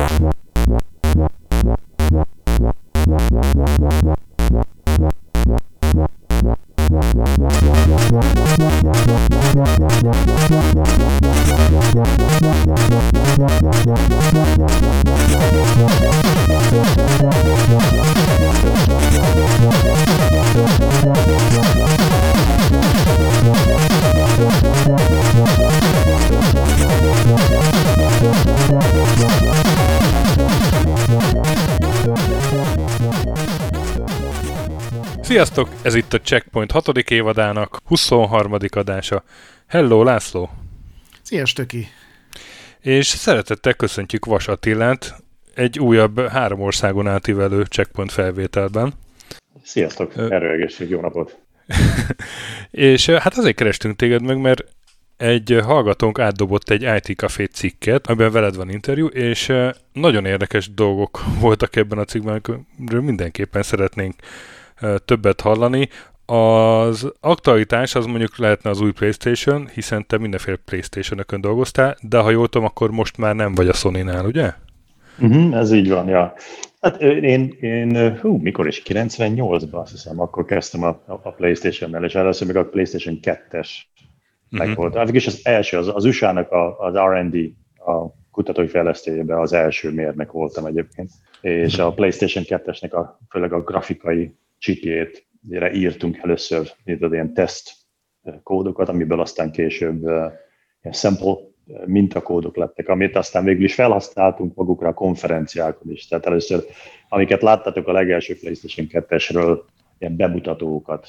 Sziasztok! Ez itt a Checkpoint 6. évadának 23. adása. Hello, László! Sziasztok, Töki! És szeretettel köszöntjük Vas Attilát egy újabb 3 országon átívelő Checkpoint felvételben. Sziasztok! Erőegészség, jó napot! És hát azért kerestünk téged meg, mert egy hallgatónk átdobott egy IT Café cikket, amiben veled van interjú, és nagyon érdekes dolgok voltak ebben a cikkben, amiről mindenképpen szeretnénk többet hallani. Az aktualitás az mondjuk lehetne az új PlayStation, hiszen te mindenféle PlayStation-ökön dolgoztál, de ha jól tudom, akkor most már nem vagy a Sony-nál, ugye? Ez így van, ja. Hát én mikor is? 98-ban azt hiszem, akkor kezdtem a PlayStation-nel, és először még a PlayStation 2-es meg volt. Hát is az első, az USA-nak az R&D, a kutatói fejlesztőjében az első mérnök voltam egyébként, és a PlayStation 2-esnek főleg a grafikai chipjét írtunk először ilyen teszt kódokat, amiből aztán később ilyen sample mintakódok lettek, amit aztán végül is felhasználtunk magukra a konferenciákon is. Tehát először, amiket láttatok a legelső PlayStation 2-esről, ilyen bemutatókat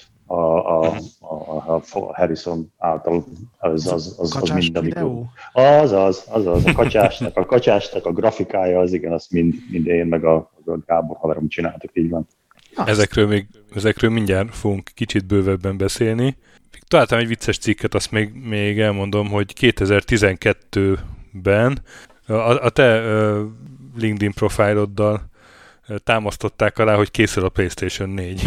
a Harrison által, az mind, amikor... Az, a kacsásnak a grafikája, az igen, azt mind én meg a Gábor haverom csináltuk, így van. Ezekről mindjárt fogunk kicsit bővebben beszélni. Találtam egy vicces cikket, azt még elmondom, hogy 2012-ben a te LinkedIn profiloddal támasztották alá, hogy készül a PlayStation 4.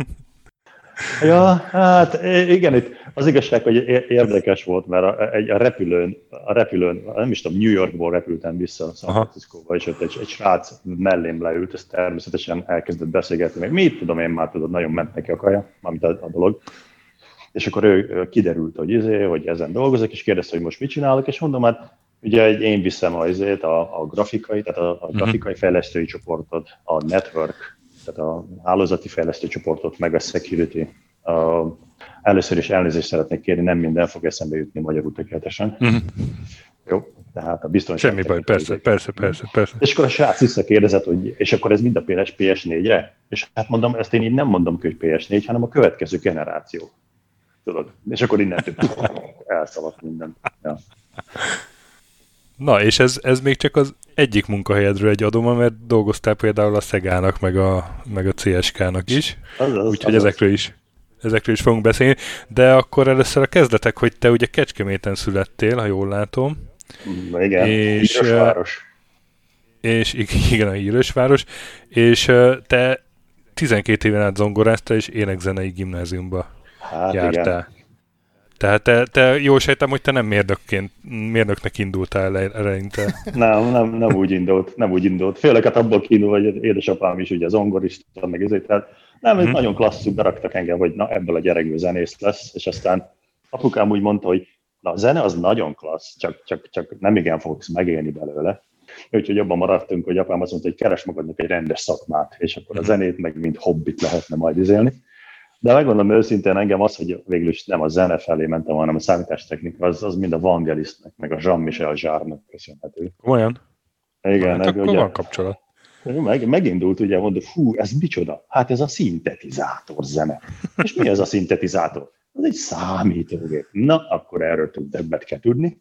Ja, hát igen, itt az igazság, hogy érdekes volt, mert a repülőn, nem is tudom, New Yorkból repültem vissza San Franciscóba, és ott egy srác mellém leült, ez természetesen elkezdett beszélgetni, meg mit tudom én már, tudod, nagyon ment neki a kaja, mármint a dolog. És akkor ő kiderült, hogy ezen dolgozok, és kérdezte, hogy most mit csinálok, és mondom, hát ugye én viszem a grafikai, tehát a grafikai fejlesztői csoportot, a network, tehát a hálózati fejlesztő csoportot, meg a security. Először is elnézést szeretnék kérni, nem minden fog eszembe jutni magyarul tökéletesen. Jó, tehát a biztonság... Semmi baj, persze. És akkor a srác visszakérdezett, hogy és akkor ez mind a PS4-re? És hát mondom, ezt én így nem mondom, hogy PS4, hanem a következő generáció. Tudod? És akkor innentől elszaladt minden. Ja. Na, és ez még csak az egyik munkahelyedről egy adoma, mert dolgoztál például a Szegának, meg a CSK-nak is. Úgyhogy ezekről is fogunk beszélni. De akkor először a kezdetek, hogy te ugye Kecskeméten születtél, ha jól látom. Igen, Hírösváros. És igen, a Hírösváros. És te 12 éven át zongoráztál, és énekzenei gimnáziumba jártál. Igen. Tehát te jól sejtem, hogy te nem mérnöknek indultál eleinte. Nem úgy indult. Főleg hát abból kiindul, hogy édesapám is ugye zongorista, meg ezért. Tehát nem, ez nagyon klasszul, beraktak engem, hogy na ebből a gyerekből zenész lesz, és aztán apukám úgy mondta, hogy na a zene az nagyon klassz, csak nem igen fogsz megélni belőle. Úgyhogy abban maradtunk, hogy apám azt mondta, hogy keres magadnak egy rendes szakmát, és akkor a zenét meg mint hobbit lehetne majd izélni. De megmondom őszintén, engem az, hogy végül is nem a zene felé mentem, hanem a számítástechnika, az mind a Vangelisnek, meg a Jean-Michel Jarre-nak köszönhető. Olyan? Igen. Hát akkor van kapcsolat. Megindult, ugye mondod, ez micsoda? Hát ez a szintetizátor zene. És mi ez a szintetizátor? Az egy számítógép. Na, akkor erről többet kell tudni.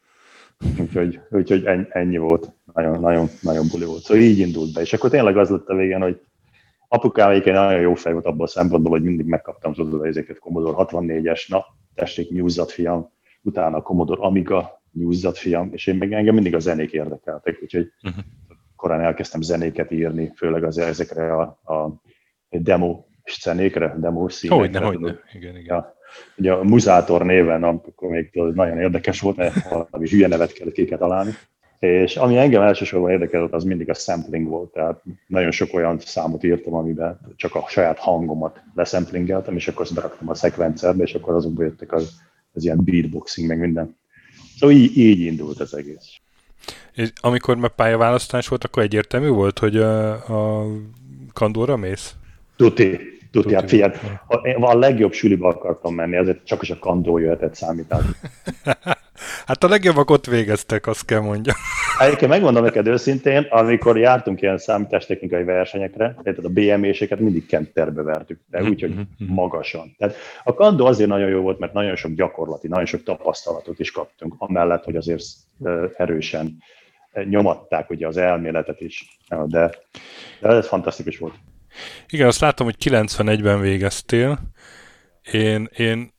Úgyhogy ennyi volt. Nagyon buli volt. Szóval így indult be. És akkor tényleg az lett a végén, hogy apukám egyébként nagyon jó fej volt abban a szempontból, hogy mindig megkaptam ezeket Commodore 64-es, na, tessék, nyúzzat fiam, utána a Commodore Amiga, nyúzzat fiam, és engem mindig a zenék érdekeltek, úgyhogy korán elkezdtem zenéket írni, főleg ezekre a demo zenékre, demo színekre. Hogyne, igen. Ja, ugye a Muzátor néven, akkor még nagyon érdekes volt, mert valami hülye nevet kellett találni. És ami engem elsősorban érdekelt, az mindig a sampling volt, tehát nagyon sok olyan számot írtam, amiben csak a saját hangomat leszemplingeltem, és akkor azt beraktam a szekvencerbe, és akkor azokból jöttek az ilyen beatboxing, meg minden. Szóval így indult az egész. És amikor már pályaválasztás volt, akkor egyértelmű volt, hogy a Kandóra mész? Tuti, hát figyelj, a legjobb suliba akartam menni, ezért csak is a Kandó jöhetett számítani. Hát a legjobbak ott végeztek, azt kell mondjam. Egyébként megmondom neked őszintén, amikor jártunk ilyen számítástechnikai versenyekre, tehát a BME-seket mindig kenterbe vertük, de úgy, hogy magasan. Tehát a Kandó azért nagyon jó volt, mert nagyon sok gyakorlati, nagyon sok tapasztalatot is kaptunk, amellett, hogy azért erősen nyomatták ugye az elméletet is, de ez fantasztikus volt. Igen, azt látom, hogy 91-ben végeztél. Én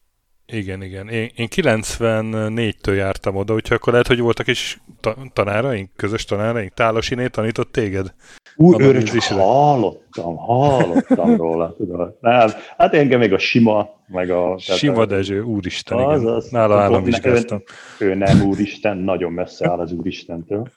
94-től jártam oda, úgyhogy akkor lehet, hogy voltak is tanáraink, közös tanáraink. Tálosiné tanított téged? Őről csak hallottam róla, tudod. Hát engem még a Sima, meg a... Sima Dezső, úristen, igen. Nála államvizsgáztam. Ő nem úristen, nagyon messze áll az úristentől.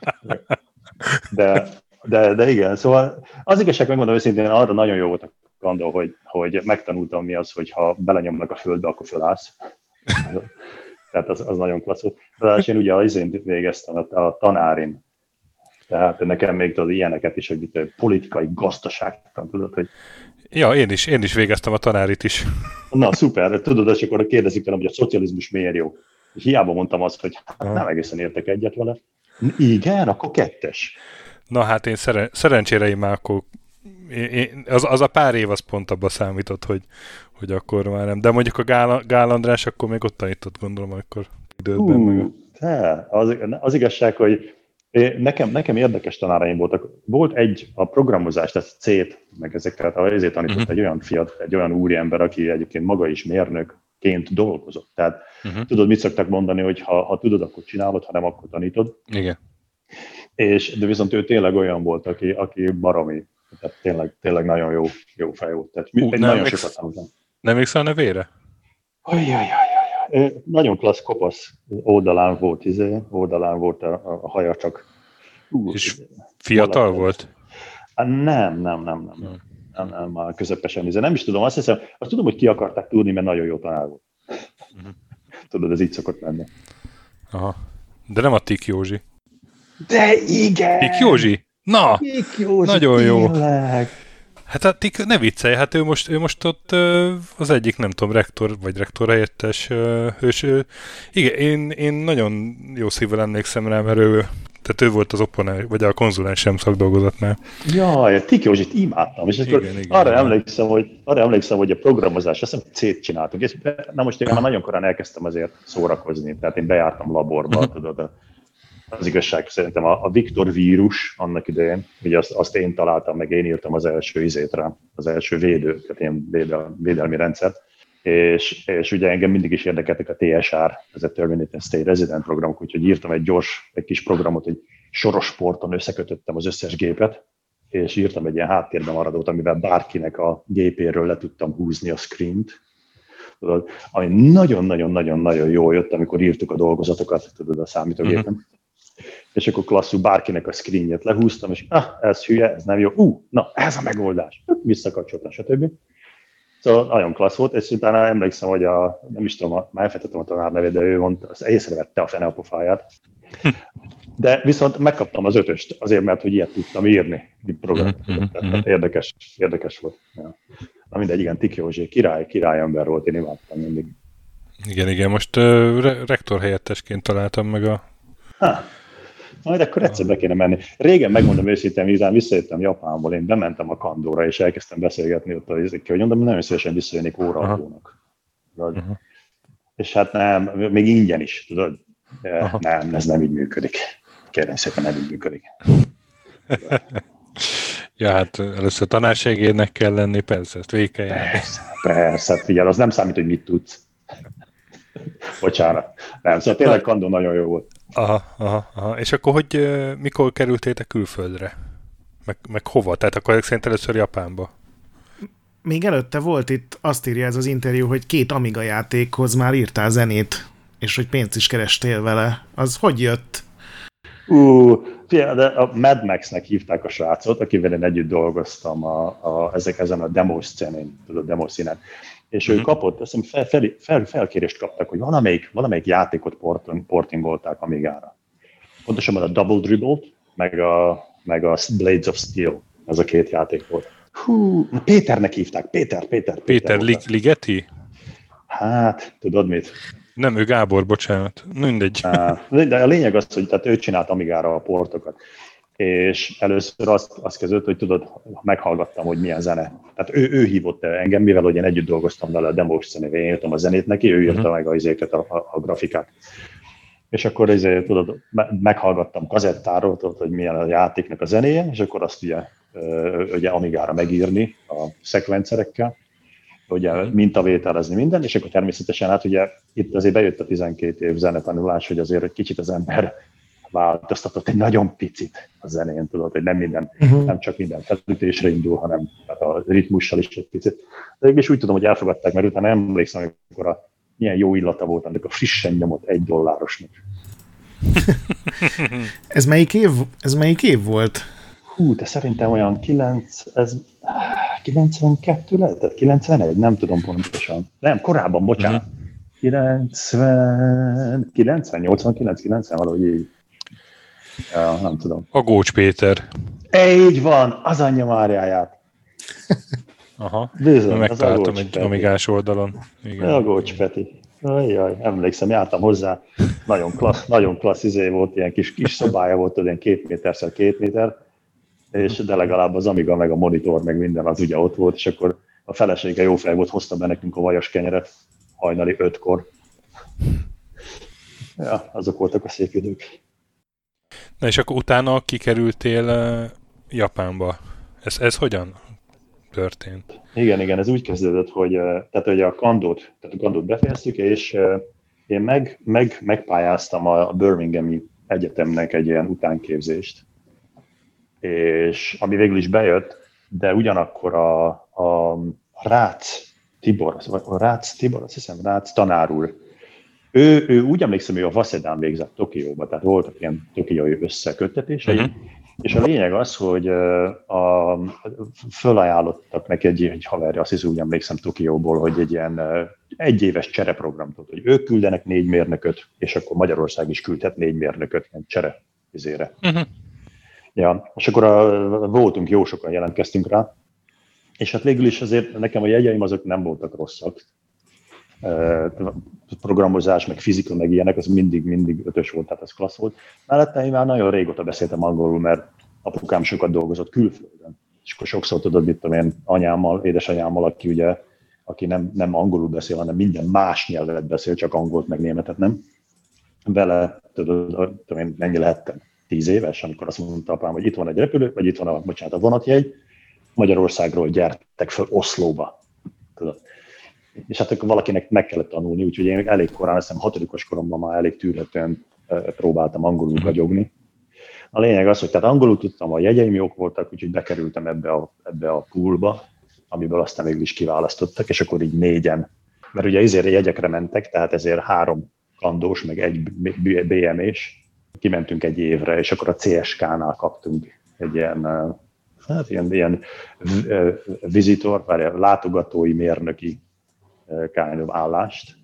De igen, szóval az igazság, megmondom őszintén, arra nagyon jó volt a Kandó, hogy megtanultam mi az, hogy ha belenyomnak a földbe, akkor fölállsz. Tehát az nagyon klassz volt. De én ugye az én végeztem a tanárin. Tehát nekem még tudod ilyeneket is, hogy politikai gazdaságtan, tudod, hogy... Ja, én is végeztem a tanárit is. Na, szuper, tudod, és akkor kérdezik tőlem, hogy a szocializmus miért jó. És hiába mondtam azt, hogy nem egészen értek egyet vele. Igen, akkor 2. Na hát én szerencsére én már akkor... Az a pár év az pont abban számított, hogy akkor már nem. De mondjuk a Gál András akkor még ott tanított, gondolom, akkor időben. Az igazság, hogy nekem érdekes tanáraim voltak. Volt a programozást, tehát C-t, meg ezeket, ezért tanított egy olyan egy olyan úriember, aki egyébként maga is mérnökként dolgozott. Tehát tudod, mit szoktak mondani, hogy ha tudod, akkor csinálod, ha nem, akkor tanítod. Igen. De viszont ő tényleg olyan volt, aki baromi. Tehát tényleg nagyon jó fej volt. Tehát nagyon sokat tanultam. Nem emlékszel a nevére? Nagyon klassz kopasz oldalán volt a haja csak. És fiatal volt? Nem, már közepesen. Nem is tudom, azt tudom, hogy ki akarták tudni, mert nagyon jó tanár volt. Tudod, ez így szokott lenni. Aha. De nem a Tik Józsi. De igen! Tik Józsi? Na! Tik Józsi, nagyon jó. Tényleg. Hát a Tik, ne viccelj, hát ő most ott az egyik, nem tudom, rektor vagy rektor helyettes hős. Igen, én nagyon jó szívvel emlékszem rá, mert ő volt az opponens, vagy a konzulensem szakdolgozatnál. Jaj, Tik Józsit imádtam, és akkor arra emlékszem, hogy a programozás, azt hiszem, C-t csináltunk, és most én már nagyon korán elkezdtem azért szórakozni, tehát én bejártam laborba, tudod, az igazság szerintem a Viktor vírus annak idején, ugye azt én találtam, meg én írtam az első rá, az első tehát ilyen védelmi rendszert, és ugye engem mindig is érdekeltek a TSR, ez a Terminated State Resident programok, úgyhogy írtam egy kis programot, hogy soros porton összekötöttem az összes gépet, és írtam egy ilyen háttérben maradót, amivel bárkinek a gépéről le tudtam húzni a screent, tudod, ami nagyon-nagyon-nagyon jól jött, amikor írtuk a dolgozatokat, tudod, a számítógépen. És akkor klasszul bárkinek a screenjét lehúztam, és ez hülye, ez nem jó, na, ez a megoldás, visszakapcsoltam, stb. Szóval nagyon klassz volt, és utána emlékszem, hogy nem is tudom, már elfejtettem a tanár nevét, de ő mondta, az észrevette a fene a pofáját. De viszont megkaptam az 5-öst, azért, mert hogy ilyet tudtam írni, programot. Érdekes volt. Ja. Na mindegy, igen, Tik Józsi, királyember volt, én imádtam mindig. Igen, most rektor helyettesként találtam meg a... Majd akkor egyszer be kéne menni. Régen, megmondom őszintén, miután visszajöttem Japánból, én bementem a Kandóra, és elkezdtem beszélgetni ott hogy mondom, nagyon szívesen visszajönnék óraadónak. És hát nem, még ingyen is, tudod? Nem, ez nem így működik. Kérem szépen, nem így működik. Ja, hát először tanársegédnek kell lenni, persze, ezt végig kell járni. Persze, figyelj, az nem számít, hogy mit tudsz. Bocsánat. Nem, szóval tényleg Kandó nagyon jó volt. Aha. És akkor mikor kerültétek külföldre? Meg hova? Tehát akkor szerint először Japánba? Még előtte volt itt, azt írja ez az interjú, hogy 2 Amiga játékhoz már írtál zenét, és hogy pénzt is kerestél vele. Az hogy jött? De a Mad Max-nek hívták a srácot, akivel én együtt dolgoztam ezen a demo-szcénén, tudod, demo-színen. És ő kapott, azt hiszem felkérést kaptak, hogy valamelyik játékot portingolták Amigára. Pontosabban a Double Dribble-t, meg a Blades of Steel, ez a két játék volt. Péternek hívták, Péter Ligeti? Hát, tudod mit? Nem, ő Gábor, bocsánat. Mindegy. De a lényeg az, hogy tehát ő csinált Amigára a portokat. És először azt kezdődött, hogy tudod, meghallgattam, hogy milyen zene. Tehát ő hívott engem, mivel hogy én együtt dolgoztam vele a demos zenével, én írtam a zenét neki, ő írta meg a grafikát. És akkor tudod, meghallgattam kazettáról, tudod, hogy milyen a játéknak a zenéje, és akkor azt ugye Amigára megírni a szekvencerekkel, ugye mintavételezni minden, és akkor természetesen hát ugye itt azért bejött a 12 év zenetanulás, hogy azért egy kicsit az ember változtatott egy nagyon picit a zenén, tudod, hogy nem csak minden felütésre indul, hanem hát a ritmussal is egy picit. De mégis úgy tudom, hogy elfogadták, mert utána emlékszem, amikor milyen jó illata volt, amikor a frissen nyomott $1. Ez melyik év volt? De szerintem olyan 92 lehetett? 91? Nem tudom pontosan. Nem, korábban, bocsánat. 90, 89, valahogy így. Ja, nem tudom. A Gócs Péter. Így van, az anyja Máriáját. Aha, bizony, megtaláltam egy Amigás oldalon. Igen. A Gócs Peti. Ajjaj, emlékszem, jártam hozzá. Nagyon klassz volt, ilyen kis szobája volt, ilyen 2 méter x 2 méter. De legalább az Amiga, meg a monitor, meg minden az ugye ott volt, és akkor a felesége jó fej volt, hozta be nekünk a vajas kenyeret hajnali 5-kor. Ja, azok voltak a szép idők. Na és akkor utána kikerültél Japánba. Ez hogyan történt? Igen, ez úgy kezdődött, hogy a kandót befejeztük, és én megpályáztam a Birminghami Egyetemnek egy ilyen utánképzést. És ami végül is bejött, de ugyanakkor a Rácz Tibor, azt hiszem Rácz tanár úr, ő úgy emlékszem, hogy a Wasedán végzett Tokióba, tehát voltak ilyen tokiói összeköttetései, és a lényeg az, hogy fölajánlottak neki egy haverja, azt hiszem úgy emlékszem Tokióból, hogy egy ilyen egyéves csereprogramot, hogy ők küldenek 4 mérnököt, és akkor Magyarország is küldhet 4 mérnököt ilyen csere izére. Ja, és akkor voltunk, jó sokan jelentkeztünk rá, és hát végül is azért nekem a jegyeim azok nem voltak rosszak. Programozás, meg fizika, meg ilyenek, az mindig 5-ös volt, tehát ez klassz volt. Mellette én már nagyon régóta beszéltem angolul, mert apukám sokat dolgozott külföldön. És akkor sokszor tudod, mit tudom én, anyámmal, édesanyámmal, aki nem angolul beszél, hanem minden más nyelvet beszél, csak angolt, meg németet nem. Vele, tudom én, mennyi lehettem? 10 éves, amikor azt mondta apám, hogy itt van egy repülő, vagy itt van a vonatjegy, Magyarországról gyertek fel Oszlóba. Tudod. És hát akkor valakinek meg kellett tanulni, úgyhogy én elég korán, azt hiszem 6. koromban már elég tűrhetően próbáltam angolul gagyogni. A lényeg az, hogy tehát angolul tudtam, a jegyeim jók voltak, úgyhogy bekerültem ebbe a poolba, amiből aztán végül is kiválasztottak, és akkor így 4-en, mert ugye ezért jegyekre mentek, tehát ezért 3 kandós, meg 1 BM-és, kimentünk egy évre, és akkor a CSK-nál kaptunk egy ilyen visitor, látogatói mérnöki kind of állást,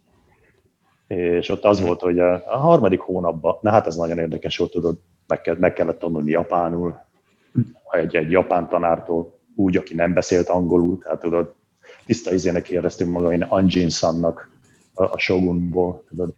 és ott az volt, hogy a 3. hónapban, na hát ez nagyon érdekes volt, tudod, meg kellett tanulni japánul, egy japán tanártól, úgy, aki nem beszélt angolul, tehát tudod, tiszta izének éreztünk maga, én Anjin-sannak a Shogunból, tudod.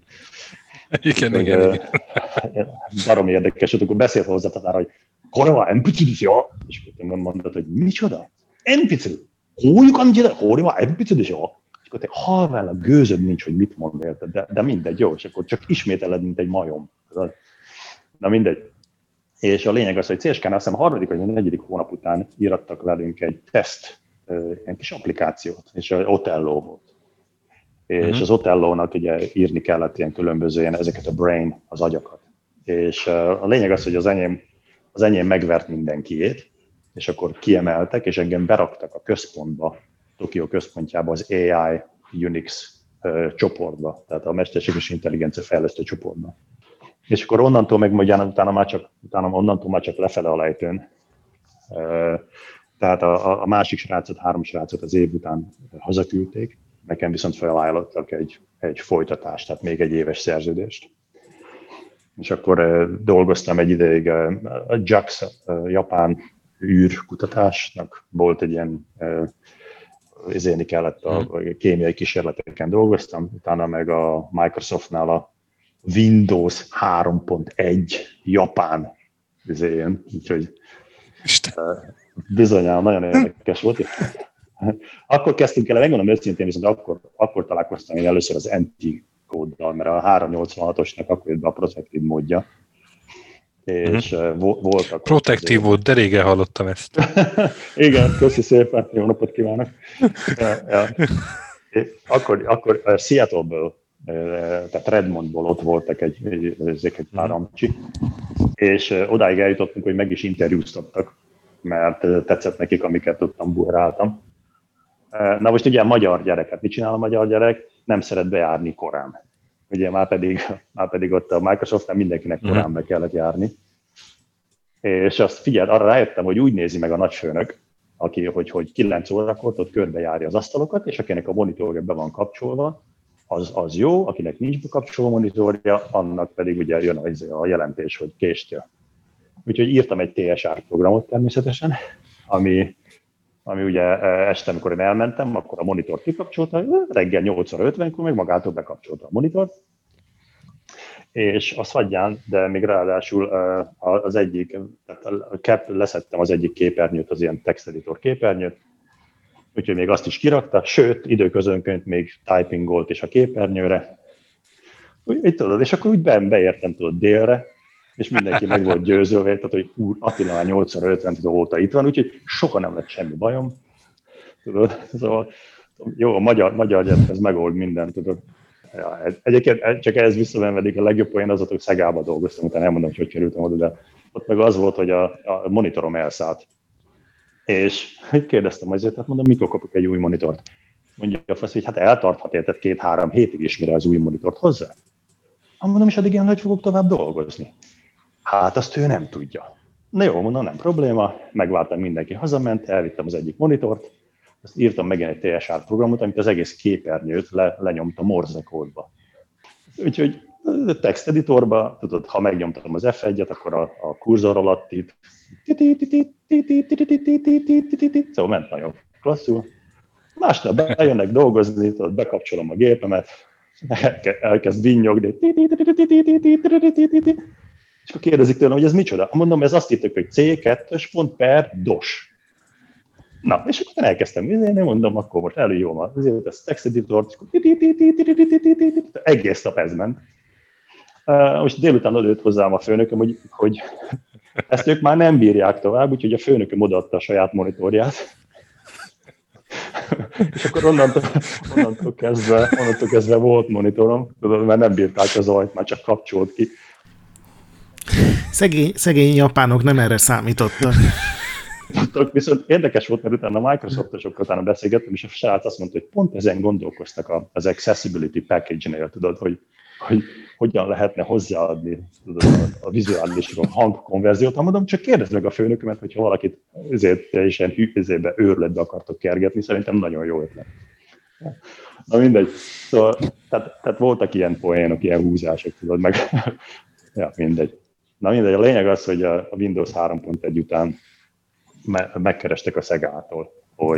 Igen. Barom érdekes, hogy akkor beszélt hozzá a tanár, hogy Korewa enpicil desu yo, és akkor mondott, hogy micsoda? Enpicil? Hújuk annyira? Korewa enpicil desu yo? És akkor te halvállal gőzöd nincs, hogy mit mond érted, de mindegy, jó, és akkor csak ismételed, mint egy majom. Na mindegy. És a lényeg az, hogy CSK-nál azt hiszem a 3. vagy 4. hónap után írattak velünk egy teszt, egy kis applikációt, és Otello volt. És az Otellónak ugye írni kellett ilyen különböző ezeket a brain, az agyakat. És a lényeg az, hogy az enyém megvert mindenkiét, és akkor kiemeltek, és engem beraktak a központba, Tokió központjába, az AI Unix csoportba, tehát a mesterséges intelligencia fejlesztő csoportba. És akkor onnantól meg utána onnantól már csak lefele a lejtőn. Tehát a másik srácot, 3 srácot az év után hazaküldték, nekem viszont felajánlottak egy folytatást, tehát még egy éves szerződést. És akkor dolgoztam egy ideig a JAX, japán űrkutatásnak volt egy ilyen, ezérni kellett a kémiai kísérleteken dolgoztam, utána meg a Microsoftnál a Windows 3.1 japán ezén, úgyhogy bizonyára nagyon érdekes volt. Akkor kezdtünk el, megmondom őszintén, viszont akkor találkoztam én először az NT kóddal, mert a 386-osnak akkor jött be a Protective módja. És voltak... Protective volt, de régen hallottam ezt. Igen, köszi szépen, jó napot kívánok. Akkor Seattle-ből, tehát Redmondból ott voltak egy pár amcsi, és odáig eljutottunk, hogy meg is interjúztattak, mert tetszett nekik, amiket tudtam, buhráltam. Na most ugye a magyar gyereket, mit csinál a magyar gyerek? Nem szeret bejárni korán. Ugye már pedig ott a Microsoftnál mindenkinek korán be kellett járni. És azt figyeld, arra rájöttem, hogy úgy nézi meg a nagyfőnök, aki, hogy 9 órakor ott körbejárja az asztalokat, és akinek a monitorja be van kapcsolva, az jó, akinek nincs bekapcsolva a monitorja, annak pedig ugye jön a jelentés, hogy késtél. Úgyhogy írtam egy TSR programot természetesen, ami ugye este, amikor én elmentem, akkor a monitort kikapcsolta, reggel 8:50-kor meg magától bekapcsolta a monitort, és azt hagyján, de még ráadásul az egyik, tehát leszettem az egyik képernyőt, az ilyen texteditor képernyőt, úgyhogy még azt is kirakta, sőt, időközönként még typingolt is a képernyőre. Úgy, tudod, és akkor úgy beértem délre, és mindenki meg volt győzővé, tehát hogy úr, Attila már 8:50 óta itt van, úgyhogy soha nem lett semmi bajom. Tudod, szóval jó, a magyar gyerek, ez megold mindent, tudod. Ja, egyébként csak ehhez visszavenvedik, a legjobb olyan az, hogy Szegába dolgoztam, utána elmondom, hogy kerültem oda, de ott meg az volt, hogy a monitorom elszállt. És kérdeztem azért, hát mondom, mikor kapok egy új monitort? Mondja a fasz, hogy hát eltarthat érted 2-3 hétig is, mire az új monitort hozzá. Mondom, és addig ilyen, hogy fogok tovább dolgozni. Hát azt ő nem tudja. Na jó, mondom, nem probléma, megvártam, mindenki hazament, elvittem az egyik monitort, azt írtam megint egy TSR programot, amit az egész képernyőt lenyomta Morse kódba. Úgyhogy a text editorba, tudod, ha megnyomtam az F1-et, akkor a kurzor alatt itt, szóval ment nagyon klasszul. Másnap bejönnek dolgozni, tudod, bekapcsolom a gépemet, elkezd vinnyogni, és akkor kérdezik tőlem, hogy ez micsoda? Mondom, ez azt írtuk, hogy C2.per.dos. Na, és akkor elkezdtem nézni, mondom, akkor most előjóm azért ez text editor, egész nap ez ment. Most délután odajött hozzám a főnököm, hogy ezt ők már nem bírják tovább, úgyhogy a főnököm odaadta a saját monitorját. És akkor onnantól kezdve volt monitorom, tudod, mert nem bírták az zajt, már csak kapcsolt ki. Szegény japánok nem erre számítottak. Viszont érdekes volt, mert utána a Microsoftosokkal utána beszélgettem, és a srác azt mondta, hogy pont ezen gondolkoztak az Accessibility Package-nél, tudod, hogy hogyan lehetne hozzáadni tudod, a vizuális hangkonverziót. Ha mondom, csak kérdezd meg a főnökömet, hogyha valakit teljesen hűzébe, őrletbe akartok kergetni, szerintem nagyon jó ötlet. Na mindegy. Szóval, tehát voltak ilyen poénok, ilyen húzások, tudod, meg ja, mindegy. Na mindegy, a lényeg az, hogy a Windows 3.1 után megkerestek a Szegától,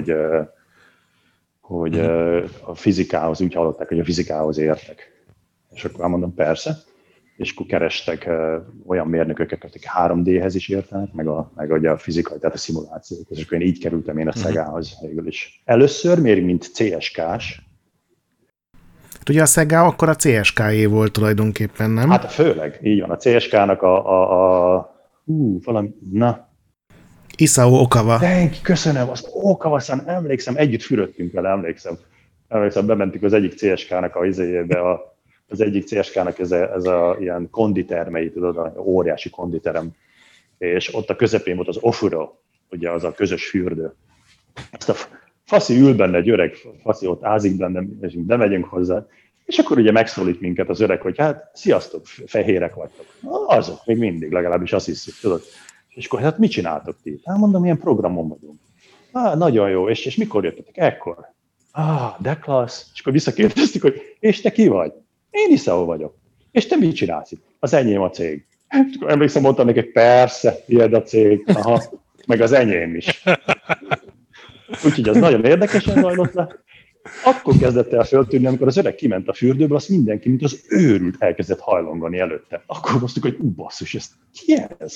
hogy a fizikához, úgy hallották, hogy a fizikához értek. És akkor mondom, persze. És akkor kerestek olyan mérnököket, akik 3D-hez is értenek, meg ugye a fizikai, tehát a szimulációk. És akkor én így kerültem én a Szegához végül is. Először még mint CSK-s. Ugye a Sega akkor a CSK-é volt tulajdonképpen, nem? Hát főleg, így van. A CSK-nak valami, na. Isao Okawa. Köszönöm, az Okawa-san emlékszem, együtt fürödtünk vele, emlékszem, bementünk az egyik CSK-nak az egyik CSK-nak ez a ilyen konditermei, tudod, a óriási konditerem, és ott a közepén volt az ofuro, ugye az a közös fürdő. Azt a faszi ül benne, egy öreg faszi ott ázik benne, és bemegyünk hozzá, És akkor ugye megszólít minket az öreg, hogy hát sziasztok, fehérek vagytok. Azok, még mindig, legalábbis azt hiszük, tudod. És akkor hát mit csináltok ti? Hát mondom, ilyen programon vagyunk. Nagyon jó, és mikor jöttetek? Ekkor. De klassz. És akkor visszakérdeztük, hogy és te ki vagy? Én Iszao vagyok. És te mit csinálsz itt? Az enyém a cég. És akkor emlékszem, mondtam neki, persze, ilyed a cég. Aha, meg az enyém is. Úgyhogy az nagyon érdekesen zajlott le. Akkor kezdett el föltűnni, amikor az öreg kiment a fürdőbe, azt mindenki, mint az őrült, elkezdett hajlongani előtte. Akkor mondtuk, hogy basszus, ez ki ez?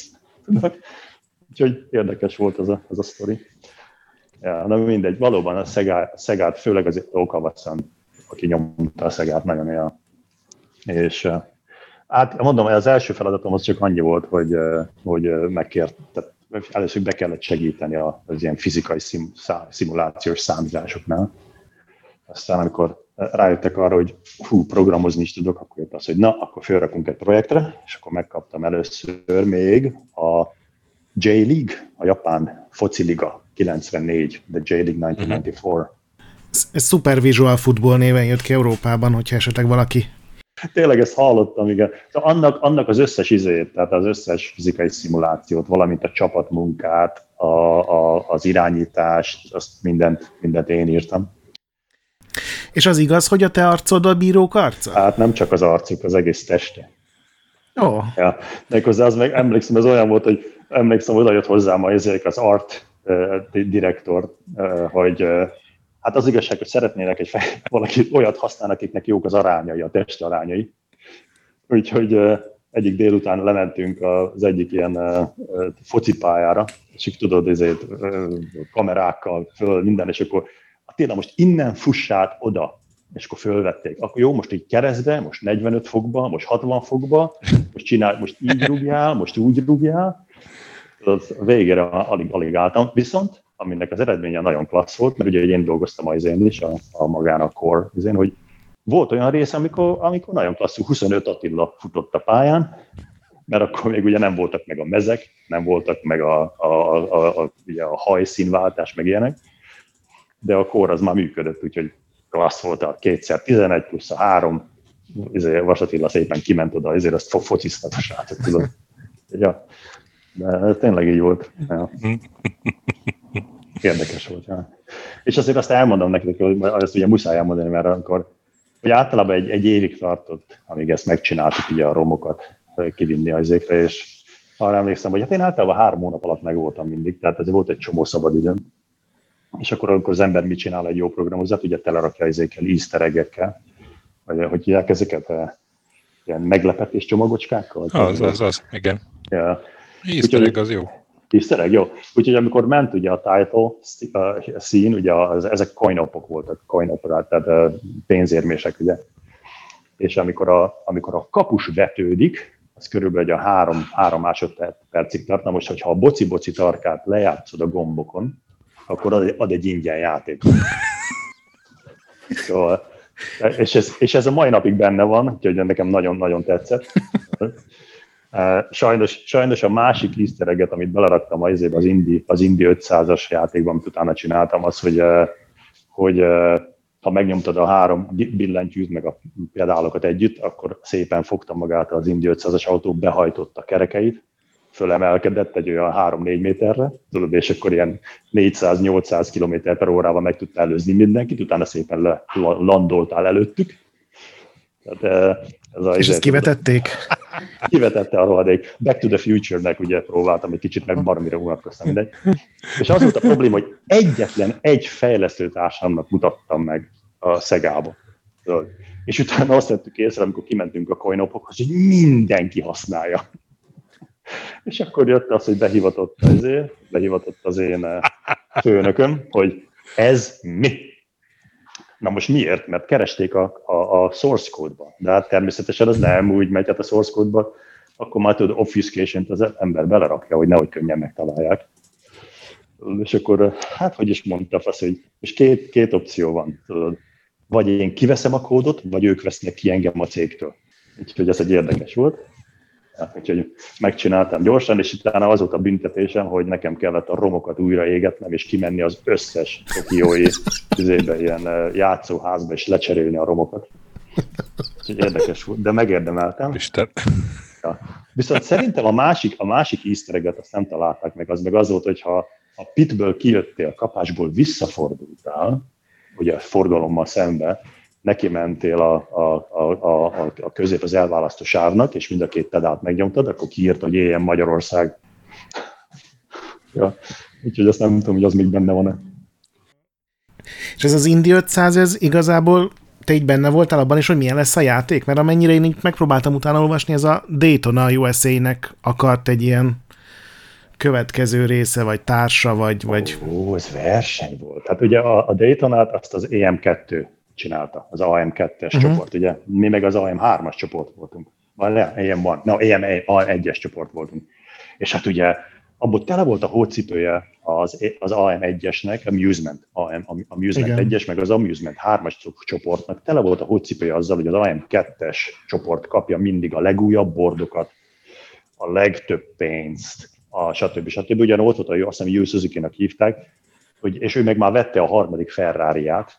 Úgyhogy érdekes volt az a sztori. Ja, de mindegy, valóban a Szegát, főleg az Okawaszan, aki nyomta a Szegát nagyon él. És hát mondom, az első feladatom az csak annyi volt, hogy megkért, tehát először be kellett segíteni az ilyen fizikai szimulációs számításoknál. Aztán amikor rájöttek arra, hogy programozni is tudok, akkor jött az, hogy na, akkor fölrakunk egy projektre, és akkor megkaptam először még a J-League, a japán foci liga 94, the J-League 1994. Ez Super Visual Football néven jött ki Európában, hogyha esetleg valaki. Tényleg ezt hallottam, igen. Annak az összes izét, tehát az összes fizikai szimulációt, valamint a csapatmunkát, az irányítást, azt mindent én írtam. És az igaz, hogy a te arcod a bírók arca? Hát nem csak az arcuk, az egész teste. Ó. Ja, méghozzá az meg emlékszem, ez olyan volt, hogy oda jött hozzám az art direktor, hogy hát az igazság, hogy szeretnének valaki olyat használni, akiknek jók az arányai, a test arányai. Úgyhogy egyik délután lementünk az egyik ilyen focipályára, és így tudod, ezért kamerákkal föl, minden, és akkor tényleg most innen fuss át oda, és akkor fölvették. Akkor jó, most így keresztbe, most 45 fokba, most 60 fokba, most így rúgjál, most úgy rúgjál. A végére alig álltam. Viszont, aminek az eredménye nagyon klassz volt, mert ugye én dolgoztam az én is, a magán a core, hogy volt olyan rész, amikor nagyon klasszul 25 Attila futott a pályán, mert akkor még ugye nem voltak meg a mezek, nem voltak meg ugye a hajszínváltás, meg ilyenek, de a core az már működött, úgyhogy klassz volt a 2x11 plusz a 3, Vas Attila szépen kiment oda, ezért azt fociztat a srácot, tudod. Ja, de tényleg így volt. Ja. Érdekes volt. Ja. És azért azt elmondom nekik, hogy ezt ugye muszáj elmondani, mert akkor, hogy általában egy évig tartott, amíg ezt megcsináltuk, ugye a romokat kivinni az égre, és arra emlékszem, hogy hát én általában 3 hónap alatt megvoltam mindig, tehát ez volt egy csomó szabad időm. És akkor az ember mit csinál egy jó programozat, ugye telerakja ezekkel, easter egg-ekkel, vagy hogy hívják ezeket, ilyen meglepetés csomagocskákkal? Az, igen. Ja. Easter egg az jó. Easter egg, jó. Úgyhogy amikor ment ugye a title szín, ugye ezek coin-opok voltak, tehát pénzérmések, ugye. És amikor a kapus vetődik, az körülbelül a 3 másodpercig tart. Na most, hogyha a boci-boci tarkát lejátszod a gombokon, akkor ad egy ingyen játékot. Szóval, és ez a mai napig benne van, úgyhogy nekem nagyon-nagyon tetszett. Sajnos a másik easter egget, amit beleraktam az Indy 500-as játékban, amit utána csináltam, az, hogy ha megnyomtad a 3 billentyűt, meg a pedálokat együtt, akkor szépen fogta magát az Indy 500-as autó, behajtotta a kerekeit, fölemelkedett egy olyan 3-4 méterre, tudod, és akkor ilyen 400-800 km/h meg tudta előzni mindenkit, utána szépen landoltál előttük. Tehát, és ezt kivetették? Kivetette a rohadék. Back to the Future-nek ugye próbáltam, egy kicsit meg baromira unatkoztam, mindegy. És az volt a probléma, hogy egyetlen egy fejlesztőtársamnak mutattam meg a Szegába. És utána azt vettük észre, amikor kimentünk a coin-opokhoz, hogy mindenki használja. És akkor jött az, hogy behivatott az én főnököm, hogy ez mi? Na most miért? Mert keresték a source code-ba. De hát természetesen az nem úgy megy, hát a source code-ba, akkor már tudod, obfuscation-t az ember belerakja, hogy nehogy könnyen megtalálják. És akkor, hát hogy is mondta azt, hogy és két opció van, tudod. Vagy én kiveszem a kódot, vagy ők vesznek ki engem a cégtől. Úgyhogy ez egy érdekes volt. Úgyhogy megcsináltam gyorsan, és utána az volt a büntetésem, hogy nekem kellett a romokat újra égetnem, és kimenni az összes tokiói ilyen játszóházba, és lecserélni a romokat. Úgyhogy érdekes volt, de megérdemeltem. Isten. Ja. Viszont szerintem a másik easter egget azt nem találták meg, az meg az volt, hogyha a pitből kijöttél, a kapásból visszafordultál, ugye forgalommal szembe, neki mentél a közép az elválasztó sávnak, és mind a két pedát megnyomtad, akkor kiírt, hogy éljen Magyarország. Ja. Úgyhogy azt nem tudom, hogy az még benne van-e. És ez az Indy 500, ez igazából te így benne voltál abban is, hogy milyen lesz a játék? Mert amennyire én így megpróbáltam utána olvasni, ez a Daytona USA-nek akart egy ilyen következő része, vagy társa, vagy... Ó, ez verseny volt. Hát ugye a Daytonát azt az EM2 csinálta, az AM2-es csoport, ugye? Mi meg az AM3-as csoport voltunk. AM1-es csoport voltunk. És hát ugye abból tele volt a hócipője az AM1-esnek, Amusement 1-es, meg az Amusement 3-as csoportnak, tele volt a hócipője azzal, hogy az AM2-es csoport kapja mindig a legújabb bordokat, a legtöbb pénzt, stb. Ugyan ott volt, azt hiszem Yu Suzuki-nak hívták, és ő meg már vette a harmadik Ferrari-ját,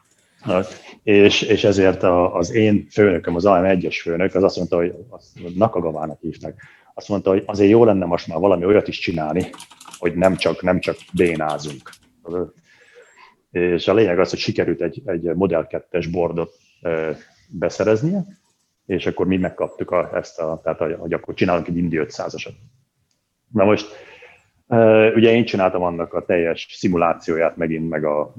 és ezért az én főnököm, az AM1-es főnök, az azt mondta, hogy Nakagavának hívták, azt mondta, hogy azért jó lenne most már valami olyat is csinálni, hogy nem csak bénázunk. És a lényeg az, hogy sikerült egy Model 2-es bordot beszereznie, és akkor mi megkaptuk tehát hogy akkor csinálunk egy Indy 500-asat. Na most, ugye én csináltam annak a teljes szimulációját megint,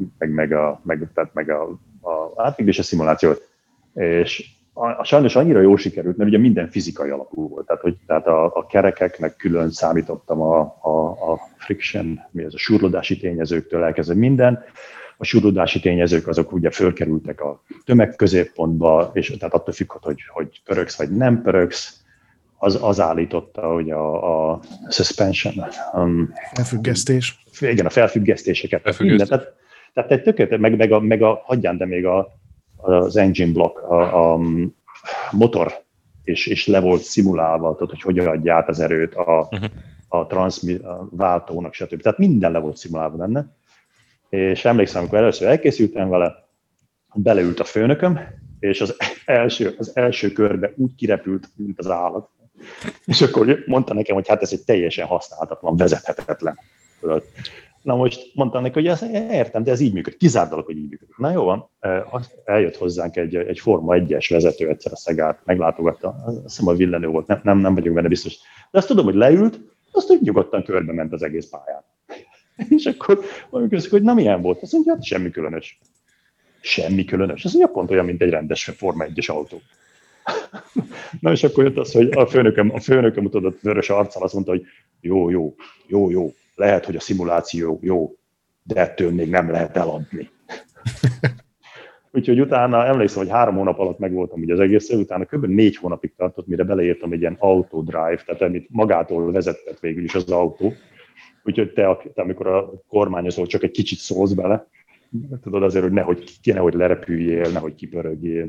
hát mégis a szimulációt, és sajnos annyira jól sikerült, mert ugye minden fizikai alapú volt, tehát a kerekeknek külön számítottam a friction, mi ez a súrlódási tényezőktől elkezdve minden. A súrlódási tényezők azok ugye fölkerültek a tömegközéppontba, és tehát attól függ, hogy pörögsz vagy nem pörögsz, az állította, hogy a suspension. Felfüggesztés. Igen, a felfüggesztéseket. Minden, tehát egy tökéletes, hagyján, de még az engine block, a motor és le volt szimulálva, tehát, hogy hogyan adja át az erőt a váltónak, stb. Tehát minden le volt szimulálva benne. És emlékszem, amikor először elkészültem vele, beleült a főnököm, és az első körbe úgy kirepült, mint az állat. És akkor mondta nekem, hogy hát ez egy teljesen használhatatlan, vezethetetlen. Na most mondtam neki, hogy ezt értem, de ez így működik. Kizárt dolog, hogy így működik. Na jó van, eljött hozzánk egy Forma 1-es vezető egyszer a Szegát, meglátogatta, azt hiszem a Villeneuve volt, nem vagyok benne biztos. De azt tudom, hogy leült, azt úgy nyugodtan körbe ment az egész pályán. És akkor mondjuk, hogy na milyen volt? Azt mondja, hát semmi különös. Semmi különös. Ez pont olyan, mint egy rendes Forma 1-es autó. Na és akkor jött az, hogy a főnököm tudott vörös arccal, azt mondta, hogy jó, lehet, hogy a szimuláció jó, de ettől még nem lehet eladni. Úgyhogy utána emlékszem, hogy 3 hónap alatt megvoltam ugye az egészen, utána kb. 4 hónapig tartott, mire beleírtam egy ilyen autodrive, tehát amit magától vezetett végül is az autó. Úgyhogy te amikor a kormányozol, csak egy kicsit szólsz bele, tudod azért, hogy nehogy lerepüljél, nehogy kipörögjél.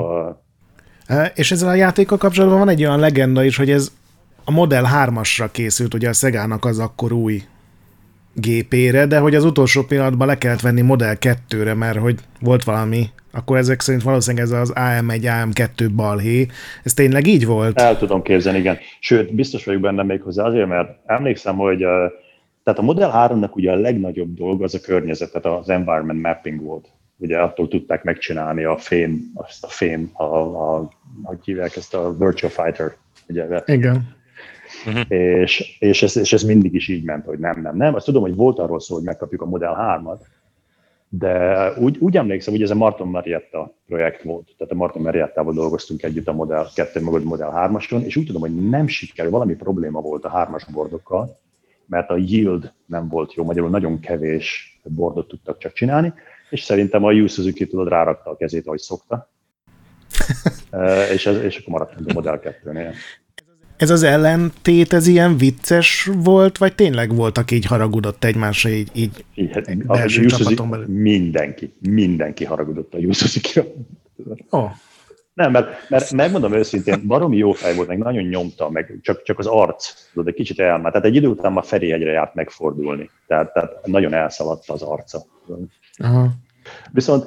És ezzel a játékkal kapcsolatban van egy olyan legenda is, hogy ez a Model 3-asra készült, ugye a Szegának az akkor új gépére, de hogy az utolsó pillanatban le kellett venni Model 2-re, mert hogy volt valami, akkor ezek szerint valószínűleg ez az AM1, AM2 balhé. Ez tényleg így volt? El tudom képzelni, igen. Sőt, biztos vagyok benne még hozzá azért, mert emlékszem, hogy tehát a Model 3-nak ugye a legnagyobb dolga az a környezet, tehát az environment mapping volt. Ugye attól tudták megcsinálni hogy hívják ezt a Virtual Fighter. Ugye, igen. És ez mindig is így ment, hogy nem. Azt tudom, hogy volt arról szó, hogy megkapjuk a Model 3-at, de úgy emlékszem, hogy ez a Martin Marietta projekt volt. Tehát a Martin Mariettával dolgoztunk együtt a Model 2 meg a Model 3-ason, és úgy tudom, hogy nem sikerül, valami probléma volt a 3-as bordokkal, mert a yield nem volt jó, magyarul nagyon kevés bordot tudtak csak csinálni, és szerintem a Yu Suzuki rárakta a kezét, ahogy szokta, és akkor maradtunk a Model 2-nél. Ez az ellentét, ez ilyen vicces volt, vagy tényleg voltak így haragudott egymásra így belső csapaton belül? Mindenki haragudott a Yu Suzuki-ra. Oh. Nem, mert megmondom őszintén, baromi jó fej volt, meg nagyon nyomta, meg csak az arc, tudod, egy kicsit elmált. Tehát egy idő után már Ferihegyre járt megfordulni. Tehát nagyon elszaladta az arca. Aha. Viszont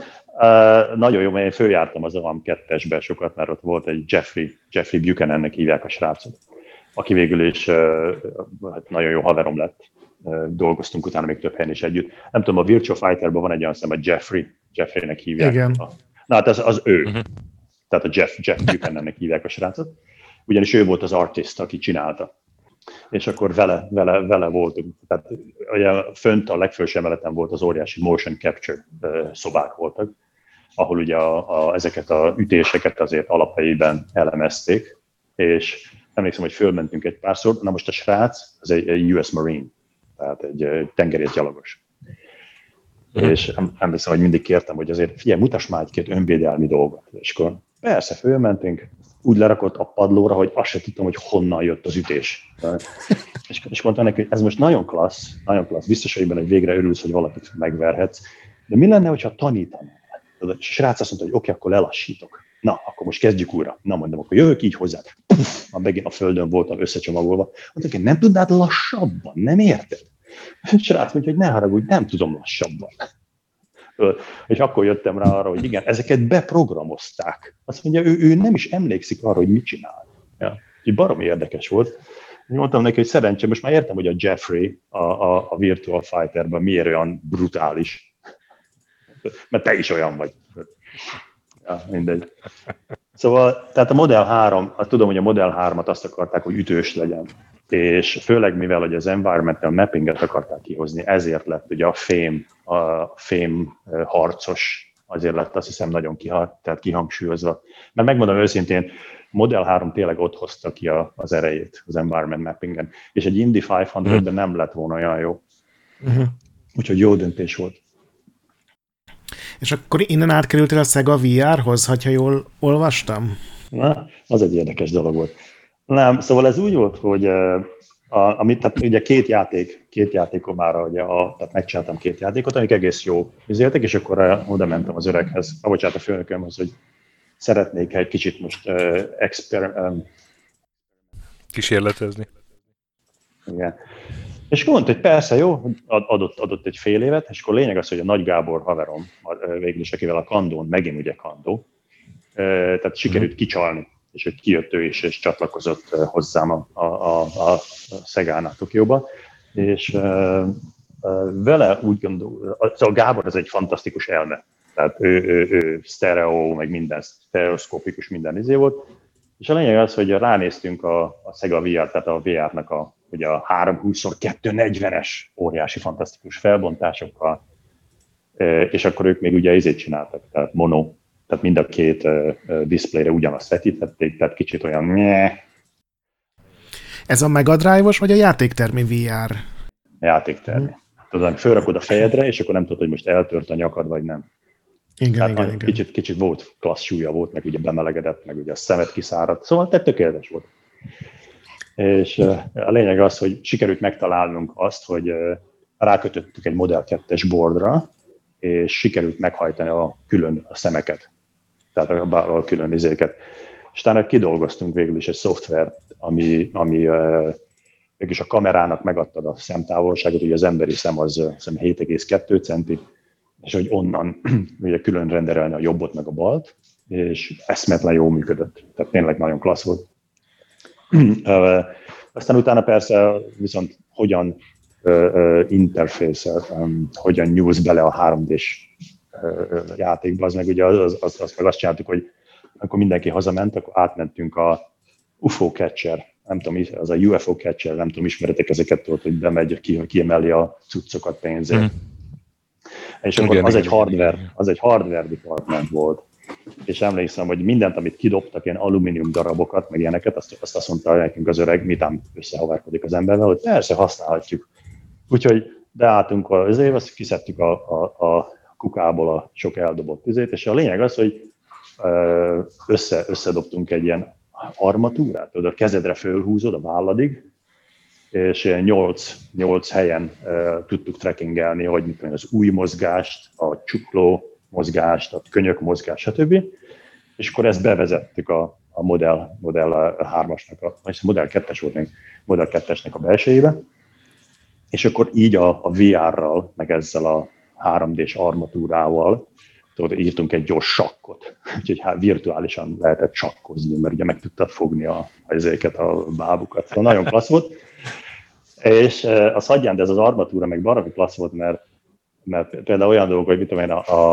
Nagyon jó, mert én följártam az AVAM 2-esbe sokat, mert ott volt egy Jeffrey Buchanannek hívják a srácot, aki végül is hát nagyon jó haverom lett. Dolgoztunk utána még több helyen is együtt. Nem tudom, a Virtua Fighterben van egy olyan szem, a Jeffreynek hívják. Igen. Na hát az ő. Tehát a Jeff Buchanannek hívják a srácot. Ugyanis ő volt az artist, aki csinálta. És akkor vele voltunk. Tehát ugye fönt a legfelső emeleten volt az óriási motion capture szobák voltak, ahol ugye ezeket a ütéseket azért alapjaiban elemezték, és emlékszem, hogy fölmentünk egy párszor. Na most a srác, az egy US Marine, tehát egy tengerészgyalogos. És emlékszem, hogy mindig kértem, hogy azért figyelj, mutass már egy-két önvédelmi dolgot. És akkor persze, fölmentünk, úgy lerakott a padlóra, hogy azt sem tudtam, hogy honnan jött az ütés. És mondtam neki, hogy ez most nagyon klassz, biztos vagyok benne, hogy végre örülsz, hogy valakit megverhetsz, de mi lenne, hogyha tanítanál? A srác azt mondta, hogy oké, akkor lelassítok. Na, akkor most kezdjük újra. Na, mondom, akkor jövök így hozzád. Már megint a földön voltam összecsomagolva. Mondtam, hogy nem tudnád lassabban, nem érted? A srác mondja, hogy ne haragudj, nem tudom lassabban. És akkor jöttem rá arra, hogy igen, ezeket beprogramozták. Azt mondja, ő nem is emlékszik arra, hogy mit csinál. Ja. Így baromi érdekes volt. Mondtam neki, hogy szerencsém, most már értem, hogy a Jeffrey a Virtua Fighterben miért olyan brutális. Mert te is olyan vagy. Ja, mindegy. Szóval, tehát a Model 3, tudom, hogy a Model 3-at azt akarták, hogy ütős legyen. És főleg mivel, hogy az environmental mappinget akarták kihozni, ezért lett ugye a fame harcos, azért lett azt hiszem nagyon kihangsúlyozva. Mert megmondom őszintén, Model 3 tényleg ott hozta ki az erejét az environment mappingen, és egy Indy 500-ben nem lett volna olyan jó. Úgyhogy jó döntés volt. És akkor innen átkerültél a Sega VR-hoz, ha jól olvastam? Na, az egy érdekes dolog volt. Nem, szóval ez úgy volt, hogy tehát ugye két játékom már, ugye, tehát megcsináltam 2 játékot, amik egész jó üzéltek, és akkor oda mentem az öreghez, a főnökömhoz, hogy szeretnék egy kicsit most kísérletezni. Igen. És mondta, hogy persze, jó, adott egy fél évet, és akkor lényeg az, hogy a Nagy Gábor haverom, végül is akivel a Kandón, megint ugye Kandó, tehát sikerült kicsalni, és hogy kijött ő is, és csatlakozott hozzám a Szegánál Tokióba, és vele úgy gondol, szóval Gábor ez egy fantasztikus elme, tehát ő sztereó, meg minden sztereoszkópikus minden izé volt, és a lényeg az, hogy ránéztünk a Sega VR, tehát a VR-nak ugye a 320x240-es óriási fantasztikus felbontásokkal, és akkor ők még ugye izét csináltak, tehát mono, tehát mind a 2 diszpléjre ugyanazt vetítették, tehát kicsit olyan nyeh. Ez a Mega Drive-os, vagy a játéktermi VR? Játéktermi. Tudod, fölrakod a fejedre, és akkor nem tudod, hogy most eltört a nyakad, vagy nem. Igen. Kicsit volt, klassz súlya volt, meg ugye bemelegedett, meg ugye a szemet kiszáradt, szóval tökéletes volt. És a lényeg az, hogy sikerült megtalálnunk azt, hogy rákötöttük egy Model 2-es boardra, és sikerült meghajtani a szemeket, tehát a külön izéket. És utána kidolgoztunk végül is egy szoftvert, ami mégis a kamerának megadtad a szemtávolságot, ugye az emberi szem az 7,2 centi, és hogy onnan ugye külön renderelni a jobbot meg a balt, és eszmetlen jól működött. Tehát tényleg nagyon klassz volt. Aztán utána persze viszont hogyan interfészel, hogyan nyúlsz bele a 3D-s játékba, az meg ugye azt csináltuk, hogy amikor mindenki hazament, akkor átmentünk a UFO Catcher, nem tudom, az a UFO Catcher, nem tudom, ismeretek ezeket ott, hogy bemegy, kiemeli a cuccokat pénzért. És akkor az egy hardware department volt. És emlékszem, hogy mindent, amit kidobtak, ilyen alumínium darabokat, meg ilyeneket, azt mondta nekünk az öreg, mitán összehavárkodik az emberrel, hogy persze használhatjuk. Úgyhogy beálltunk azért, azt kiszedtük a kukából a sok eldobott tüzét, és a lényeg az, hogy összedobtunk egy ilyen armatúrát, tudod, a kezedre fölhúzod a válladig, és 8 helyen tudtuk trackingelni, hogy mit tudom, az új mozgást, a csukló mozgást, a könyök mozgást, stb. És akkor ezt bevezettük a Model 3-asnak, vagy Model 2-es volt még, Model 2-esnek a belsejébe, és akkor így a VR-ral, meg ezzel a 3D-s armatúrával tudod, írtunk egy gyors sakkot, úgyhogy hát virtuálisan lehetett sakkozni, mert ugye meg tudtad fogni ezeket a bábukat. Szóval nagyon klassz volt. És az hagyján, de ez az armatúra meg baromi klassz volt, mert például olyan dolgok, hogy mit tudom én,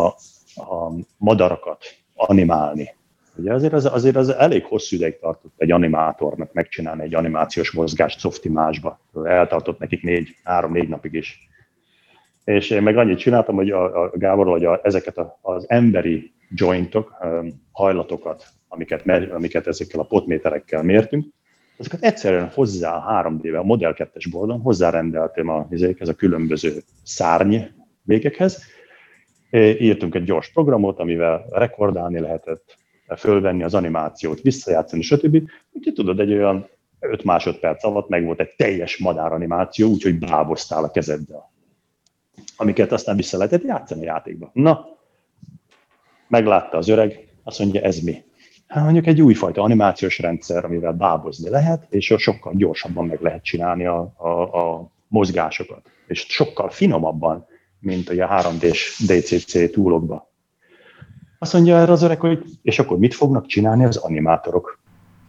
a madarakat animálni. Ugye azért az elég hosszú ideig tartott egy animátornak megcsinálni egy animációs mozgást Softimage-ba. Eltartott nekik 3-4 napig is. És én meg annyit csináltam, hogy a Gáborral, hogy ezeket az emberi jointok, hajlatokat, amiket ezekkel a potméterekkel mértünk, azokat egyszerűen hozzá 3D-vel, a Model 2-es boardon hozzárendeltem ezekhez a különböző szárny végekhez. Írtunk egy gyors programot, amivel rekordálni lehetett, fölvenni az animációt, visszajátszani, stb. Úgyhogy tudod, egy olyan 5 másodperc alatt meg volt egy teljes madáranimáció, úgyhogy báboztál a kezeddel, amiket aztán vissza lehetett játszani a játékba. Na, meglátta az öreg, azt mondja, ez mi? Hát mondjuk egy újfajta animációs rendszer, amivel bábozni lehet, és sokkal gyorsabban meg lehet csinálni a mozgásokat, és sokkal finomabban, mint a 3D-s DCC túlokban. Azt mondja erre az öreg, hogy és akkor mit fognak csinálni az animátorok?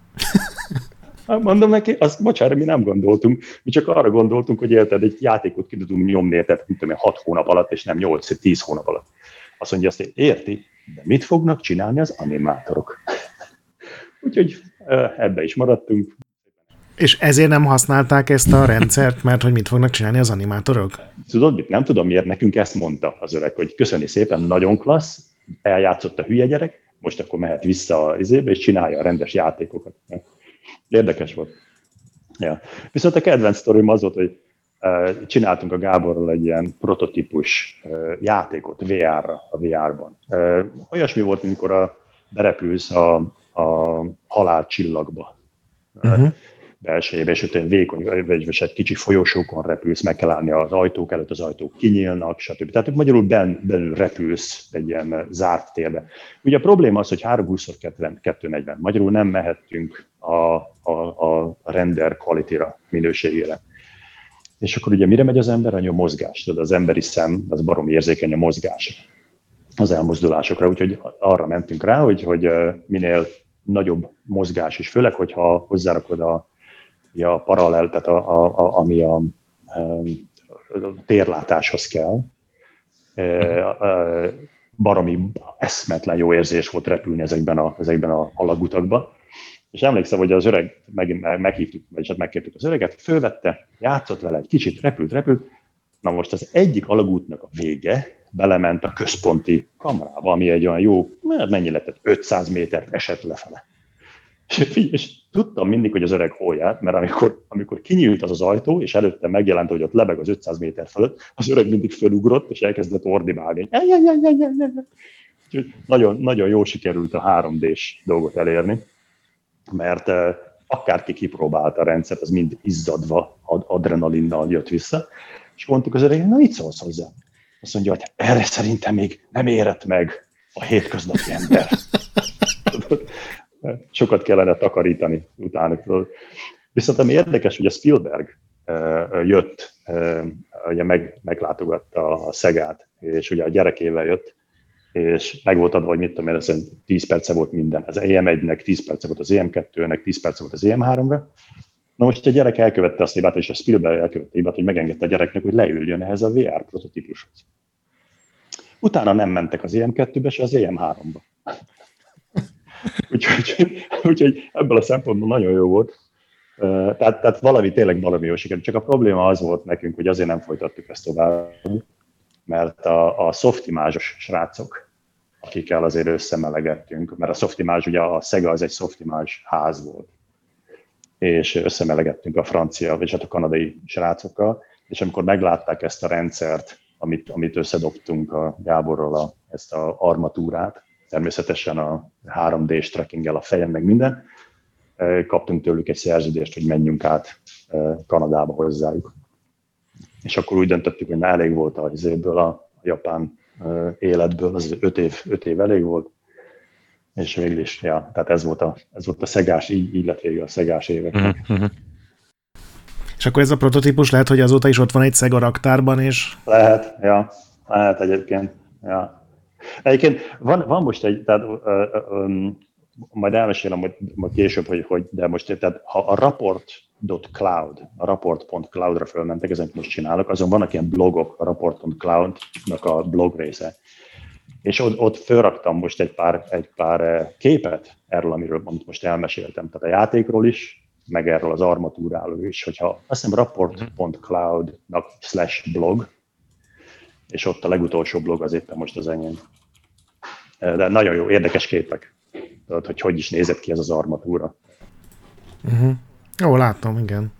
Mondom neki, bocsánat, mi nem gondoltunk, mi csak arra gondoltunk, hogy érted, egy játékot ki tudunk nyomni, tehát 6 hónap alatt, és nem 8-10 hónap alatt. Azt mondja, azt érti, de mit fognak csinálni az animátorok? Úgyhogy ebbe is maradtunk. És ezért nem használták ezt a rendszert, mert hogy mit fognak csinálni az animátorok? Tudod mit? Nem tudom miért, nekünk ezt mondta az öreg, hogy köszöni szépen, nagyon klassz, eljátszott a hülye gyerek, most akkor mehet vissza az izébe, és csinálja a rendes játékokat. Érdekes volt. Ja. Viszont a kedvenc sztorim az volt, hogy csináltunk a Gáborral egy ilyen prototípus játékot VR-ra, a VR-ban. Olyasmi volt, amikor berepülsz a halálcsillagba. Belsejébe, és ott vékony, vagy egy kicsi folyosókon repülsz, meg kell állni az ajtók előtt, az ajtók kinyílnak, stb. Tehát magyarul belül repülsz egy ilyen zárt térbe. Ugye a probléma az, hogy 320x240, magyarul nem mehettünk a render quality-ra, minőségére. És akkor ugye mire megy az ember? A mozgás. Tudod, az emberi szem, az baromi érzékeny a mozgás, az elmozdulásokra. Úgyhogy arra mentünk rá, hogy minél nagyobb mozgás is, főleg, hogyha hozzárakod a paralel, tehát ami a térlátáshoz kell. Baromi eszmetlen jó érzés volt repülni ezekben a alagutakban. És emlékszem, hogy az öreg, meghívtuk, vagyis hát megkértük az öreget, fölvette, játszott vele egy kicsit, repült. Na most az egyik alagútnak a vége belement a központi kamrába, ami egy olyan jó, mennyi lett, 500 métert esett lefele. És tudtam mindig, hogy az öreg hol járt, mert amikor kinyílt az ajtó, és előtte megjelent, hogy ott lebeg az 500 méter fölött, az öreg mindig fölugrott, és elkezdett ordibálni. Nagyon, nagyon jól sikerült a 3D-s dolgot elérni, mert akárki kipróbálta a rendszert, az mind izzadva, adrenalinnal jött vissza, és mondtuk az öregnek, na mit szólsz hozzá? Azt mondja, hogy erre szerintem még nem érett meg a hétköznapi ember. Sokat kellene takarítani utána. Viszont ami érdekes, hogy a Spielberg jött, ugye meglátogatta a Szegát, és ugye a gyerekével jött, és meg volt adva, hogy mit tudom én, 10 perce volt minden. Az EM1-nek 10 perce volt, az EM2-nek 10 perce volt az EM3-ra. Na most a gyerek elkövette azt a hibát, és a Spielberg elkövette a hibát, hogy megengedte a gyereknek, hogy leüljön ehhez a VR prototípushoz. Utána nem mentek az EM2-be, se az EM3-ba. Úgyhogy ebből a szempontból nagyon jó volt. Tehát tényleg valami jó sikerült. Csak a probléma az volt nekünk, hogy azért nem folytattuk ezt tovább, mert a Softimage-os srácok, akikkel azért összemelegettünk, mert a Softimage, ugye a Sega az egy Softimage ház volt, és összemelegettünk a francia, vagy hát a kanadai srácokkal, és amikor meglátták ezt a rendszert, amit összedobtunk a Gáborral, ezt a armatúrát, természetesen a 3D-s trackinggel a fejem, meg minden, kaptunk tőlük egy szerződést, hogy menjünk át Kanadába hozzájuk. És akkor úgy döntöttük, hogy elég volt a japán életből, az 5 év elég volt, és végül is, tehát ez volt a szegás, így lett vége a szegás éveknek. Mm-hmm. És akkor ez a prototípus lehet, hogy azóta is ott van egy Sega raktárban, és... Lehet egyébként, ja. Egyébként van most egy, tehát majd elmesélem majd később, hogy de most, tehát ha a rapport.cloud, a rapport.cloud-ra fölmentek, ezen most csinálok, azon vannak ilyen blogok, a rapport.cloud-nak a blog része. És ott fölraktam most egy pár képet erről, amit most elmeséltem, tehát a játékról is, meg erről az armatúráról is, hogyha azt hiszem rapport.cloud.blog, és ott a legutolsó blog az éppen most az enyém. De nagyon jó, érdekes képek. Tudod, hogy is nézett ki ez az armatúra. Uh-huh. Jó, látom, igen.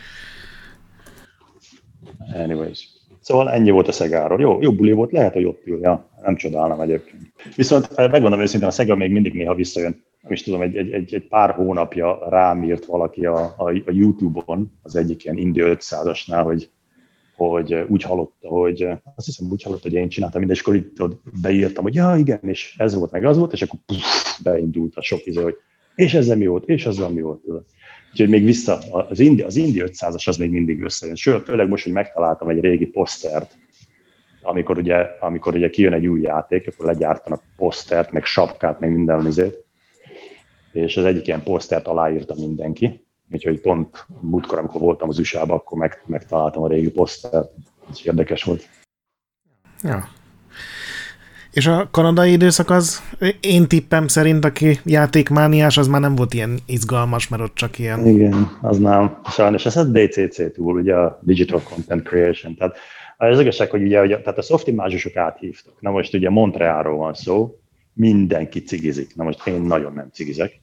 Anyways. Szóval ennyi volt a Szegáról. Jó buli volt, lehet, hogy ott ül. Ja, nem csodálnám egyébként. Viszont megmondom őszintén, a Szega még mindig néha visszajön. Nem is tudom, egy pár hónapja rám írt valaki a YouTube-on, az egyik ilyen Indy 500-asnál, hogy úgy hallotta, hogy azt hiszem úgy hallotta, hogy én csináltam mindent, és akkor itt beírtam, hogy ja, igen, és ez volt, meg az volt, és akkor beindult a sok izé, hogy és ezzel mi volt, és azzal mi volt. Úgyhogy még vissza, az Indy 500-as az még mindig összejön. Sőt, főleg most, hogy megtaláltam egy régi posztert, amikor ugye kijön egy új játék, akkor legyártanak posztert, meg sapkát, meg minden izét, és az egyik ilyen posztert aláírta mindenki. Úgyhogy pont múltkor, amikor voltam az USA-ban, akkor megtaláltam a régi posztert, és érdekes volt. Ja. És a kanadai időszak az, én tippem szerint, aki játékmániás, az már nem volt ilyen izgalmas, mert ott csak ilyen... Igen, az nem. Sajnos ez a DCC túl, ugye a Digital Content Creation. Tehát az igazság, hogy ugye tehát a szoftimázsosok áthívtak. Na most ugye Montrealról van szó, mindenki cigizik. Na most én nagyon nem cigizek.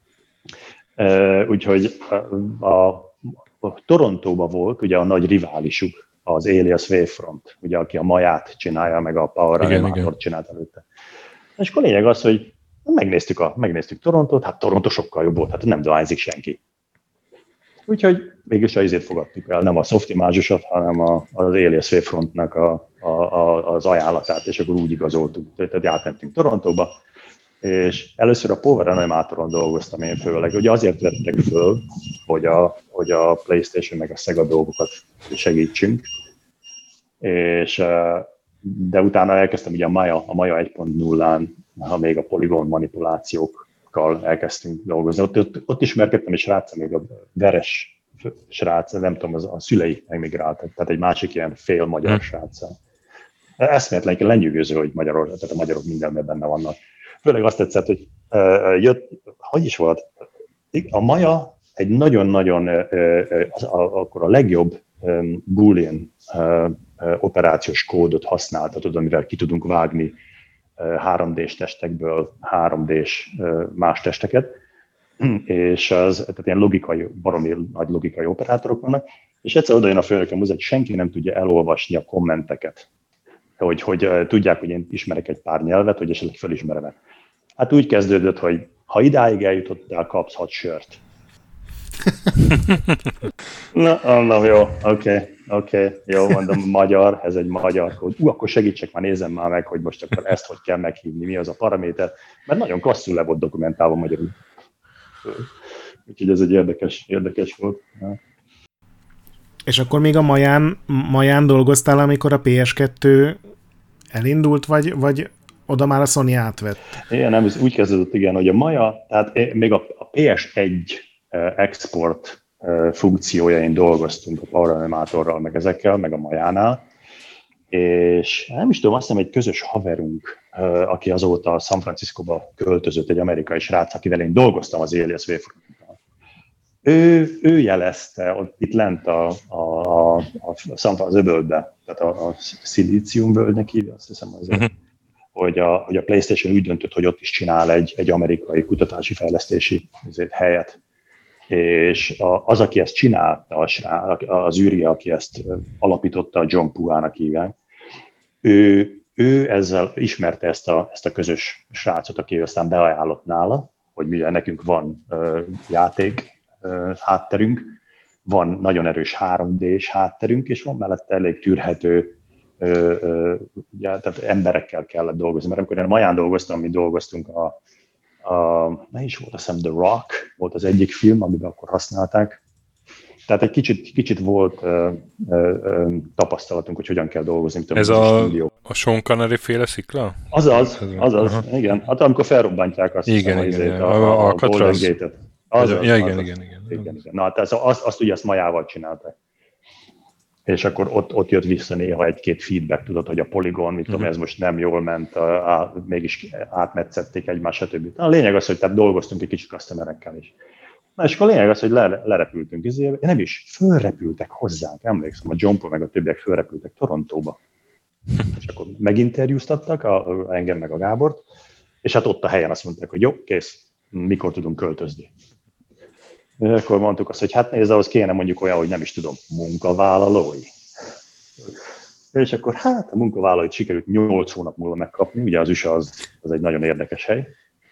Úgyhogy a Torontóban volt ugye a nagy riválisuk, az Alias Wavefront, ugye, aki a Maját csinálja, meg a Power Animatort csinált előtte. És akkor lényeg az, hogy megnéztük Torontót, hát Toronto sokkal jobb volt, hát nem dohányzik senki. Úgyhogy mégis azért fogadtuk el, nem a Softimázsosat, hanem az Alias Wavefrontnak az ajánlatát, és akkor úgy igazoltuk, tehát átmentünk Torontóba, és először a Power Animatoron dolgoztam én főleg. Ugye azért vettek föl, hogy a PlayStation meg a Sega dolgokat segítsünk, de utána elkezdtem ugye a Maya 1.0-án, ha még a poligon manipulációkkal elkezdtünk dolgozni. Ott ismerkedtem egy sráccal, még a Veres srác, nem tudom, a szülei emigráltak, tehát egy másik ilyen fél magyar sráccal. Eszméletlen, lenyűgöző, hogy tehát a magyarok mindenben benne vannak. Főleg azt tetszett, hogy hogy is volt, a Maya egy nagyon-nagyon, akkor a legjobb Boolean operációs kódot használtatod, amivel ki tudunk vágni 3D-s testekből 3D-s más testeket, és tehát ilyen baromi nagy logikai operátorok vannak, és egyszer oda jön a főnököm, hogy senki nem tudja elolvasni a kommenteket, hogy tudják, hogy én ismerek egy pár nyelvet, hogy esetleg felismerem. Hát úgy kezdődött, hogy ha idáig eljutottál, kapsz 6 sört. Na, jó, oké, jó, mondom, magyar, ez egy magyar kód. Akkor segítsek, már nézem már meg, hogy most akkor ezt hogy kell meghívni, mi az a paraméter, mert nagyon klasszul le volt dokumentálva magyarul. Úgyhogy ez egy érdekes volt. Ja. És akkor még a Maján dolgoztál, amikor a PS2 elindult, vagy oda már a Sony átvett? Igen, nem, ez úgy kezdődött, igen, hogy a Maja, tehát még a PS1 export funkciójain dolgoztunk a Power Animatorral, meg ezekkel, meg a Majánál, és nem is tudom, azt hiszem egy közös haverunk, aki azóta San Franciscoba költözött, egy amerikai srác, akivel én dolgoztam az Alias Wavefront-nál. Ő jelezte ott itt lent az öbölbe, tehát a Szilícium völgynek hívja, azt hiszem azért, hogy a PlayStation úgy döntött, hogy ott is csinál egy amerikai kutatási fejlesztési helyet. És az, aki ezt csinálta, az űrje, aki ezt alapította, a John Puhának hívják, ő ezzel ismerte ezt a közös srácot, aki aztán beajánlott nála, hogy mivel nekünk van játék hátterünk, van nagyon erős 3D-s hátterünk, és van mellette elég tűrhető, tehát emberekkel kellett dolgozni. Mert amikor én a Maján dolgoztam, mi dolgoztunk ne is volt, azt hiszem The Rock volt az egyik film, amiben akkor használták, Tehát egy kicsit volt tapasztalatunk, hogy hogyan kell dolgozni. Ez a Sean Connery féle szikla? Azaz, igen. Hát amikor felrobbantják azt a Golden Gate-et. Igen. Na, hát azt ugye azt majával csinálták. És akkor ott jött vissza néha egy-két feedback, tudod, hogy a poligon, mit tudom, ez most nem jól ment, mégis átmetszették egymást, stb. A lényeg az, hogy tehát dolgoztunk egy kicsit customerekkel is. Na, és akkor a lényeg az, hogy lerepültünk, nem is, fölrepültek hozzánk, emlékszem, a John Paul meg a többiek fölrepültek Torontóba. És akkor meginterjúztattak engem meg a Gábort, és hát ott a helyen azt mondták, hogy jó, kész, mikor tudunk költözni. És akkor mondtuk azt, hogy hát nézd, ahhoz kéne mondjuk olyan, hogy nem is tudom, munkavállalói. És akkor hát a munkavállalóit sikerült 8 hónap múlva megkapni, ugye az USA az egy nagyon érdekes hely.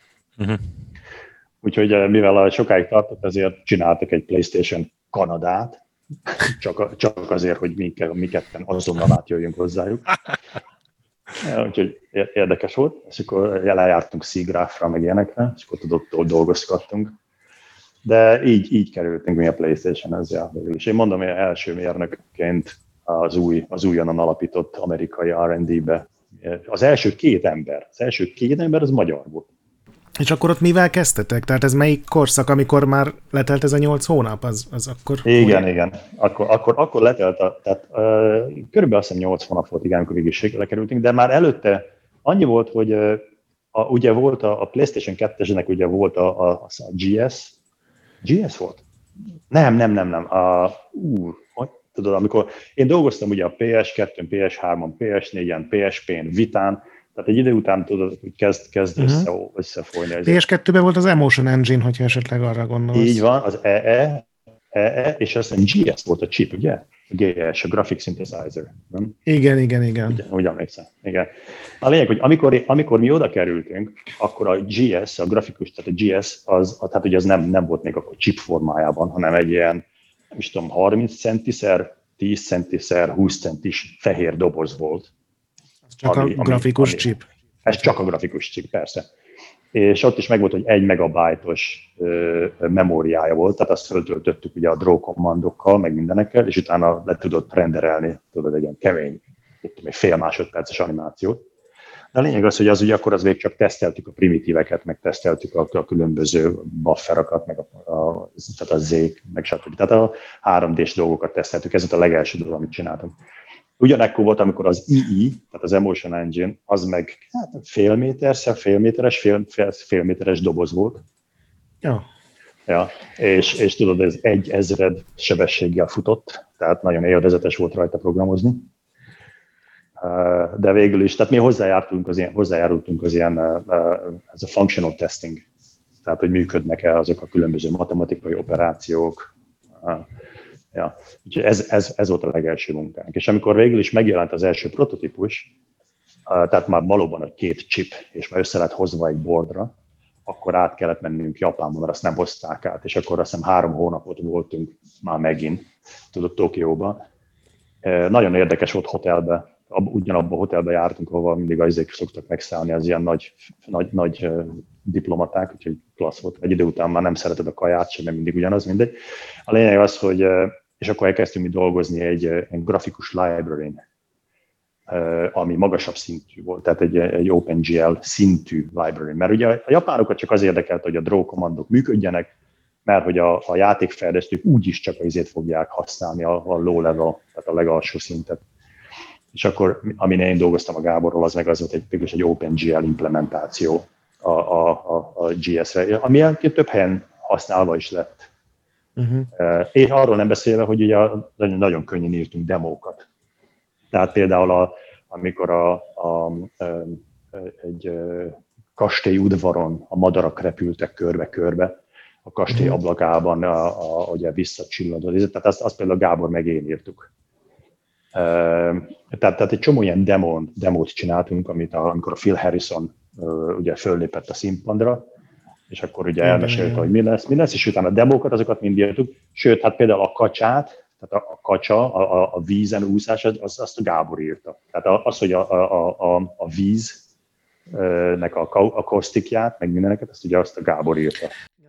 Úgyhogy mivel sokáig tartott, ezért csináltak egy PlayStation Kanadát, csak azért, hogy mi ketten azonnal átjöjjünk hozzájuk. Úgyhogy érdekes volt, és akkor lejártunk SIGGRAPH-ra, meg ilyenekre, és akkor ott dolgozgattunk. De így kerültünk mi a PlayStation-hez végül is. Én mondom, hogy első mérnökként az újonnan alapított amerikai R&D-be. Az első két ember az magyar volt. És akkor ott mivel kezdtetek? Tehát ez melyik korszak, amikor már letelt ez a 8 hónap? Az akkor... Igen. Akkor letelt, tehát körülbelül azt hiszem 8 hónap volt, igen, amikor végig lekerültünk, de már előtte annyi volt, hogy ugye volt a PlayStation 2-esnek ugye volt a GS. GS volt? Nem. Tudod, amikor én dolgoztam ugye a PS2-n, PS3-on, PS4-en, PSP-n, Vitán, tehát egy idő után tudod, hogy kezd összefolyni. PS2-ben volt az Emotion Engine, hogyha esetleg arra gondolsz. Így van, az EE, és azt hiszem GS volt a chip, ugye? A GS, a Graphic Synthesizer. Nem? Igen. Úgy emlékszem. Igen. A lényeg, hogy amikor mi oda kerültünk, akkor a GS, a grafikus, tehát a GS, tehát ugye ez nem volt még akkor chip formájában, hanem egy ilyen, nem is tudom, 30 centiszer, 10 centiszer, 20 centis fehér doboz volt. Csak a grafikus chip. Ez csak a grafikus chip, persze. És ott is megvolt, hogy 1 megabájtos memóriája volt, tehát azt föltöltöttük ugye a draw kommandokkal, meg mindenekkel, és utána le tudott renderelni, tudod, egy ilyen kemény, egy fél másodperces animációt. De a lényeg az, hogy az ugye akkor az még csak teszteltük a primitíveket, meg teszteltük a különböző bufferokat, meg tehát a zék, meg stb. Tehát a 3D-s dolgokat teszteltük, ez volt a legelső dolog, amit csináltunk. Ugyanekkor volt, amikor az II, tehát az Emotion Engine, az meg félméteres doboz volt. Ja, és tudod, ez 1000 sebességgel futott, tehát nagyon élvezetes volt rajta programozni. De végül is, tehát mi hozzájárultunk az ilyen ez a functional testing, tehát hogy működnek-e azok a különböző matematikai operációk. Ja, úgyhogy ez volt a legelső munkánk. És amikor végül is megjelent az első prototípus, tehát már valóban a 2 chip, és már össze lett hozva egy boardra, akkor át kellett mennünk Japánba, mert azt nem hozták át, és akkor azt hiszem 3 hónapot voltunk már megint, tudod, Tokióba. Nagyon érdekes volt hotelbe, ugyanabban a hotelbe jártunk, ahol mindig azok szoktak megszállni az ilyen nagy diplomaták, úgyhogy klassz volt. Egy idő után már nem szereted a kaját sem, mert mindig ugyanaz, mindegy. A lényeg az, hogy és akkor elkezdtünk mi dolgozni egy grafikus library-n, ami magasabb szintű volt, tehát egy OpenGL szintű library. Mert ugye a japánokat csak az érdekelte, hogy a draw kommandok működjenek, mert hogy a játékfejlesztők úgyis csak az izét fogják használni, a low level, tehát a legalsó szintet. És akkor, amin én dolgoztam a Gáborról, az meg az volt egy OpenGL implementáció a GS-re, ami több helyen használva is lett. És arról nem beszélve, hogy ugye nagyon könnyen írtunk demókat. Tehát például amikor egy kastély udvaron a madarak repültek körbe-körbe, a kastély ablakában ugye visszacsillantott. Tehát azt például Gábor meg én írtuk. Tehát egy csomó ilyen demót csináltunk, amikor a Phil Harrison ugye föllépett a színpadra, és akkor ugye elmesélte, hogy mi lesz, és utána a demókat, azokat mind írtuk. Sőt, hát például a kacsát, tehát a kacsa, a vízen úszás, azt a Gábor írta. Tehát az, hogy a víznek a kausztikját, meg mindeneket, azt ugye azt a Gábor írta.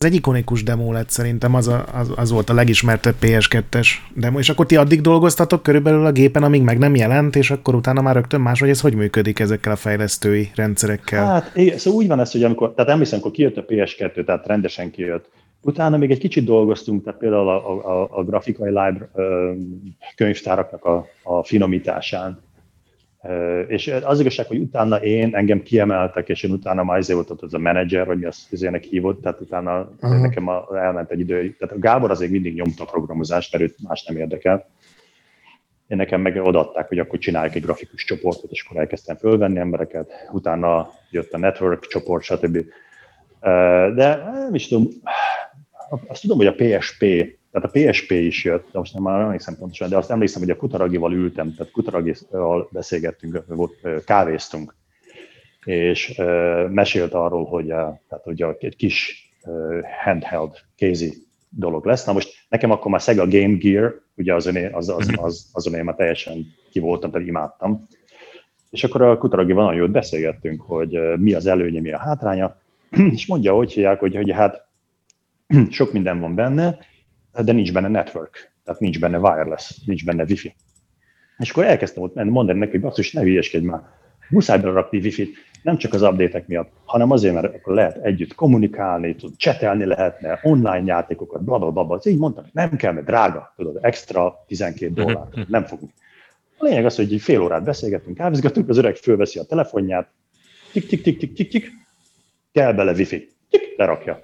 egy ikonikus demo lett szerintem, az volt a legismertebb PS2-es demo, és akkor ti addig dolgoztatok körülbelül a gépen, amíg meg nem jelent, és akkor utána már rögtön más, hogy ez hogy működik ezekkel a fejlesztői rendszerekkel? Hát, szóval úgy van ez, hogy tehát emlékszem, amikor kijött a PS2, tehát rendesen kijött, utána még egy kicsit dolgoztunk, tehát például a grafikai könyvtáraknak a finomításán. És az igazság, hogy utána engem kiemeltek, és én utána már ezért volt az a menedzser, vagy mi azt ezének hívott, tehát utána nekem elment egy idő. Tehát a Gábor azért mindig nyomta a programozást, mert őt más nem érdekel. Én nekem meg odaadták, hogy akkor csináljuk egy grafikus csoportot, és akkor elkezdtem fölvenni embereket, utána jött a network csoport, stb. De nem is tudom, azt tudom, hogy a PSP, tehát a PSP is jött, de most nem emlékszem pontosan, de azt emlékszem, hogy a Kutaragival ültem, tehát Kutaragival beszélgettünk, kávéztunk, és mesélt arról, hogy egy kis handheld, kézi dolog lesz. Na most nekem akkor már Sega Game Gear, ugye azon én már teljesen ki voltam, tehát imádtam. És akkor a Kutaragival nagyon jót beszélgettünk, hogy mi az előnye, mi a hátránya, és mondja, hogy hívják, hogy hát sok minden van benne, de nincs benne network, tehát nincs benne wireless, nincs benne wifi. És akkor elkezdtem ott mondani neki, hogy basszus, ne hülyeskedj már, muszáj belerakni wifi-t, nem csak az update-ek miatt, hanem azért, mert akkor lehet együtt kommunikálni, csetelni lehetne, online játékokat, blablabla. Így mondtam, hogy nem kell, mert drága, tudod, extra $12, nem fogunk. A lényeg az, hogy egy fél órát beszélgettünk, kávézgattunk, az öreg fölveszi a telefonját, tik, kell bele wifi, lerakja.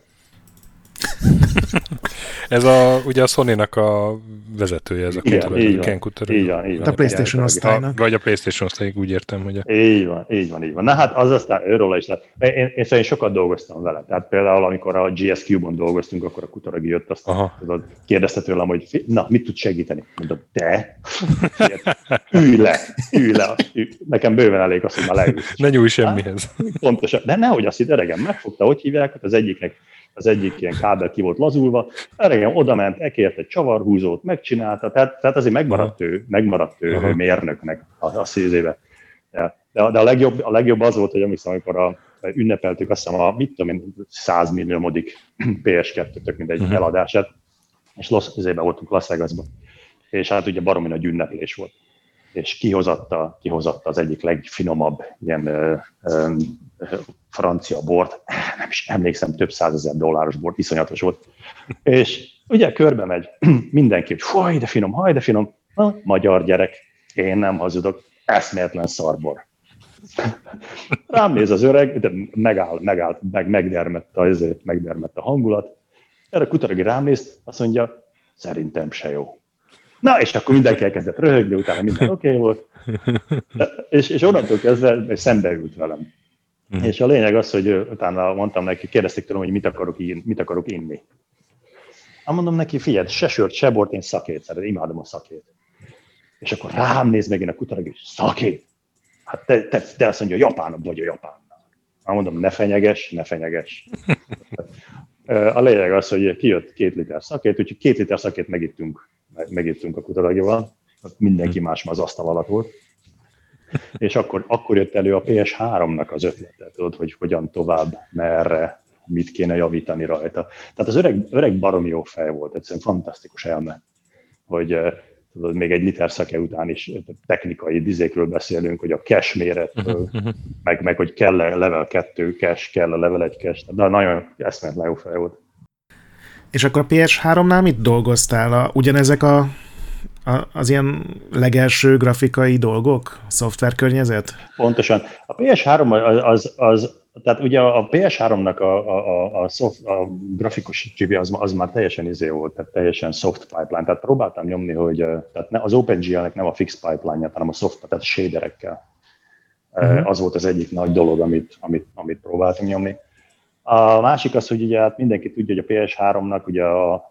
Ez ugye a Sony-nak a vezetője, ez a Ken Kutaragi. Így van. A PlayStation osztálynak. Vagy a PlayStation osztálynak, úgy értem, hogy... Így van. Na hát az aztán őróla is lett. Én sokat dolgoztam vele. Tehát például, amikor a GS Cube-on dolgoztunk, akkor a Kutaragi jött, aztán kérdezte tőlem, hogy na, mit tud segíteni? Mondom, te? Ülj le. Nekem bőven elég az, hogy már leülsz. Ne nyújj semmihez. Pontosan. De nehogy azt hidd, öregem, megfogta, hogy hívják, az egyik ilyen kábel ki volt lazulva, öregem odament, ekért egy csavarhúzót, megcsinálta, tehát azért megmaradt ő mérnöknek a szízébe. De a legjobb az volt, hogy amikor ünnepeltük azt hiszem mit tudom én, 100 milliómodik PS2, tök mindegy eladását, és voltunk Las Vegasban. És hát ugye baromi nagy ünneplés volt. És kihozatta az egyik legfinomabb ilyen francia bort, nem is emlékszem, több $100,000 bort, iszonyatos volt. És ugye körbe megy mindenki, hogy haj, de finom, magyar gyerek, én nem hazudok, eszméletlen szarbor. Rám néz az öreg, de megállt, megdermett a hangulat. Erre Kutaragi rám néz, azt mondja, szerintem se jó. Na, és akkor mindenki elkezdett röhögni, utána minden oké volt. És onnantól kezdve szembeült velem. És a lényeg az, hogy utána mondtam neki, kérdezték tőlem, hogy mit akarok inni. Mondom neki, figyelj, se sört, se bort, én szakét szeretem, imádom a szakét. És akkor rám néz megint a Kutaragi, szakét. Hát te azt mondja, japánabb vagy a japánnal. Mondom, ne fenyeges. A lényeg az, hogy kijött 2 liter szakét, úgyhogy 2 liter szakét megittünk a Kutaragival, mindenki más már az asztal alatt volt. És akkor jött elő a PS3-nak az ötlete, tudod, hogy hogyan tovább, merre, mit kéne javítani rajta. Tehát az öreg baromi jó fej volt, egyszerűen fantasztikus elme, hogy tudod, még egy liter szake után is technikai dizékről beszélünk, hogy a cache méretről, meg hogy kell a level 2 cache, kell a level 1 cache, de nagyon eszméletlen jó fej volt. És akkor a PS3-nál mit dolgoztál? Ugyanezek az ilyen legelső grafikai dolgok? A szoftverkörnyezet? Pontosan. A PS3 tehát ugye a PS3-nak a grafikus chipje az már teljesen volt, tehát teljesen soft pipeline. Tehát próbáltam nyomni, hogy tehát az OpenGL-nek nem a fix pipeline-ját, hanem a soft, tehát a shaderekkel. Az volt az egyik nagy dolog, amit próbáltam nyomni. A másik az, hogy ugye hát mindenki tudja, hogy a PS3-nak ugye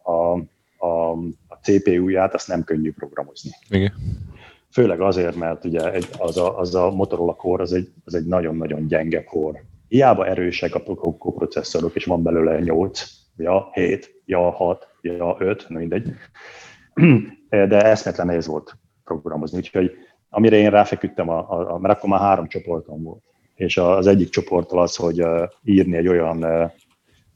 a CPU-ját azt nem könnyű programozni. Igen. Főleg azért, mert ugye az a Motorola Core az egy nagyon-nagyon gyenge core. Hiába erősek a koprocesszorok, és van belőle 8, 7, 6, 5, mindegy. De eszméletlen nehéz volt programozni. Úgyhogy amire én ráfeküdtem, mert akkor már 3 csoportom volt. És az egyik csoporttal az, hogy írni egy olyan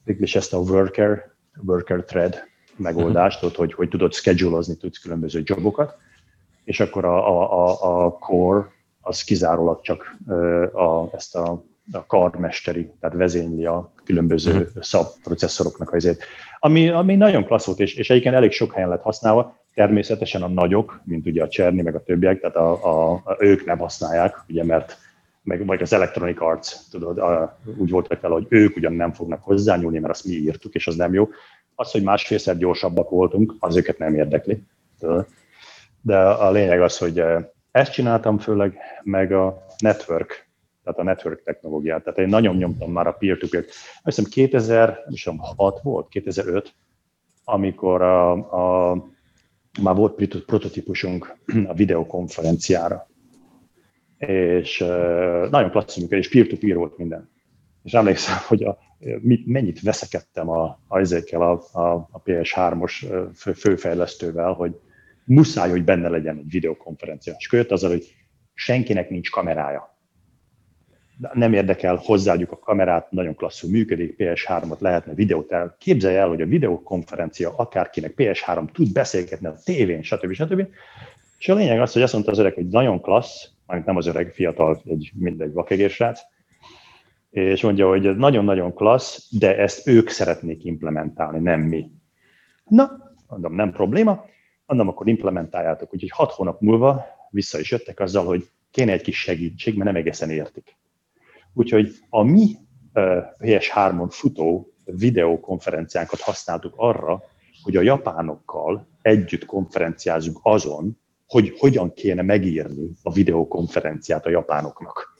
végülis ezt a worker thread megoldást, hogy tudod schedulozni, tudsz különböző jobokat, és akkor a core az kizárólag csak ezt a karmesteri, tehát vezényli a különböző szabprocesszoroknak azért. Ami nagyon klassz volt, és egyébként elég sok helyen lett használva, természetesen a nagyok, mint ugye a Cserny meg a többiek, tehát ők nem használják, ugye, mert vagy az Electronic Arts, tudod, úgy voltak vele, hogy ők ugyan nem fognak hozzányúlni, mert azt mi írtuk, és az nem jó. Az, hogy másfélszer gyorsabbak voltunk, az őket nem érdekli. Tudod. De a lényeg az, hogy ezt csináltam főleg, meg a network, tehát a network technológiát. Tehát én nagyon nyomtam már a peer-to-peer-t. Azt hiszem 2006 volt, 2005, amikor már volt prototípusunk a videokonferenciára. És nagyon klasszikus, és peer-to-peer volt minden. És emlékszem, hogy mennyit veszekedtem ezekkel a PS3-os főfejlesztővel, hogy muszáj, hogy benne legyen egy videokonferencia. És költ azzal, hogy senkinek nincs kamerája. Nem érdekel, hozzáadjuk a kamerát, nagyon klasszul működik, PS3-ot lehetne videót el. Képzelj el, hogy a videokonferencia akárkinek PS3 tud beszélgetni a tévén, stb. És a lényeg az, hogy azt mondta az öreg, hogy nagyon klassz, mert nem az öreg, fiatal, mindegy vakegérsrác, és mondja, hogy nagyon-nagyon klassz, de ezt ők szeretnék implementálni, nem mi. Na, mondom, nem probléma, mondom, akkor implementáljátok. Úgyhogy 6 hónap múlva vissza is jöttek azzal, hogy kéne egy kis segítség, mert nem egészen értik. Úgyhogy a mi PS3-on futó videokonferenciánkat használtuk arra, hogy a japánokkal együtt konferenciázunk azon, hogy hogyan kéne megírni a videokonferenciát a japánoknak.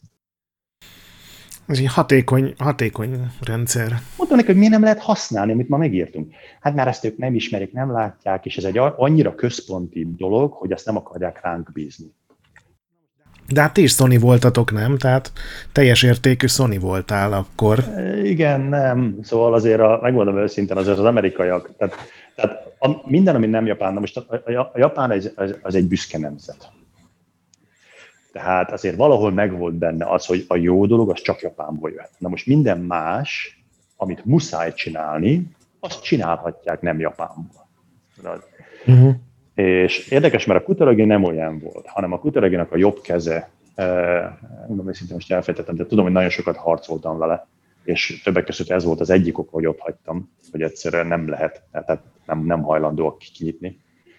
Ez egy hatékony rendszer. Mondtam neki, hogy miért nem lehet használni, amit ma megírtunk. Hát már ezt ők nem ismerik, nem látják, és ez egy annyira központi dolog, hogy ezt nem akarják ránk bízni. De hát ti is Sony voltatok, nem? Tehát teljes értékű Sony voltál akkor. Igen, nem. Szóval azért, megmondom őszintén, azért az amerikaiak, tehát minden, ami nem japán, most a japán az egy büszke nemzet. Tehát azért valahol megvolt benne az, hogy a jó dolog az csak Japánból jöhet. Na most minden más, amit muszáj csinálni, azt csinálhatják nem Japánból. Uh-huh. És érdekes, mert a Kutaragi nem olyan volt, hanem a Kutaraginak a jobb keze, mondom, őszintén most elfejtettem, de tudom, hogy nagyon sokat harcoltam vele, és többek között ez volt az egyik oka, hogy ott hagytam, hogy egyszerűen nem lehet, tehát nem hajlandóak kinyitni.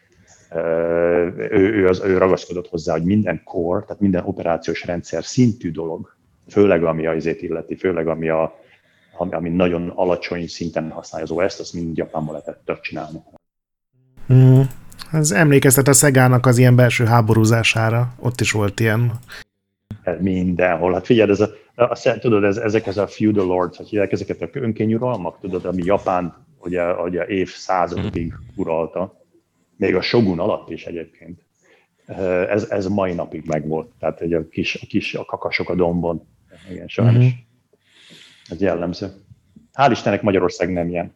Ő ragaszkodott hozzá, hogy minden core, tehát minden operációs rendszer szintű dolog, főleg ami az illeti, főleg ami nagyon alacsony szinten használja az OS-t, azt mind Japánból lehetett csinálni. Ez emlékeztet a Szegának az ilyen belső háborúzására, ott is volt ilyen. Mindenhol. Hát figyeld, tudod, ezek a feudal lords, hogy hívják ezeket a önkényuralmak, tudod, ami Japán ugye évszázadokig uralta, még a shogun alatt is egyébként. Ez mai napig megvolt. Tehát a kakasok a dombon. Igen, sajnos. Ez jellemző. Hál' Istennek Magyarország nem ilyen.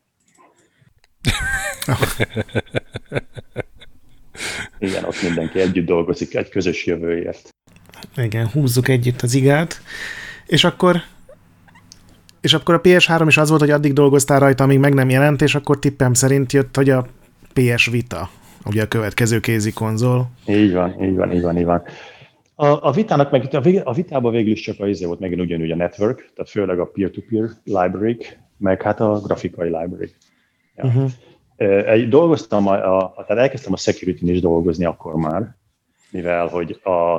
Igen, ott mindenki együtt dolgozik egy közös jövőért. Igen, húzzuk együtt az igát. És akkor a PS3 is az volt, hogy addig dolgoztál rajta, amíg meg nem jelent, és akkor tippem szerint jött, hogy a PS Vita, ugye a következő kézi konzol. Így van. A Vitának meg a Vitában végül is csak volt megint ugyanúgy a network, tehát főleg a peer-to-peer library-k, meg hát a grafikai library. Ja. Uh-huh. Dolgoztam, tehát elkezdtem a security-n is dolgozni akkor már, mivel hogy a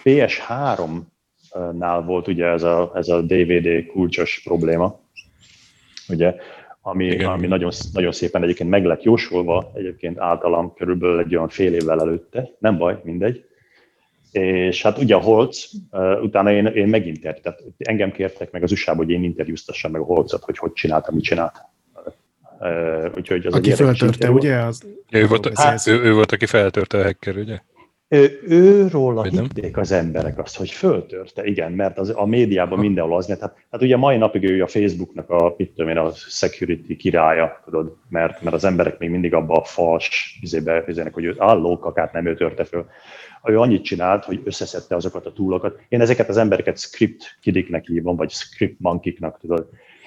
PS3-nál volt ugye ez a DVD kulcsos probléma, ugye, ami nagyon, nagyon szépen egyébként meg lett jósolva, egyébként általam körülbelül egy olyan fél évvel előtte, nem baj, mindegy. És hát ugye a Holz, utána én megint tehát engem kértek meg az USA-ba, hogy én interjúztassam meg a Holzot, hogy csináltam, mit csinált. Úgyhogy az aki feltörte, ugye? Ő volt, aki feltörte a hacker, ugye? Őróla hitték az emberek azt, hogy föltörte, igen, mert a médiában mindenhol az, tehát ugye mai napig ő a Facebooknak a security királya, tudod, mert az emberek még mindig abba a fals izének, hogy ő lókakát nem ő törte föl. Ő annyit csinált, hogy összeszedte azokat a túlokat. Én ezeket az embereket script kidiknek hívom, vagy script monkeyknak, tudod,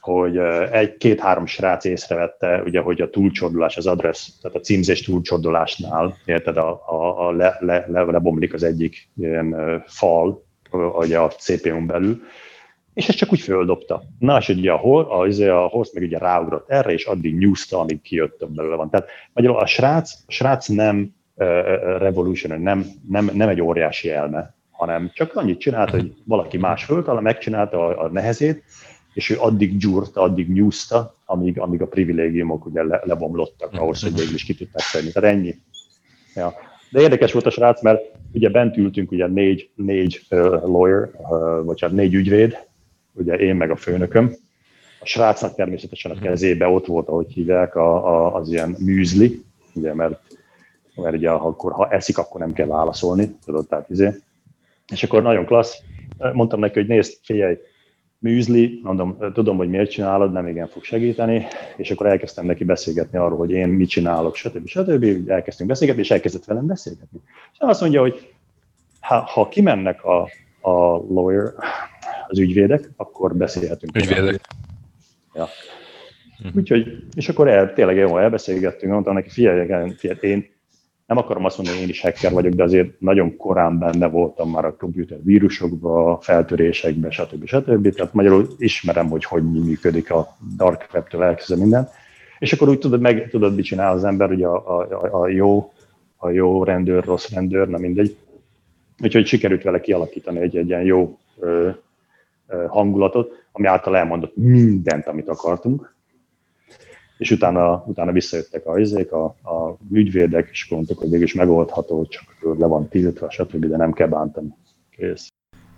hogy egy-két-három srác észrevette, ugye, hogy a túlcsordulás, az address, tehát a címzés túlcsordulásnál, érted, lebomlik az egyik ilyen fal, ugye a CPU-n belül, és ezt csak úgy földobta. Na, és ugye a horse meg ugye ráugrott erre, és addig nyúzta, amíg kijött belőle van. Tehát magyarul a srác nem revolutionary, nem egy óriási elme, hanem csak annyit csinált, hogy valaki más föltala, megcsinálta a nehezét, és ő addig gyúrta, addig nyúzta, amíg a privilégiumok ugye lebomlottak ahhoz, hogy végül is ki tudták szedni. Tehát ennyi. Ja. De érdekes volt a srác, mert ugye bent ültünk ugye négy lawyer, vagy hát 4 ügyvéd, ugye én meg a főnököm. A srácnak természetesen a kezébe ott volt, ahogy hívják, az ilyen műzli, ugye, mert ugye akkor, ha eszik, akkor nem kell válaszolni, tudod, tehát És akkor nagyon klassz, mondtam neki, hogy nézd, figyelj, műzli, mondom, tudom, hogy miért csinálod, nem igen fog segíteni, és akkor elkezdtem neki beszélgetni arról, hogy én mit csinálok, stb. Elkezdtünk beszélgetni, és elkezdett velem beszélgetni. És azt mondja, hogy ha kimennek a lawyer, az ügyvédek, akkor beszélhetünk. Ügyvédek. Ja. Úgyhogy, és akkor tényleg jól elbeszélgettünk, mondtam neki, figyelj, én nem akarom azt mondani, hogy én is hacker vagyok, de azért nagyon korán benne voltam már a komputer vírusokba, feltörésekbe, stb. Tehát magyarul ismerem, hogy mi működik a dark web-től elkezdve minden. És akkor úgy tudod, mit csinál az ember, ugye a jó rendőr, rossz rendőr, nem mindegy. Úgyhogy sikerült vele kialakítani egy ilyen jó hangulatot, ami által elmondott mindent, amit akartunk. És utána visszajöttek a ügyvédek, és mondtuk, hogy végülis megoldható, csak le van tiltva, stb., de nem kell bántani. Kész.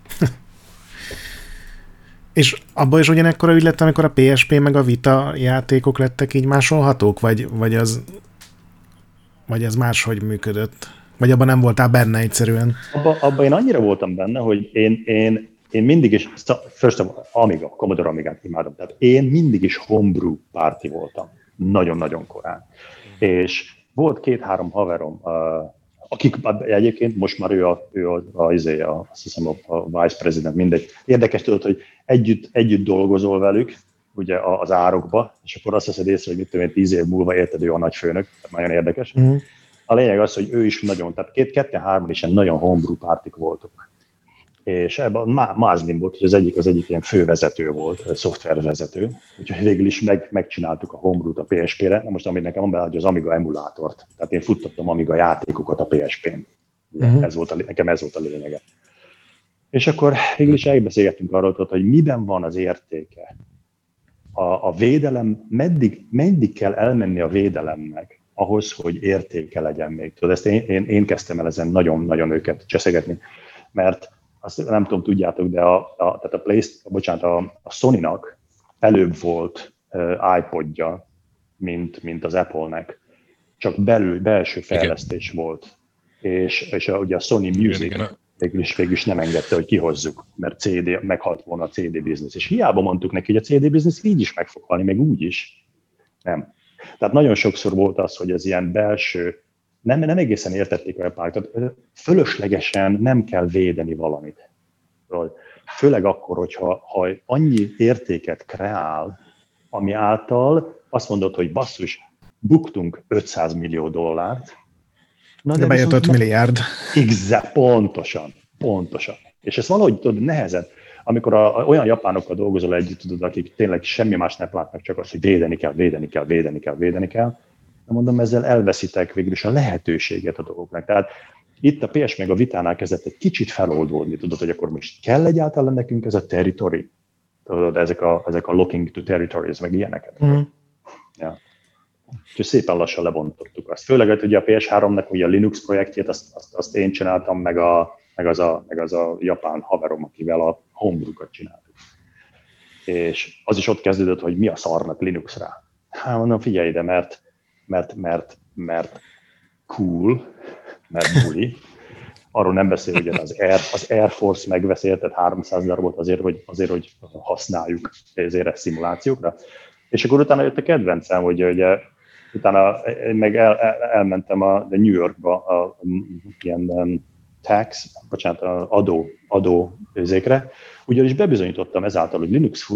És abban is ugyanekkora ügy lett, amikor a PSP meg a Vita játékok lettek így másolhatók, vagy az máshogy működött? Vagy abban nem voltál benne egyszerűen? Abban én annyira voltam benne, hogy én mindig is, first of all, Commodore Amigát imádom, tehát én mindig is homebrew párti voltam, nagyon-nagyon korán. És volt 2-3 haverom, akik egyébként most már ő azt hiszem a vice president, mindegy. Érdekes tudod, hogy együtt dolgozol velük, ugye az árokba, és akkor azt veszed észre, hogy mit tudom én, 10 év múlva érted, ő a nagyfőnök, nagyon érdekes. Mm. A lényeg az, hogy ő is nagyon, tehát 2-3 is nagyon homebrew pártik voltunk. És ebben Mázdin volt, hogy az egyik ilyen fővezető volt, szoftvervezető, úgyhogy végül is megcsináltuk a homebrew-t a PSP-re. Na most, amit nekem van az Amiga emulátort, tehát én futtattam Amiga játékokat a PSP-n. Nekem ez volt a lényege. És akkor végül is elbeszélgettünk arról, hogy miben van az értéke. A védelem, meddig kell elmenni a védelemnek ahhoz, hogy értéke legyen még. Tudod, ezt én kezdtem el ezen nagyon-nagyon őket cseszegetni, mert azt nem tudom, tudjátok, de a Sony-nak előbb volt iPodja, mint az Apple-nek. Csak belső fejlesztés volt. És ugye a Sony Music végül is nem engedte, hogy kihozzuk, mert meghalt volna a CD business. És hiába mondtuk neki, hogy a CD business így is meg fog halni, meg úgy is. Nem. Tehát nagyon sokszor volt az, hogy ez ilyen belső, nem egészen értették a japánok, tehát fölöslegesen nem kell védeni valamit. Főleg akkor, hogyha annyi értéket kreál, ami által azt mondod, hogy basszus, buktunk $500 millió. Na, de bejött 5 milliárd. Pontosan. És ez valahogy tudod, nehezen, amikor olyan japánokkal dolgozol együtt, tudod, akik tényleg semmi más nem látnak, csak azt, hogy védeni kell. De mondom, ezzel elveszitek végül is a lehetőséget a dolgoknak. Tehát itt a PS meg a Vitánál kezdett egy kicsit feloldódni, tudod, hogy akkor most kell egyáltalán nekünk ez a territory, tudod, ezek a looking to territories, meg ilyeneket. Mm. Ja. Úgyhogy szépen lassan lebontottuk azt. Főleg, hogy a PS3-nak ugye a Linux projektjét, azt én csináltam, meg az a japán haverom, akivel a homebrew-kat csináltuk. És az is ott kezdődött, hogy mi a szarnak Linuxra. Hát mondom, figyelj ide, mert cool, mert buli. Arról nem beszél, hogy az Air Force megveszi, tehát 300 darabot azért, hogy használjuk ezért szimulációkra. És akkor utána jött a kedvencem, hogy ugye, utána meg elmentem a New Yorkba a ilyen adó üzékre, ugyanis bebizonyítottam ezáltal, hogy Linux fut,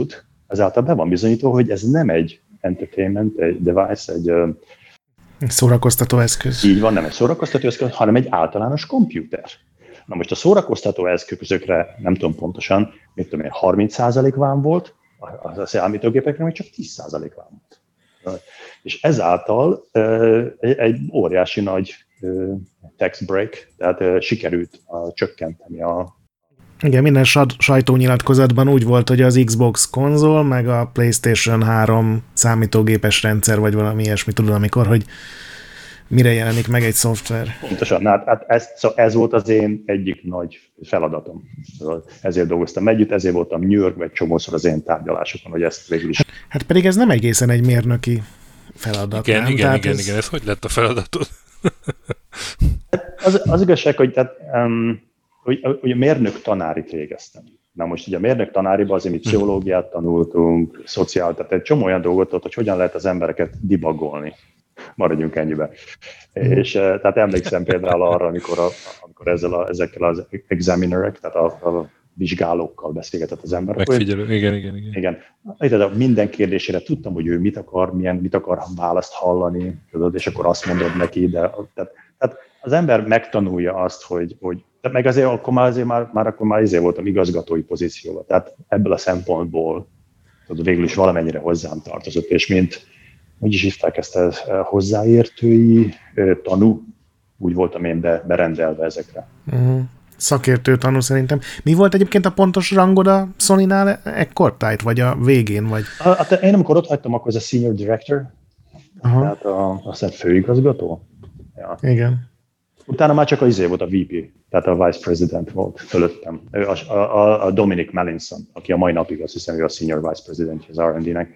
Ezáltal be van bizonyítva, hogy ez nem egy entertainment, egy device, egy szórakoztató eszköz. Így van, nem egy szórakoztató eszköz, hanem egy általános komputer. Na most a szórakoztató eszközökre nem tudom pontosan, mit tudom én, 30% vám volt, a számítógépekre még csak 10% vám volt. És ezáltal egy óriási nagy tax break, tehát sikerült csökkenteni a... Igen, minden sajtónyilatkozatban úgy volt, hogy az Xbox konzol, meg a PlayStation 3 számítógépes rendszer, vagy valami ilyesmi, tudod, amikor, hogy mire jelenik meg egy szoftver. Pontosan, hát ez volt az én egyik nagy feladatom. Ezért dolgoztam együtt, ezért voltam New Yorkban egy csomószor az én tárgyalásokon, hogy ezt végül is... Hát pedig ez nem egészen egy mérnöki feladat. Igen, nem? igen, ez hogy lett a feladatod? Az igazság, hogy, hogy a mérnök tanárit végeztem. Na most ugye a mérnök tanáriban azért mi pszichológiát tanultunk, szociál, tehát egy csomó olyan dolgot ott, hogy hogyan lehet az embereket debugolni. Maradjunk ennyiben. És tehát emlékszem például arra, amikor ezekkel az examinerek, tehát a vizsgálókkal beszélgetett az ember. Megfigyelő, igen. Igen. Minden kérdésére tudtam, hogy ő mit akar választ hallani, tudod, és akkor azt mondod neki, tehát az ember megtanulja azt, hogy meg azért akkor már ezért voltam igazgatói pozícióban. Tehát ebből a szempontból tudod, végül is valamennyire hozzám tartozott, és mint úgy is hívták ezt a hozzáértői tanú, úgy voltam én berendelve ezekre. Szakértő tanú szerintem. Mi volt egyébként a pontos rangod a Sony-nál ekkortájt, vagy a végén? Vagy? Én amikor ott hagytam, akkor ez a senior director, tehát aztán főigazgató. Ja. Igen. Utána már csak az volt a VP, tehát a vice president volt fölöttem. A Dominic Mallinson, aki a mai napig azt hiszem, hogy a senior vice president az R&D-nek.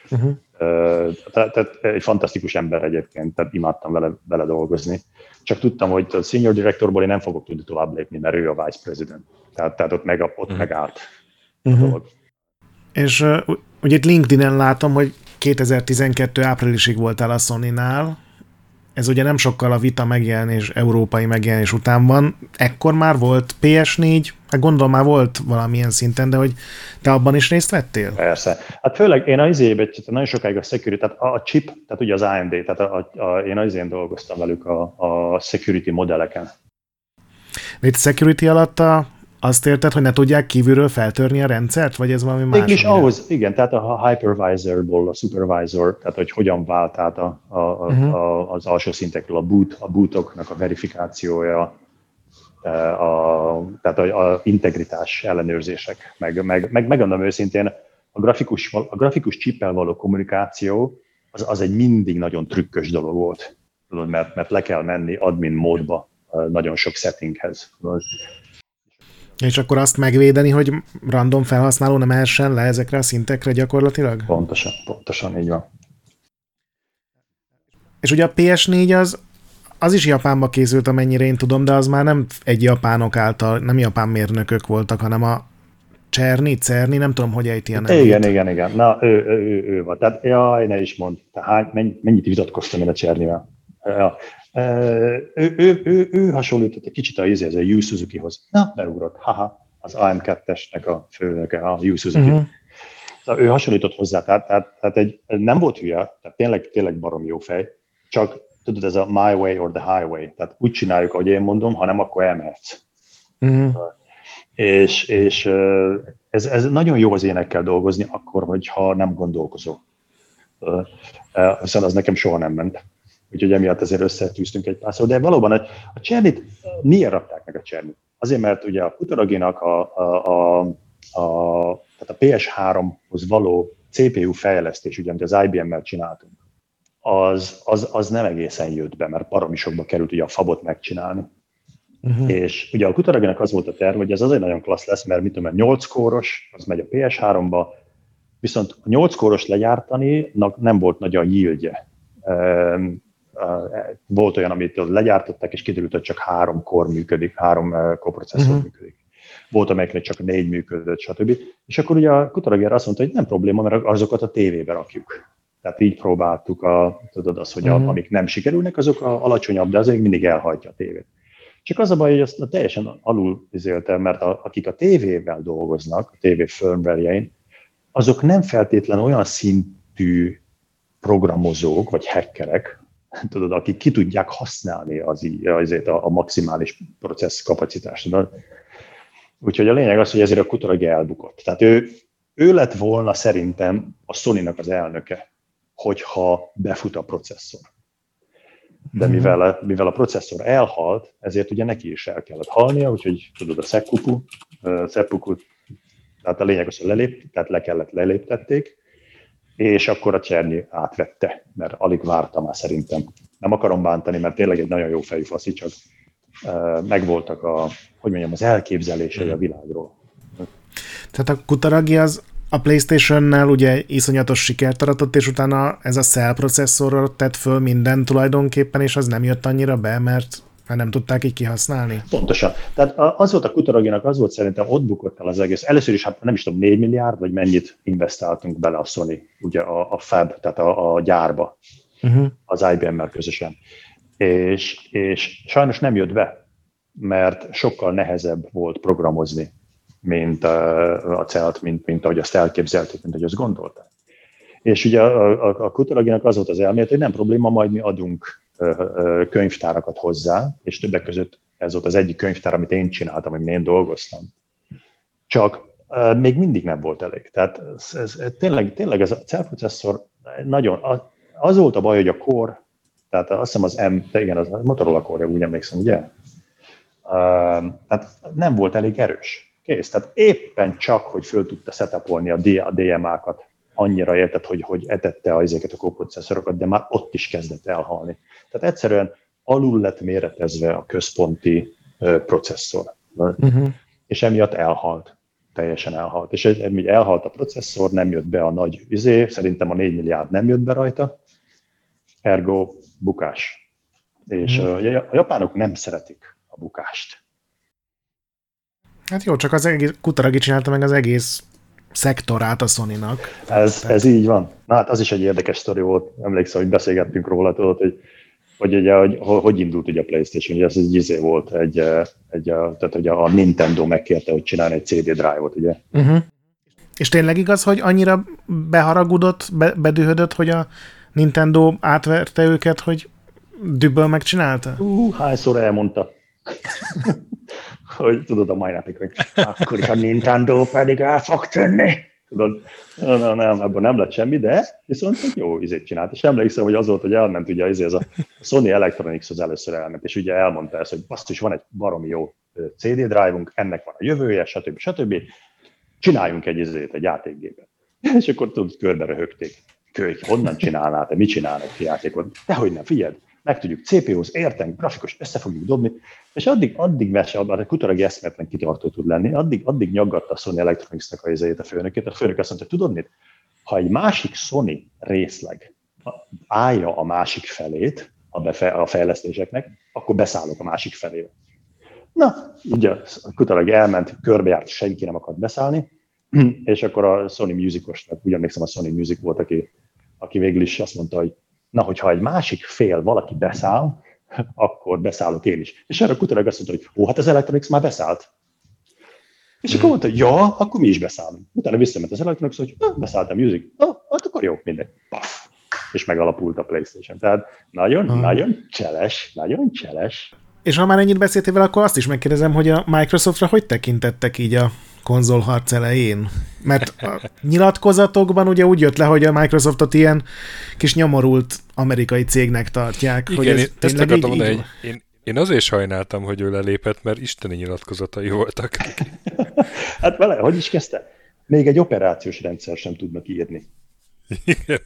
Tehát egy fantasztikus ember egyébként, tehát imádtam vele dolgozni. Csak tudtam, hogy a senior directorból én nem fogok tudni tovább lépni, mert ő a vice president. Tehát ott megállt a dolog. És ugye itt LinkedIn-en látom, hogy 2012. áprilisig voltál a Sony-nál. Ez ugye nem sokkal a Vita megjelenés, európai megjelenés után van. Ekkor már volt PS4, hát gondolom már volt valamilyen szinten, de hogy te abban is részt vettél? Persze. Hát főleg én az izében, nagyon sokáig a security, tehát a chip, tehát ugye az AMD, tehát én az izén dolgoztam velük a security modelleken. De itt security alatt azt érted, hogy ne tudják kívülről feltörni a rendszert, vagy ez valami más? Mégis ahhoz, igen, tehát a hypervisorból a supervisor, tehát hogy hogyan vált át az alsó szintekről a bootoknak a verifikációja, tehát a integritás ellenőrzések, meg megmondom őszintén, a grafikus chippel való kommunikáció az egy mindig nagyon trükkös dolog volt, tudod, mert le kell menni admin módba nagyon sok settinghez. És akkor azt megvédeni, hogy random felhasználó nem essen le ezekre a szintekre gyakorlatilag? Pontosan így van. És ugye a PS4 az is Japánba készült, amennyire én tudom, de az már nem egy japánok által, nem japán mérnökök voltak, hanem a Cerny, nem tudom, hogy ejti a nevét. Igen. Na, ő van. Tehát, jaj, ne is mondd. Mennyit vitatkoztam én a Cernyvel. Ja. Ő hasonlított egy kicsit a Yu Suzukihoz. Na, beugrott. Az AM2-esnek a főnöke, a Yu Suzuki. Szóval ő hasonlított hozzá, tehát nem volt hülye, tehát tényleg barom jó fej, csak tudod, ez a my way or the highway, tehát úgy csináljuk, ahogy én mondom, ha nem, akkor elmehetsz. És ez nagyon jó az énekkel dolgozni, akkor, hogyha nem gondolkozol. Hiszen az nekem soha nem ment. Úgyhogy emiatt ezért összetűztünk egy párszor. De valóban a Csernyt, miért rakták meg a Csernyt? Azért, mert ugye a Futaraginak tehát a PS3-hoz való CPU fejlesztés, ugye, amit az IBM-mel csináltunk, az nem egészen jött be, mert baromi sokba került ugye a fabot megcsinálni. És ugye a Futaraginak az volt a terv, hogy ez azért nagyon klassz lesz, mert mit tudom, 8 kóros, az megy a PS3-ba, viszont a 8 kóros legyártani nem volt nagyon yieldje. Volt olyan, amit legyártották, és kiderült, hogy csak 3 kor működik, 3 koprocesszor működik. Volt, amelyeknek csak 4 működött, stb. És akkor ugye a Kutaragi azt mondta, hogy nem probléma, mert azokat a tévébe rakjuk. Tehát így próbáltuk, tudod azt, hogy amik nem sikerülnek, azok alacsonyabb, de az még mindig elhajtja a tévét. Csak az a baj, hogy azt teljesen alul izéltem, mert akik a tévével dolgoznak, a tévé firmware-jein, azok nem feltétlen olyan szintű programozók, vagy hackerek, tudod, akik ki tudják használni azért a maximális processz kapacitást. Úgyhogy a lényeg az, hogy ezért a Kutaragi elbukott. Tehát ő lett volna szerintem a Sony-nak az elnöke, hogyha befut a processzor. De mivel a processzor elhalt, ezért ugye neki is el kellett halnia, úgyhogy tudod, a seppuku, tehát a lényeg az, hogy leléptették, és akkor a Csernyi átvette, mert alig várta már szerintem. Nem akarom bántani, mert tényleg egy nagyon jó fejű faszi, csak megvoltak az elképzelései a világról. Tehát a Kutaragi az a PlayStation-nel ugye iszonyatos sikert aratott, és utána ez a Cell processzorral tett föl minden tulajdonképpen, és az nem jött annyira be, mert nem tudták így kihasználni. Pontosan. Tehát az volt a Kutaraginak, az volt szerintem, ott bukott el az egész. Először is, hát nem is tudom, 4 milliárd, vagy mennyit investáltunk bele a Sony, ugye a fab, tehát a gyárba, az IBM-mel közösen. És sajnos nem jött be, mert sokkal nehezebb volt programozni, mint a Celt, mint ahogy azt elképzelték, mint ahogy azt gondolták. És ugye a Kutaraginak az volt az elmélet, hogy nem probléma, majd mi adunk könyvtárakat hozzá, és többek között ez volt az egyik könyvtár, amit én csináltam, amit én dolgoztam. Csak még mindig nem volt elég. Tehát tényleg ez a Cell processzor nagyon, az volt a baj, hogy a Core, tehát azt hiszem az Motorola Core, úgy emlékszem, ugye? Tehát nem volt elég erős. Kész. Tehát éppen csak, hogy föl tudta setupolni a DMA-kat, annyira érted, hogy etette ezeket a koprocesszorokat, de már ott is kezdett elhalni. Tehát egyszerűen alul lett méretezve a központi processzor. És emiatt elhalt. Teljesen elhalt. És emiatt elhalt a processzor, nem jött be a nagy szerintem a 4 milliárd nem jött be rajta, ergo bukás. És a japánok nem szeretik a bukást. Hát jó, csak az egész Kutaragi csinálta meg az egész szektorát a Sony-nak. Ez így van. Na hát az is egy érdekes sztori volt. Emlékszem, hogy beszélgettünk róla, tudod, hogy indult ugye a PlayStation. Ugye ez egy izé volt, tehát ugye a Nintendo megkérte, hogy csinálni egy CD drive-ot, ugye. És tényleg igaz, hogy annyira beharagudott, bedühödött, hogy a Nintendo átverte őket, hogy dübből megcsinálta? Hányszor elmondta. Hogy tudod, a mai napig, hogy akkor is a Nintendo pedig el fog tűnni. Tudod, nem, ebből nem lett semmi, de viszont egy jó izét csinált. És emlékszem, hogy az volt, hogy elment, ugye ez a Sony Electronics-hoz először elment, és ugye elmondta ezt, hogy basszus, van egy baromi jó CD drive-unk, ennek van a jövője, stb. Csináljunk egy játékgépet. És akkor tudod, körbe röhögték. Honnan csinálnál te, mit csinálnak a játékot? Dehogy nem, figyeld, meg tudjuk CPU-hoz, érteni, grafikus, össze fogjuk dobni, és addig vesse, a Kutaragi eszméletlen kitartó tud lenni, addig nyaggatta a Sony Electronics-nak a főnökét, a főnök azt mondta, tudod mit? Ha egy másik Sony részleg állja a másik felét a fejlesztéseknek, akkor beszállok a másik felébe. Na, ugye a Kutaragi elment, körbejárt, senki nem akart beszállni, és akkor a Sony Musicosnak, úgy emlékszem, a Sony Music volt, aki végül is azt mondta, hogy na, hogyha egy másik fél valaki beszáll, akkor beszállok én is. És erre a Kutaragi azt mondta, hogy hát az Electronics már beszállt. És akkor mondta, ja, akkor mi is beszállunk. Utána visszament az Electronics, hogy beszállt a Music. Hát akkor jó, mindegy. Paf. És megalapult a PlayStation. Tehát nagyon cseles. És ha már ennyit beszéltél vele, akkor azt is megkérdezem, hogy a Microsoftra hogy tekintettek így a konzolharc elején? Mert a nyilatkozatokban ugye úgy jött le, hogy a Microsoftot ilyen kis nyomorult amerikai cégnek tartják. Igen, hogy ez ezt akartam mondani, hogy én azért sajnáltam, hogy ő lelépett, mert isteni nyilatkozatai voltak. Hát vele, hogy is kezdte? Még egy operációs rendszer sem tudnak írni. Igen.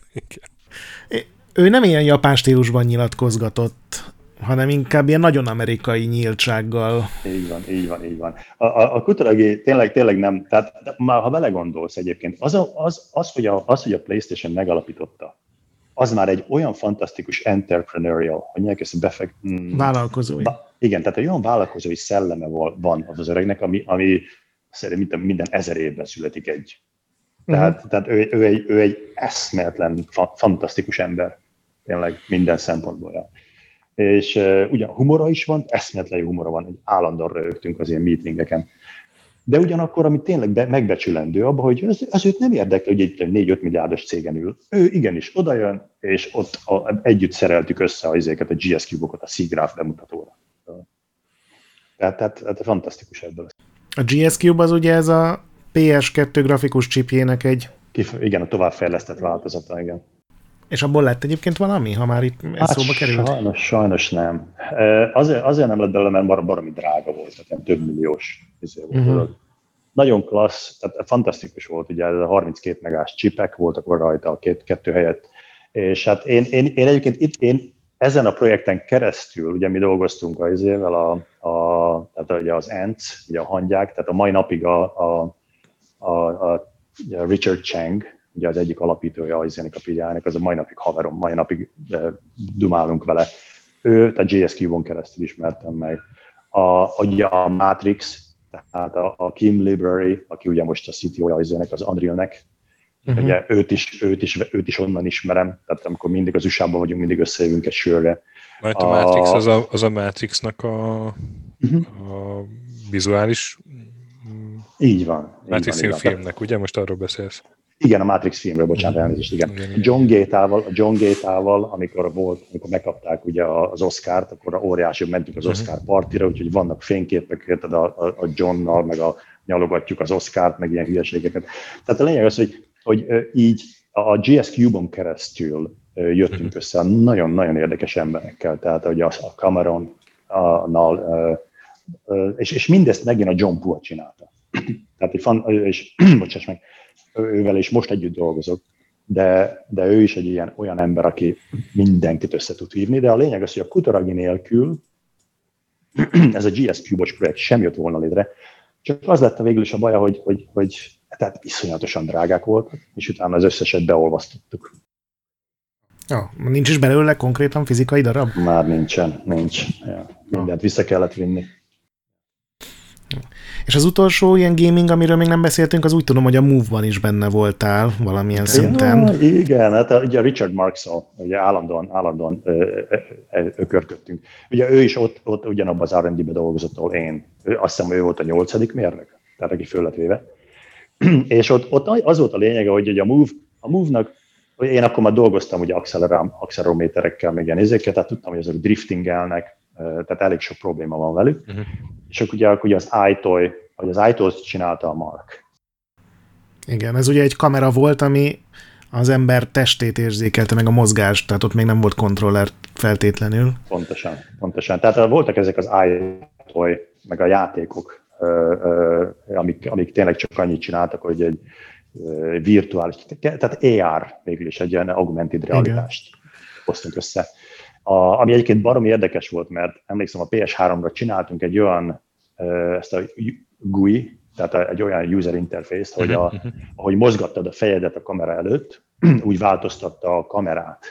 Ő nem ilyen japán stílusban nyilatkozgatott, hanem inkább ilyen nagyon amerikai nyíltsággal. Így van. A Kutaragi tényleg nem, tehát már ha belegondolsz egyébként, hogy a PlayStation megalapította, az már egy olyan fantasztikus entrepreneurial, hogy nyilván vállalkozói. Igen, tehát egy olyan vállalkozói szelleme van az öregnek, ami szerintem minden 1000 évben születik egy. Tehát ő egy eszméletlen, fantasztikus ember, tényleg minden szempontból. És ugyan humora is van, eszméletlen jó humora van, hogy állandóan röhögtünk az ilyen meetingeken. de ugyanakkor, ami tényleg megbecsülendő abban, hogy az őt nem érdekel, hogy egy 4-5 milliárdos cégen ül. Ő igenis odajön, és ott együtt szereltük össze a GS Cube-okat a SIGGRAPH bemutatóra. Tehát fantasztikus ebből. A GS Cube az ugye ez a PS2 grafikus chipjének egy... Igen, a továbbfejlesztett változata, igen. És abból lett egyébként valami, ha már itt ez szóba került? Sajnos nem. Azért nem lett belőle, mert baromi drága volt, tehát több milliós volt. Nagyon klassz, tehát fantasztikus volt, ugye ez a 32 megás csipek voltak rajta a kettő helyett, és hát én egyébként én ezen a projekten keresztül, ugye mi dolgoztunk tehát ugye az Ants, ugye a hangyák, tehát a mai napig a Richard Cheng, ugye az egyik alapítója az Zenecapedia-nek, az a mai napig haverom, mai napig dumálunk vele. Őt a JS Cube-on keresztül ismertem meg. Ugye a Matrix, tehát a Kim Library, aki ugye most a CTO-ja az Unreal-nek, ugye őt is onnan ismerem, tehát amikor mindig az USA-ban vagyunk, mindig összejövünk egy sörre. Majd a Matrix az a Matrixnak a vizuális így van. Matrix filmnek, ugye? Most arról beszélsz. Igen, a Matrix filmről, bocsánat, elnézést, igen. John Gate-ával, amikor megkapták ugye az Oscart, akkor óriási mentünk az Oscar partira, úgyhogy vannak fényképek, érted, a Johnnal, meg nyalogatjuk az Oscart, meg ilyen hülyeségeket. Tehát a lényeg az, hogy így a GS Cube-on keresztül jöttünk össze nagyon-nagyon érdekes emberekkel, tehát ugye a Cameronnal, és mindezt megint a John Pua csinálta. Tehát, és bocsáss meg, ővel is most együtt dolgozok, de ő is egy olyan ember, aki mindenkit össze tud hívni, de a lényeg az, hogy a Kutaragi nélkül ez a GS Cube-os projekt sem jött volna létre, csak az lett végül is a baja, hogy tehát iszonyatosan drágák voltak, és utána az összeset beolvasztottuk. Ja, nincs is belőle konkrétan fizikai darab? Már nincs. Ja, mindent vissza kellett vinni. És az utolsó ilyen gaming, amiről még nem beszéltünk, az úgy tudom, hogy a Move-ban is benne voltál valamilyen szinten. Ja, igen, hát ugye Richard Marks-szal ugye állandóan ökörködtünk. Ugye ő is ott ugyanabban az R&D-be dolgozott, ahol én. Azt hiszem, ő volt a 8. mérnök, tehát aki föl lett véve. És ott az volt a lényege, hogy ugye a Move-nak, én akkor már dolgoztam ugye accelerométerekkel, meg ilyen ezekkel, tehát tudtam, hogy azok driftingelnek, tehát elég sok probléma van velük. És akkor ugye az iToy, vagy az iToy-t csinálta a Mark. Igen, ez ugye egy kamera volt, ami az ember testét érzékelte, meg a mozgást, tehát ott még nem volt kontroller feltétlenül. Pontosan. Tehát voltak ezek az iToy, meg a játékok, amik tényleg csak annyit csináltak, hogy egy virtuális, tehát AR végül is egy ilyen augmented realitást hoztunk össze. Ami egyébként baromi érdekes volt, mert emlékszem, a PS3-ra csináltunk egy olyan, ezt a GUI, tehát egy olyan user interface-t, hogy ahogy mozgattad a fejedet a kamera előtt, úgy változtatta a kamerát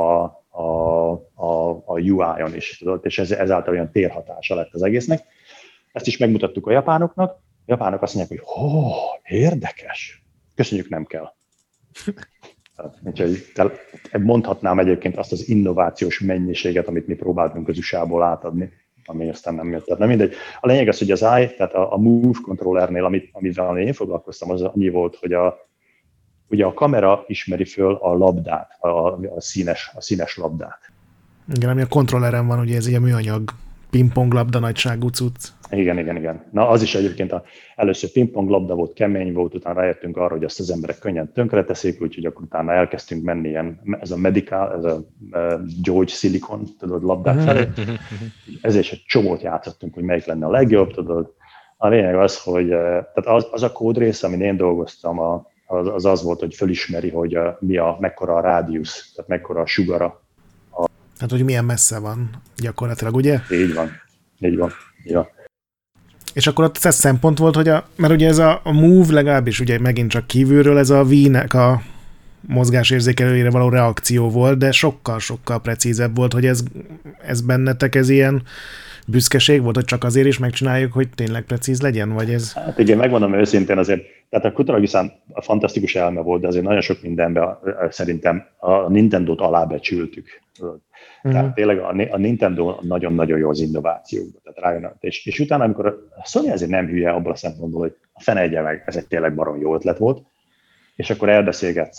a UI-on is, tudod, és ezáltal olyan térhatása lett az egésznek. Ezt is megmutattuk a japánoknak. A japánok azt mondják, hogy érdekes, köszönjük, nem kell. Úgyhogy mondhatnám egyébként azt az innovációs mennyiséget, amit mi próbáltunk az USA-ból átadni, ami aztán nem jött. Tehát nem mindegy. A lényeg az, hogy az tehát a Move controllernél, amivel én foglalkoztam, az annyi volt, hogy ugye a kamera ismeri föl a labdát, a színes labdát. Igen, ami a kontrolleren van, ugye ez egy műanyag pingpong labda nagyságú cucc. Igen. Na, az is egyébként először pingpong labda volt, kemény volt, utána rájöttünk arra, hogy azt az emberek könnyen tönkreteszik, úgyhogy akkor utána elkezdtünk menni ez a medical, ez a George Silicon, tudod, labdák felé. Ezért egy csomót játszottunk, hogy melyik lenne a legjobb, tudod. A lényeg az, hogy tehát az a kódrész, amin én dolgoztam, az volt, hogy fölismeri, hogy mekkora a rádiusz, tehát mekkora a sugara. Hát, hogy milyen messze van gyakorlatilag, ugye? Így van. Ja. És akkor ott ez szempont volt, hogy mert ugye ez a Move legalábbis ugye megint csak kívülről ez a Wii-nek a mozgásérzékelőjére való reakció volt, de sokkal-sokkal precízebb volt, hogy ez bennetek ez ilyen büszkeség volt, hogy csak azért is megcsináljuk, hogy tényleg precíz legyen, vagy ez? Hát igen, megmondom őszintén azért, tehát a Kutaragi-san fantasztikus elme volt, de azért nagyon sok mindenben szerintem a Nintendo-t alábecsültük. Tehát tényleg a Nintendo nagyon-nagyon jó az innovációkban. Tehát rájön, és utána, amikor a Sony azért nem hülye abban a szempontból, hogy a fene egye meg, ez egy tényleg barom jó ötlet volt, és akkor elbeszélgetsz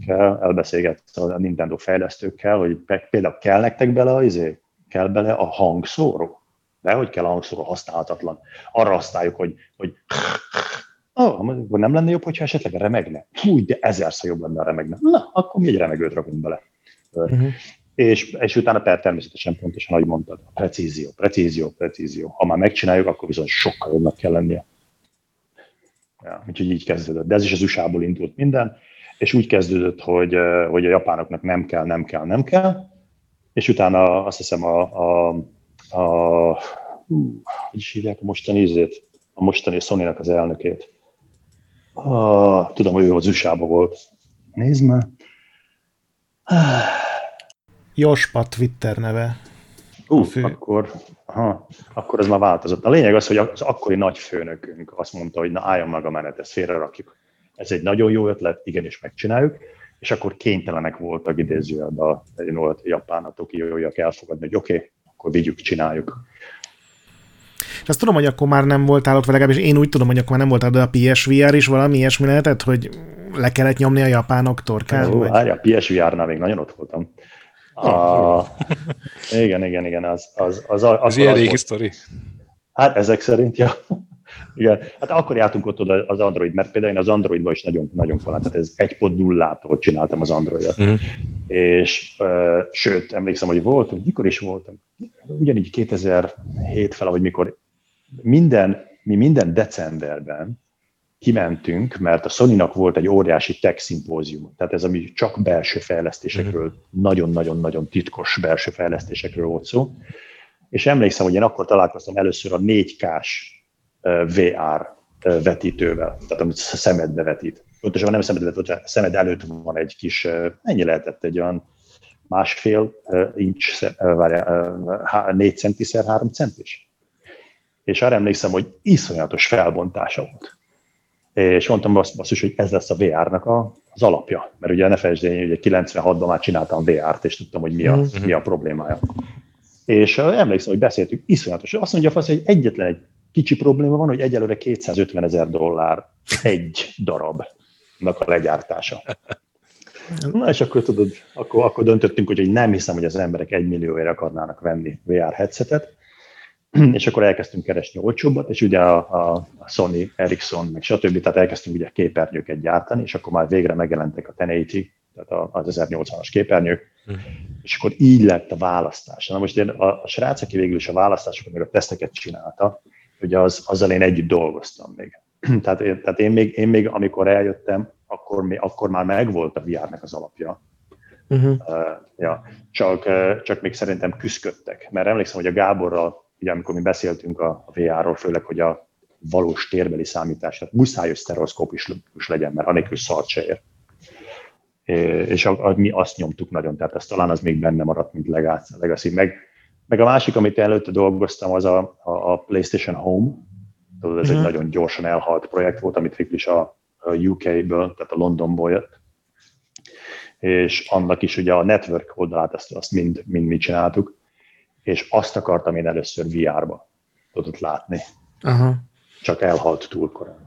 a Nintendo fejlesztőkkel, hogy például kell nektek kell bele a hangszóró. De hogy kell a hangszóró, használhatatlan. Arra használjuk, hogy nem lenne jobb, hogyha esetleg remegne. Úgy, de ezerszer jobb lenne a remegne. Na, akkor mi egy remegőt rakunk bele. És utána természetesen pontosan, ahogy mondtad, precízió. Ha már megcsináljuk, akkor viszont sokkal jobbnak kell lennie. Ja, úgyhogy így kezdődött. De ez is az USA-ból indult minden, és úgy kezdődött, hogy a japánoknak nem kell, és utána azt hiszem hogy is hívják a mostani Sony-nak az elnökét. Tudom, hogy ő az USA-ban volt. Nézd már. Jospa Twitter neve. Akkor ez már változott. A lényeg az, hogy az akkori nagyfőnökünk azt mondta, hogy na álljon meg a menet, ezt félrerakjuk. Ez egy nagyon jó ötlet, igenis megcsináljuk, és akkor kénytelenek voltak idézőjelben a Japán, a tokióiak elfogadni, hogy oké, akkor vigyük, csináljuk. És azt tudom, hogy akkor már nem voltál ott, vagy legalábbis én úgy tudom, hogy akkor már nem voltál, de a PSVR is valami ilyesmi lehetett, hogy le kellett nyomni a japánok torkán? A PSVR-nál még nagyon ott voltam. Igen, az ilyen régi sztori. Hát ezek szerint, ja. Igen. Hát akkor jártunk ott oda az Android, mert például én az Androidban is nagyon falán, tehát ez 1.0-tól csináltam az Androidot. És sőt, emlékszem, hogy voltunk, mikor is voltam, ugyanígy 2007 fel, vagy mikor mi minden decemberben kimentünk, mert a Sony-nak volt egy óriási tech szimpózium, tehát ez ami csak belső fejlesztésekről, nagyon-nagyon-nagyon titkos belső fejlesztésekről volt szó, és emlékszem, hogy én akkor találkoztam először a 4K-s VR vetítővel, tehát amit szemedbe vetít. Pontosabban nem szemedbe vetít, a szemed előtt van egy kis, ennyi lehetett, egy olyan 1,5 inch, 4 centiszer 3 centis. És arra emlékszem, hogy iszonyatos felbontása volt. És mondtam basszus, hogy ez lesz a VR-nak az alapja. Mert ugye ne felejtsd el, hogy 96-ban már csináltam VR-t, és tudtam, hogy mi a problémája. És emlékszem, hogy beszéltük, iszonyatos. Azt mondja, hogy egyetlen egy kicsi probléma van, hogy egyelőre $250,000 egy darabnak a legyártása. Na és akkor tudod, akkor döntöttünk, hogy nem hiszem, hogy az emberek 1 millióért akarnának venni VR headsetet, és akkor elkezdtünk keresni olcsóbbat, és ugye a Sony, Ericsson, meg stb. Tehát elkezdtünk ugye képernyőket gyártani, és akkor már végre megjelentek a 1080, tehát az 1080-as képernyők, és akkor így lett a választás. Na most én a srác, aki végül is a választásokat, meg a teszteket csinálta, ugye azzal én együtt dolgoztam még. Tehát én még amikor eljöttem, akkor már megvolt a VR-nek az alapja. Csak még szerintem küszködtek. Mert emlékszem, hogy a Gáborral, ugye, amikor mi beszéltünk a VR-ról, főleg, hogy a valós térbeli számítás, tehát muszáj, hogy sztereoszkópus legyen, mert anélkül szart se ér. És mi azt nyomtuk nagyon, tehát ez talán az még benne maradt, mint legacy. Meg a másik, amit előtte dolgoztam, az a PlayStation Home. Tudod, ez egy nagyon gyorsan elhalt projekt volt, amit végül is a UK-ből, tehát a Londonból jött. És annak is ugye a network oldalát, azt mind mi csináltuk, és azt akartam én először VR-ba tudod látni. Aha. Csak elhalt túl korán.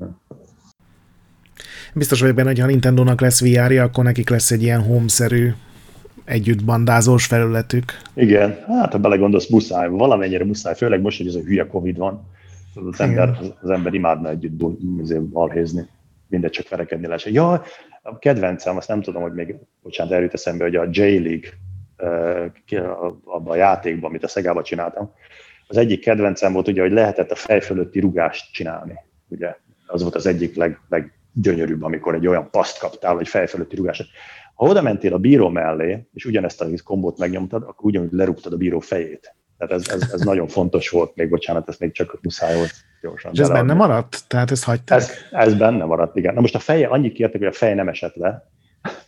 Biztos vagyok benne, hogy ha Nintendo-nak lesz VR-ja, akkor nekik lesz egy ilyen home-szerű együttbandázós felületük. Igen, hát ha belegondolsz, muszáj, valamennyire muszáj, főleg most, hogy ez a hülye Covid van, az ember imádna együtt balhézni, mindegy csak verekedni lehessen. Ja, a kedvencem, azt nem tudom, hogy még, bocsánat, eljut eszembe, hogy a J-League, abban a játékban, amit a Szegában csináltam, az egyik kedvencem volt ugye, hogy lehetett a fej fölötti rugást csinálni. Ugye, az volt az egyik leggyönyörűbb, amikor egy olyan paszt kaptál, hogy fej fölötti rugást. Ha oda mentél a bíró mellé, és ugyanezt a kombót megnyomtad, akkor ugyanúgy lerúgtad a bíró fejét. Tehát ez nagyon fontos volt, még bocsánat, ezt még csak muszáj volt gyorsan. És ez benne maradt? Tehát ezt hagyták? Ez benne maradt, igen. Na most a feje, annyit kértek, hogy a fej nem esett le,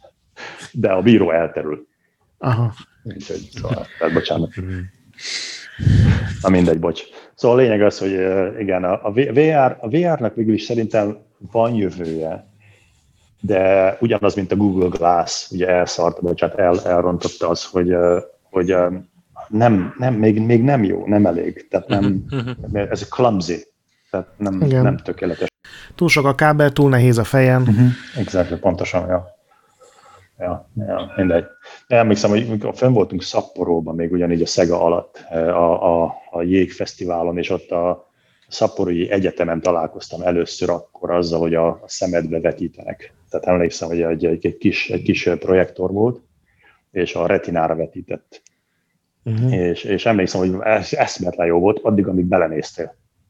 de a bíró elterül. Aha. Úgyhogy, tehát bocsánat. Na mindegy, bocs. Szóval a lényeg az, hogy igen, a VR-nak végül is szerintem van jövője, de ugyanaz, mint a Google Glass, ugye elszart, vagy hát elrontotta az, hogy még nem jó, nem elég. Tehát ez clumsy, tehát nem tökéletes. Túl sok a kábel, túl nehéz a fejem. Exactly, pontosan, ja, mindegy. Emlékszem, hogy fönn voltunk Szapporóban, még ugyanígy a Sega alatt, a Jégfesztiválon, és ott a Szapporói Egyetemen találkoztam először akkor azzal, hogy a szemedbe vetítenek. Tehát emlékszem, hogy egy kis projektor volt, és a retinára vetített. És emlékszem, hogy eszméletlen jó volt, addig, amíg belenéztél.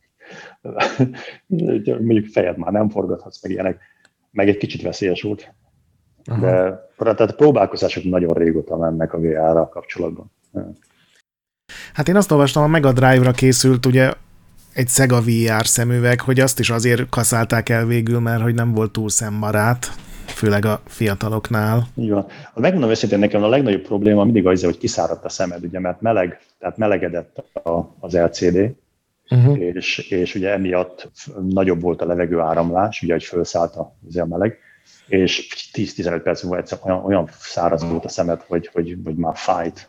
Mondjuk fejed már nem forgathatsz, meg ilyenek, meg egy kicsit veszélyes volt. De tehát próbálkozások nagyon régóta mennek a VR-ra kapcsolatban. Hát én azt olvastam, a Mega Drive-ra készült ugye egy Sega VR szemüveg, hogy azt is azért kaszálták el végül, mert hogy nem volt túl szembarát, főleg a fiataloknál. Így van. Megmondom őszintén, nekem a legnagyobb probléma mindig az, hogy kiszáradt a szemed, ugye, mert tehát melegedett az LCD, és ugye emiatt nagyobb volt a levegőáramlás, ugye, hogy felszállt a meleg, és 10-15 perc múlva egyszer olyan száraz volt a szemed, hogy már fájt.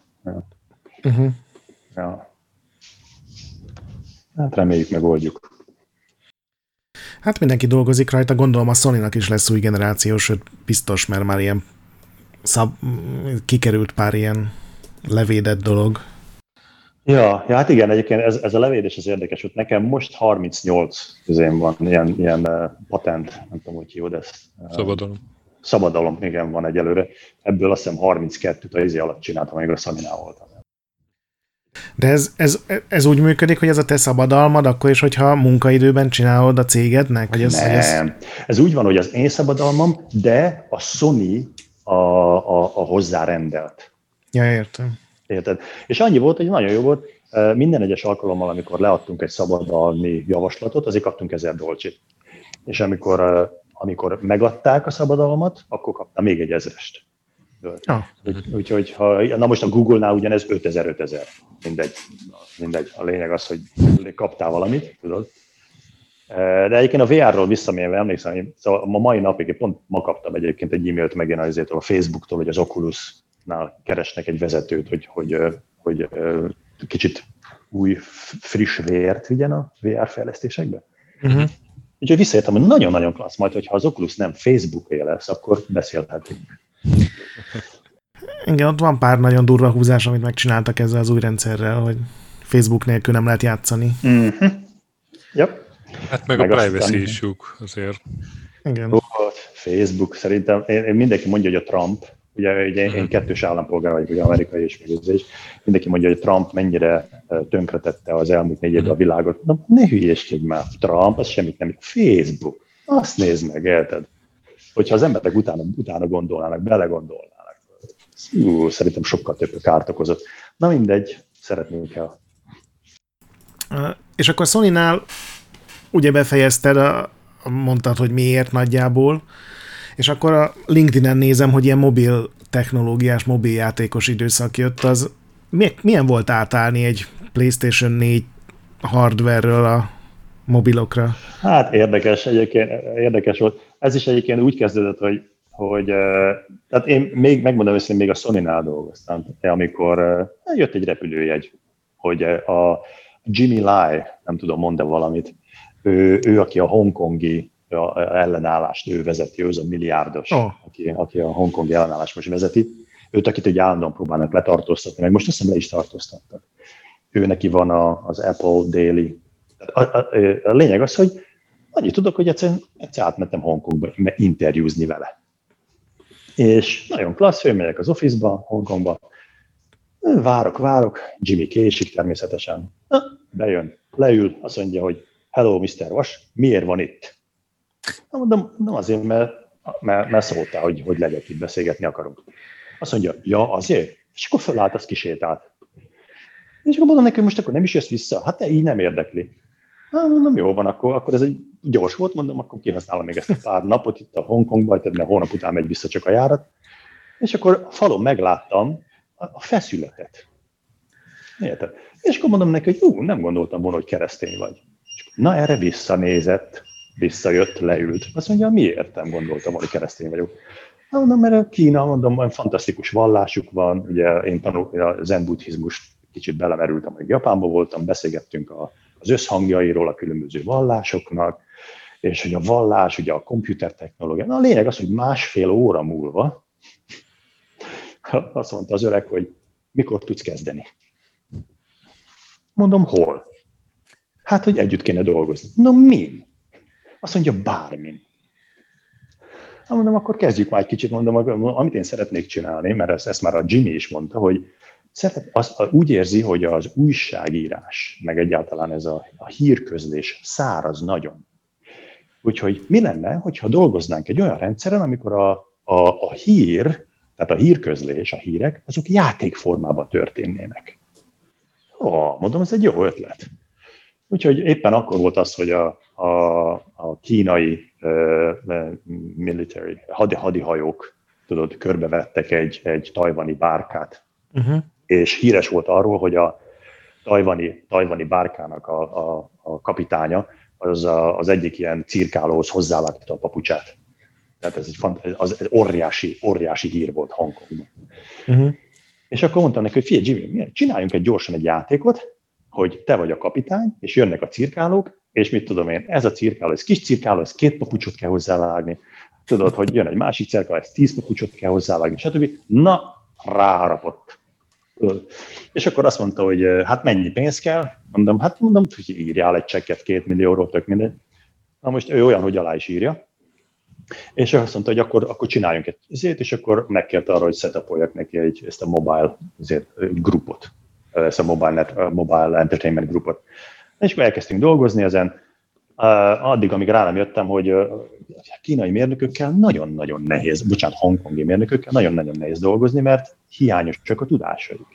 Ja. Hát reméljük, megoldjuk. Hát mindenki dolgozik rajta, gondolom a Sony-nak is lesz új generáció, sőt biztos, mert már ilyen kikerült pár ilyen levédett dolog. Ja, hát igen, egyébként ez a levédés az érdekes, hogy nekem most 38 közén van ilyen patent, nem tudom, hogy hívod ezt. Szabadalom, igen, van egyelőre. Ebből azt hiszem 32-t az alatt csináltam, amikor a Sony-nál voltam. De ez úgy működik, hogy ez a te szabadalmad, akkor is, hogyha munkaidőben csinálod a cégednek? Vagy nem. Ez úgy van, hogy az én szabadalmam, de a Sony a hozzárendelt. Ja, értem. Érted? És annyi volt, hogy nagyon jó volt, minden egyes alkalommal, amikor leadtunk egy szabadalmi javaslatot, azért kaptunk $1000. És amikor megadták a szabadalmat, akkor kaptam még egy 1000-est. Úgyhogy na most a Google-nál ugyanez 5000. Mindegy. A lényeg az, hogy kaptál valamit, tudod. De egyébként a VR-ról visszamérve emlékszem, hogy szóval a mai napig, pont ma kaptam egyébként egy e-mailt megint a Facebooktól, hogy az Oculus-nál keresnek egy vezetőt, hogy kicsit új, friss vért vigyen a VR fejlesztésekbe. Úgyhogy visszaértem, hogy nagyon-nagyon klassz, majd hogyha az Oculus nem Facebook-é lesz, akkor beszélhetünk. Igen, ott van pár nagyon durva húzás, amit megcsináltak ezzel az új rendszerrel, hogy Facebook nélkül nem lehet játszani. Yep. Hát meg a privacy issue azért. Igen. Facebook, szerintem mindenki mondja, hogy a Trump, ugye én kettős állampolgár vagyok, ugye amerikai és megőzés, mindenki mondja, hogy Trump mennyire tönkretette az elmúlt 4 évben a világot. Na, ne hülyéskedj már, Trump, az semmit nem, Facebook, azt nézd meg, érted? Hogyha az emberek utána gondolnának, belegondolnának, szerintem sokkal több kárt okozott. Na mindegy, szeretnénk el. És akkor Sony-nál ugye befejezted, mondtad, hogy miért nagyjából, és akkor a LinkedIn-en nézem, hogy ilyen mobil technológiás, mobiljátékos időszak jött, az milyen volt átállni egy PlayStation 4 hardware-ről a mobilokra? Hát érdekes volt. Ez is egyébként úgy kezdődött, hogy tehát én megmondom őszintén, még a Sony-nál dolgoztam, amikor jött egy repülőjegy, hogy a Jimmy Lai, nem tudom, mond-e valamit, ő aki a hongkongi ellenállást ő vezeti, ő az a milliárdos, aki a hongkongi ellenállást most vezeti. Őt, akit egy állandóan próbálnak letartóztatni, meg most azt hiszem le is tartóztattak. Ő neki van az Apple Daily. A lényeg az, hogy annyit tudok, hogy egyszer átmentem Hongkongba interjúzni vele. És nagyon klassz, fölmegyek az office-ba, Hongkongba, várok, Jimmy késik természetesen. Bejön, leül, azt mondja, hogy hello, Mr. Wash, miért van itt? Mondom, nem azért, mert szóltál, hogy legyek itt, beszélgetni akarunk. Azt mondja, ja, azért? És akkor fölállt, az kisétált. És akkor mondom neki, hogy most akkor nem is jössz vissza? Hát így nem érdekli. Mondom, jó van, akkor ez egy gyors volt, mondom, akkor kihasználom még ezt a pár napot itt a Hongkongban, mert hónap után megy vissza csak a járat. És akkor a falon megláttam a feszületet. Érted? És akkor mondom neki, hogy nem gondoltam volna, hogy keresztény vagy. Na erre visszanézett, visszajött, leült. Azt mondja, miért nem gondoltam, hogy keresztény vagyok? Mondom, mert a Kína, mondom, olyan fantasztikus vallásuk van, ugye én a zen-buddhizmust kicsit belemerültem, hogy Japánban voltam, beszélgettünk az összhangjairól a különböző vallásoknak, és hogy a vallás, ugye a komputertechnológia, na a lényeg az, hogy 1,5 óra múlva azt mondta az öreg, hogy mikor tudsz kezdeni. Mondom, hol? Hát, hogy együtt kéne dolgozni. No, min? Azt mondja, bármin. Mondom, akkor kezdjük már egy kicsit, mondom, amit én szeretnék csinálni, mert ezt már a Jimmy is mondta, hogy úgy érzi, hogy az újságírás, meg egyáltalán ez a hírközlés száraz nagyon. Úgyhogy mi lenne, hogyha dolgoznánk egy olyan rendszeren, amikor a hír, tehát a hírközlés, a hírek, azok játékformában történnének. Mondom, ez egy jó ötlet. Úgyhogy éppen akkor volt az, hogy a kínai military, hadihajók, tudod, körbevettek egy tajvani bárkát, és híres volt arról, hogy a tajvani bárkának a kapitánya az egyik ilyen cirkálóhoz hozzávágta a papucsát. Tehát ez egy óriási hír volt Hongkongban. És akkor mondtam neki, hogy figyelj Jimmy, csináljunk gyorsan egy játékot, hogy te vagy a kapitány, és jönnek a cirkálók, és mit tudom én, ez a cirkáló, ez kis cirkáló, ez 2 papucsot kell hozzávágni. Tudod, hogy jön egy másik cirkáló, ez 10 papucsot kell hozzávágni, stb. Na, ráharapott. És akkor azt mondta, hogy hát mennyi pénz kell? Mondom, hogy írjál egy csekket 2 millióról, tök mindegy. Na most ő olyan, hogy alá is írja. És azt mondta, hogy akkor csináljunk egy ezért, és akkor megkérte arra, hogy setupoljak neki ezt a mobile grupot, ezt a mobile entertainment grupot. És akkor elkezdtünk dolgozni ezen, addig, amíg rá nem jöttem, hogy kínai mérnökökkel nagyon-nagyon nehéz, hongkongi mérnökökkel nagyon-nagyon nehéz dolgozni, mert hiányos csak a tudásaik.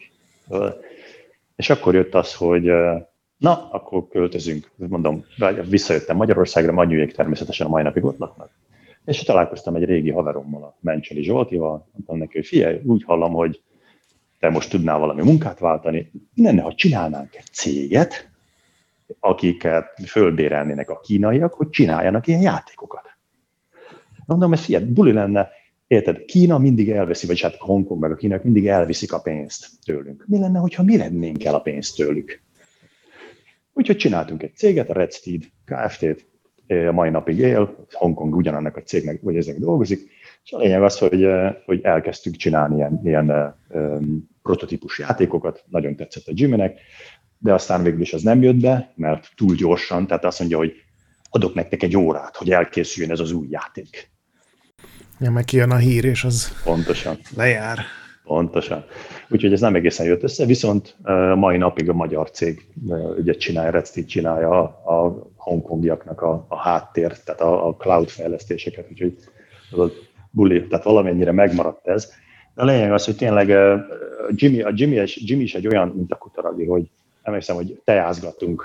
És akkor jött az, hogy na, akkor költözünk. Mondom, visszajöttem Magyarországra, anyujék természetesen a mai napig ott laknak. És találkoztam egy régi haverommal, a Mencseli Zsoltival, mondtam neki, hogy figyelj, úgy hallom, hogy te most tudnál valami munkát váltani, mi lenne, ha csinálnánk egy céget, akiket fölbérelnének a kínaiak, hogy csináljanak ilyen játékokat. Mondom, ez figyelj, buli lenne, érted, Kína mindig elveszi, vagyis hát Hongkong meg a kínaiak mindig elviszik a pénzt tőlünk. Mi lenne, hogyha mi vennénk el a pénzt tőlük? Úgyhogy csináltunk egy céget, a Red Steed Kft-t, a mai napig él, Hongkong ugyanannak a cégnek, vagy ezek dolgozik, és a lényeg az, hogy elkezdtük csinálni ilyen prototípus játékokat, nagyon tetszett a Jimmynek, de aztán végül is az nem jött be, mert túl gyorsan, tehát azt mondja, hogy adok nektek egy órát, hogy elkészüljön ez az új játék. Ja, meg kijön a hír, és az pontosan lejár. Pontosan. Úgyhogy ez nem egészen jött össze, viszont mai napig a magyar cég ugye csinálja, Red Steed csinálja a hongkongiaknak a háttér, tehát a cloud fejlesztéseket, úgyhogy az buli, tehát valamennyire megmaradt ez. De a lényeg az, hogy tényleg a Jimmy is egy olyan, mint a kutaragi, hogy emlékszem, hogy tejázgattunk,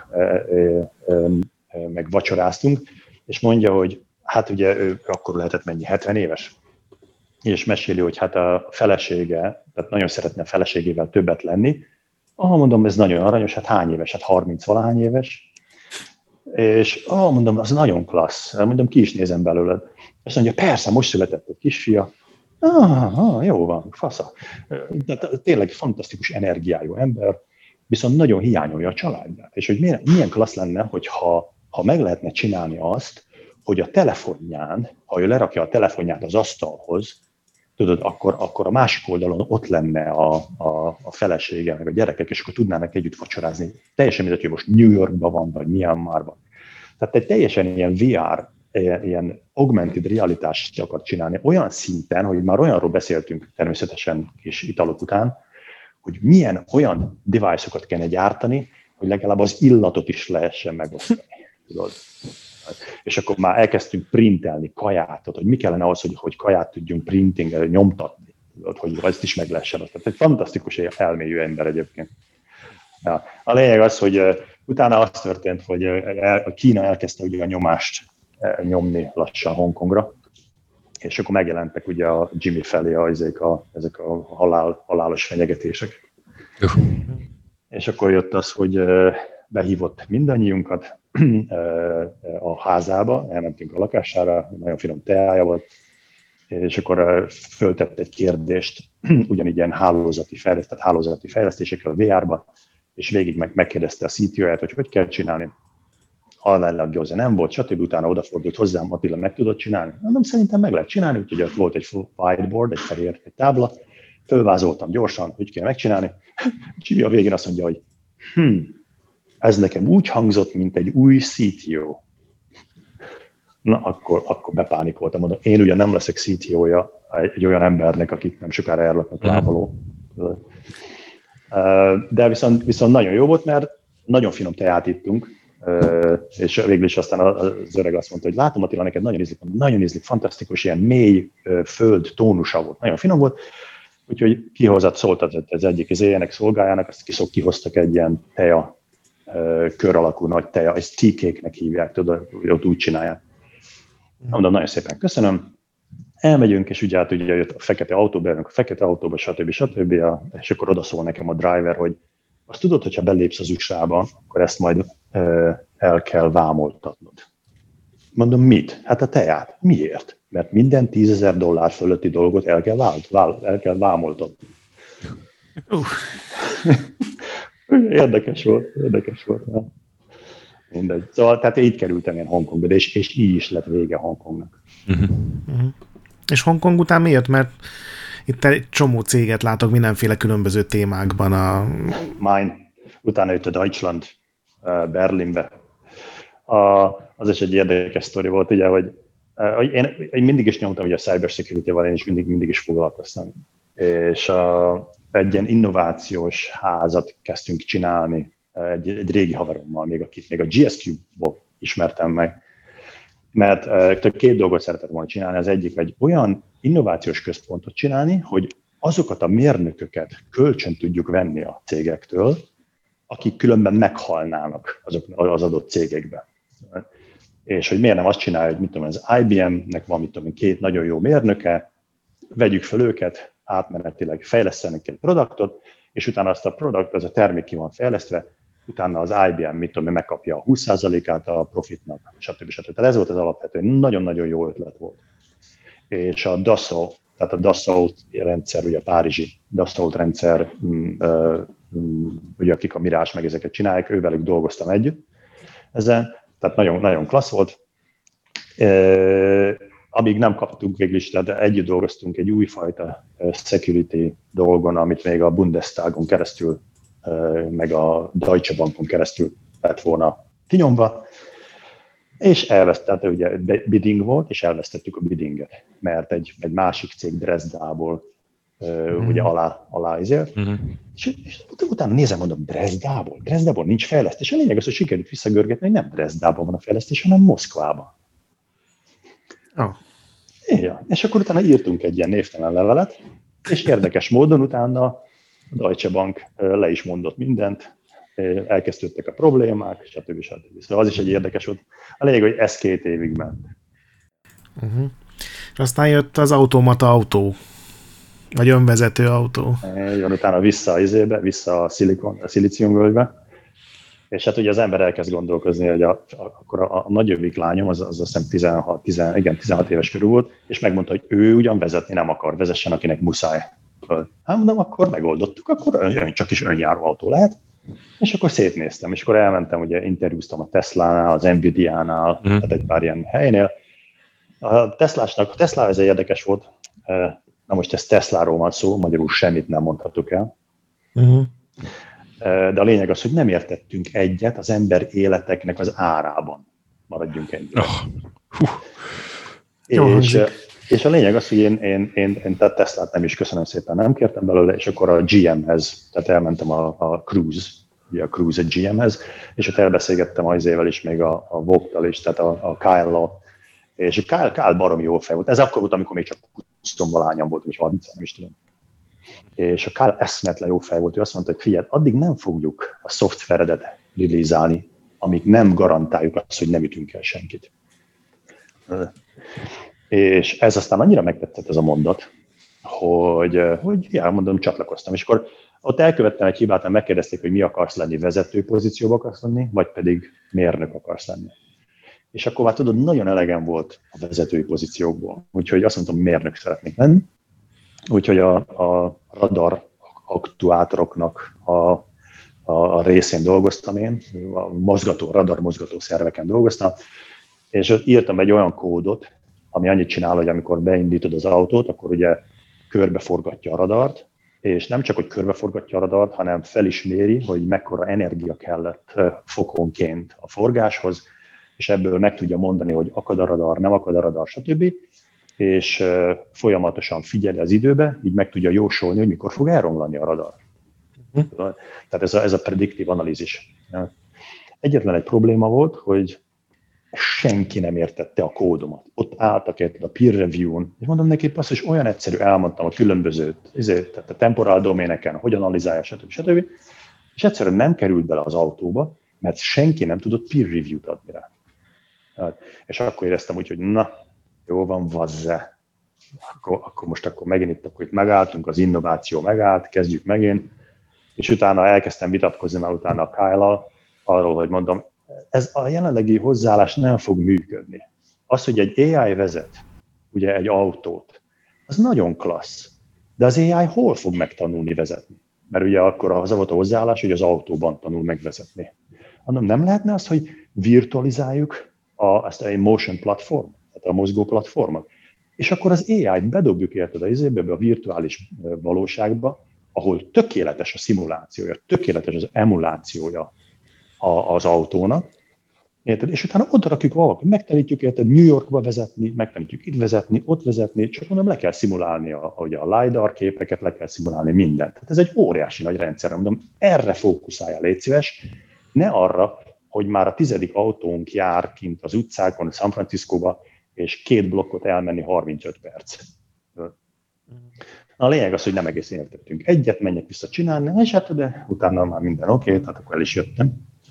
meg vacsoráztunk, és mondja, hogy hát ugye ő akkor lehetett mennyi, 70 éves? És meséli, hogy hát a felesége, tehát nagyon szeretne a feleségével többet lenni. Mondom, ez nagyon aranyos, hát hány éves? Hát 30-valahány éves. És mondom, az nagyon klassz. Mondom, ki is nézem belőled. Azt mondja, persze, most született egy kisfia. Jó van, fasza. De tényleg fantasztikus energiájú ember, viszont nagyon hiányolja a családját. És hogy milyen klassz lenne, hogyha meg lehetne csinálni azt, hogy a telefonján, ha ő lerakja a telefonját az asztalhoz, tudod, akkor a másik oldalon ott lenne a felesége, meg a gyerekek, és akkor tudnának együtt vacsorázni. Teljesen mindegy, hogy most New Yorkban van, vagy Myanmarban. Tehát egy teljesen ilyen VR, ilyen augmented realitást akar csinálni, olyan szinten, hogy már olyanról beszéltünk természetesen kis italok után, hogy milyen olyan device-okat kellene gyártani, hogy legalább az illatot is lehessen megosztani. Tudod? És akkor már elkezdtünk printelni kaját, hogy mi kellene ahhoz, hogy kaját tudjunk nyomtatni, hogy ezt is meg lehessen. Tehát egy fantasztikus elmélyű ember egyébként. Ja. A lényeg az, hogy utána az történt, hogy a Kína elkezdte ugye a nyomást nyomni lassan Hongkongra, és akkor megjelentek ugye a Jimmy felé ezek a halálos fenyegetések. És akkor jött az, hogy behívott mindannyiunkat a házába, elmentünk a lakására, nagyon finom teája volt, és akkor föltett egy kérdést, ugyanígy ilyen hálózati fejlesztésekkel a VR-ba, és végig megkérdezte a CTO-ját, hogy kell csinálni. Hallállag gyorsan nem volt, stb. Utána odafordult hozzám, Attila, meg tudod csinálni? Mondom, szerintem meg lehet csinálni, úgyhogy ott volt egy whiteboard, egy fehér egy tábla, fölvázoltam gyorsan, hogy kell megcsinálni. Csibi a végén azt mondja, hogy ez nekem úgy hangzott, mint egy új CTO. Na, akkor bepánikoltam, mondom, én ugye nem leszek CTO-ja egy olyan embernek, akik nem sokára elraknak lábaló. De viszont nagyon jó volt, mert nagyon finom teát ittunk, és végül is aztán az öreg azt mondta, hogy látom, Attila, neked nagyon ízlik, fantasztikus, ilyen mély föld tónusa volt, nagyon finom volt, úgyhogy szólt az egyik izéjének, szolgájának, azt kihoztak egy ilyen teja, kör alakú nagy teja, ezt tea cake-nek hívják, tudod, ott úgy csinálják. Mondom, nagyon szépen köszönöm. Elmegyünk, és ugye jött a fekete autóba, stb. És akkor odaszól nekem a driver, hogy azt tudod, hogyha belépsz az USA-ba, akkor ezt majd el kell vámoltatnod. Mondom, mit? Hát a teát. Miért? Mert minden $10,000 fölötti dolgot el kell vámoltatni. Érdekes volt. Mindegy. Szóval tehát így kerültem én Hongkongba, és így is lett vége Hongkongnak. És Hongkong után miért? Mert itt egy csomó céget látok mindenféle különböző témákban. Utána jött a Deutschland Berlinbe. Az is egy érdekes sztori volt, ugye, hogy én mindig is nyomtam ugye a cybersecurity-val, én is mindig is foglalkoztam. És egy ilyen innovációs házat kezdtünk csinálni egy régi haverommal, akit még a GSQ-ból ismertem meg. Mert két dolgot szeretett volna csinálni. Az egyik egy olyan innovációs központot csinálni, hogy azokat a mérnököket kölcsön tudjuk venni a cégektől, akik különben meghalnának az adott cégekben. És hogy miért nem azt csinálja, hogy mit tudom, az IBM-nek van, két nagyon jó mérnöke, vegyük fel őket, átmenetileg fejlesztenek egy produktot, és utána azt a produkt, az a termék ki van fejlesztve, utána az IBM, megkapja a 20%-át a profitnak, stb. Tehát ez volt az alapvető, nagyon-nagyon jó ötlet volt. És a Dassault, tehát a Dassault rendszer, ugye a párizsi Dassault rendszer, ugye akik a Mirage meg ezeket csinálják, ővelük dolgoztam együtt ezen, tehát nagyon, nagyon klassz volt. Amíg nem kaptunk végül is, tehát együtt dolgoztunk egy újfajta security dolgon, amit még a Bundestagon keresztül, meg a Deutsche Bankon keresztül lett volna kinyomva, és tehát ugye bidding volt, és elvesztettük a biddinget, mert egy másik cég Dresdából ugye alá izélt, és utána nézem, mondom, Dresdából nincs fejlesztés. A lényeg az, hogy sikerült visszagörgetni, hogy nem Dresdában van a fejlesztés, hanem Moszkvában. Ja. És akkor utána írtunk egy ilyen névtelen levelet, és érdekes módon utána a Deutsche Bank le is mondott mindent, elkezdődtek a problémák, stb. Szóval az is egy érdekes volt. A lényeg, hogy ez 2 évig ment. És aztán jött az automata autó, vagy önvezető autó. Jön utána vissza a szilíciumvölgybe, és hát ugye az ember elkezd gondolkozni, hogy akkor a nagyobbik lányom, az azt hiszem 16 éves körül volt, és megmondta, hogy ő ugyan vezetni nem akar, vezessen, akinek muszáj. Hát mondom, akkor megoldottuk, akkor csak is önjáró autó lehet, és akkor szétnéztem, és akkor elmentem, ugye interjúztam a Teslánál, az Nvidia-nál, tehát egy pár ilyen helynél. A Tesla ez érdekes volt, na most ez Tesláról van szó, magyarul semmit nem mondhatok el. De a lényeg az, hogy nem értettünk egyet az ember életeknek az árában. Maradjunk ennyire. És a lényeg az, hogy én tehát Teslát nem is köszönöm szépen, nem kértem belőle, és akkor a GM-hez, tehát elmentem a Cruise, ugye a Cruise a GM-hez, és ott elbeszélgettem az évvel is, még a Vogtal is, tehát a Kyle-lal, és a Kyle baromi jó fej volt. Ez akkor volt, amikor még csak 20-valányom volt, és 30, nem is tudom. És a Kyle eszmetlen jó fej volt, ő azt mondta, hogy figyelj, addig nem fogjuk a szoftveredet release-álni, amíg nem garantáljuk azt, hogy nem ütünk el senkit. És ez aztán annyira megtetszett ez a mondat, hogy mondom, csatlakoztam. És akkor ott elkövettem egy hibát, mert megkérdezték, hogy mi akarsz lenni, vezető pozícióba akarsz lenni, vagy pedig mérnök akarsz lenni. És akkor már tudod, nagyon elegem volt a vezetői pozíciókból. Úgyhogy azt mondtam, mérnök szeretnék lenni. Úgyhogy a radar aktuátoroknak a részén dolgoztam én, a radar mozgató szerveken dolgoztam, és ott írtam egy olyan kódot, ami annyit csinál, hogy amikor beindítod az autót, akkor ugye körbeforgatja a radart, és nem csak, hogy körbeforgatja a radart, hanem felisméri, hogy mekkora energia kellett fokonként a forgáshoz, és ebből meg tudja mondani, hogy akad a radar, nem akad a radar, stb. És folyamatosan figyeli az időbe, így meg tudja jósolni, hogy mikor fog elromlani a radar. Tehát ez a prediktív analízis. Egyetlen egy probléma volt, hogy senki nem értette a kódomat. Ott álltak a peer review-n, és mondom neki azt, hogy olyan egyszerű elmondtam a különböző, tehát a temporal doméneken, hogy analizálja, stb. És egyszerűen nem került bele az autóba, mert senki nem tudott peer review-t adni rá. És akkor éreztem úgy, hogy na, jó van, vazze. Akkor megint itt megálltunk, az innováció megállt, kezdjük megint, és utána elkezdtem vitatkozni már utána a Kyle-al arról, hogy mondom, ez a jelenlegi hozzáállás nem fog működni. Az, hogy egy AI vezet, ugye egy autót, az nagyon klassz, de az AI hol fog megtanulni vezetni? Mert ugye akkor az volt a hozzáállás, hogy az autóban tanul megvezetni. Mondom, nem lehetne az, hogy virtualizáljuk ezt a motion platform, tehát a mozgó platformot, és akkor az AI-t bedobjuk érted a virtuális valóságba, ahol tökéletes a szimulációja, tökéletes az emulációja az autónak, érted? És utána oda rakjuk valaki, megtanítjuk érted New Yorkba vezetni, megtanítjuk itt vezetni, ott vezetni, csak mondom, le kell szimulálni a LiDAR képeket, le kell szimulálni mindent. Tehát ez egy óriási nagy rendszer, mondom, erre fókuszálja, légy szíves, ne arra, hogy már a 10. autónk jár kint az utcákon, San Franciscóba, és 2 blokkot elmenni 35 perc. A lényeg az, hogy nem egészen értettünk. Egyet menjek vissza csinálni, és hát de utána már minden oké, tehát akkor el is jöttem.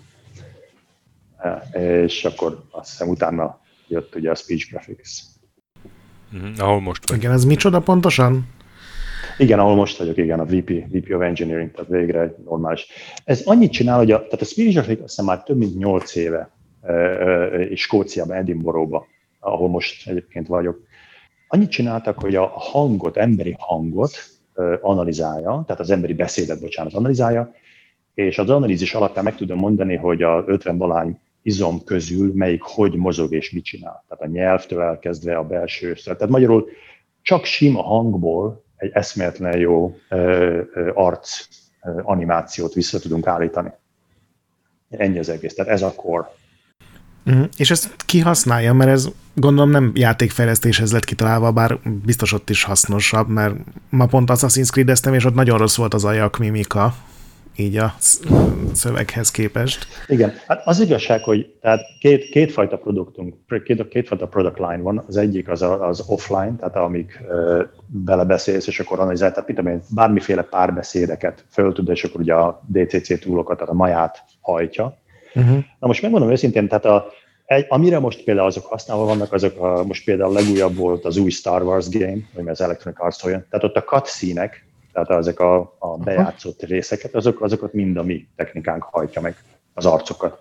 És akkor azt hiszem utána jött ugye a Speech Graphics. Ahol most vagy. Igen, ez micsoda pontosan? Igen, ahol most vagyok, igen, a VP of Engineering, tehát végre egy normális. Ez annyit csinál, hogy tehát a Speech Graphics azt hiszem már több mint 8 éve és Skóciában, Edinburghban, ahol most egyébként vagyok. Annyit csináltak, hogy a hangot, emberi hangot analizálja, tehát az emberi beszédet, analizálja, és az analízis alapján meg tudom mondani, hogy a 50-valány izom közül melyik hogy mozog és mit csinál. Tehát a nyelvtől elkezdve a belső. Tehát magyarul csak sima hangból egy eszméletlen jó arc animációt vissza tudunk állítani. Ennyi az egész. Tehát ez a core. És ezt ki használja, mert ez gondolom nem játékfejlesztéshez lett kitalálva, bár biztos ott is hasznosabb, mert ma pont Assassin's Creed-eztem, és ott nagyon rossz volt az ajak mimika, így a szöveghez képest. Igen, hát az igazság, hogy tehát kétfajta produktunk, kétfajta product line van. Az egyik az offline, tehát amik belebeszélsz, és akkor analizál, tehát mit tudom én, bármiféle párbeszédeket föl tud, és akkor ugye a DCC túlokat, tehát a maját hajtja. Na most megmondom őszintén, tehát amire most például azok használva vannak, most például legújabb volt az új Star Wars game, vagy az Electronic Arts olyan, tehát ott a cutscene-ek, tehát ezek a bejátszott részeket, azokat mind a mi technikánk hajtja meg az arcokat.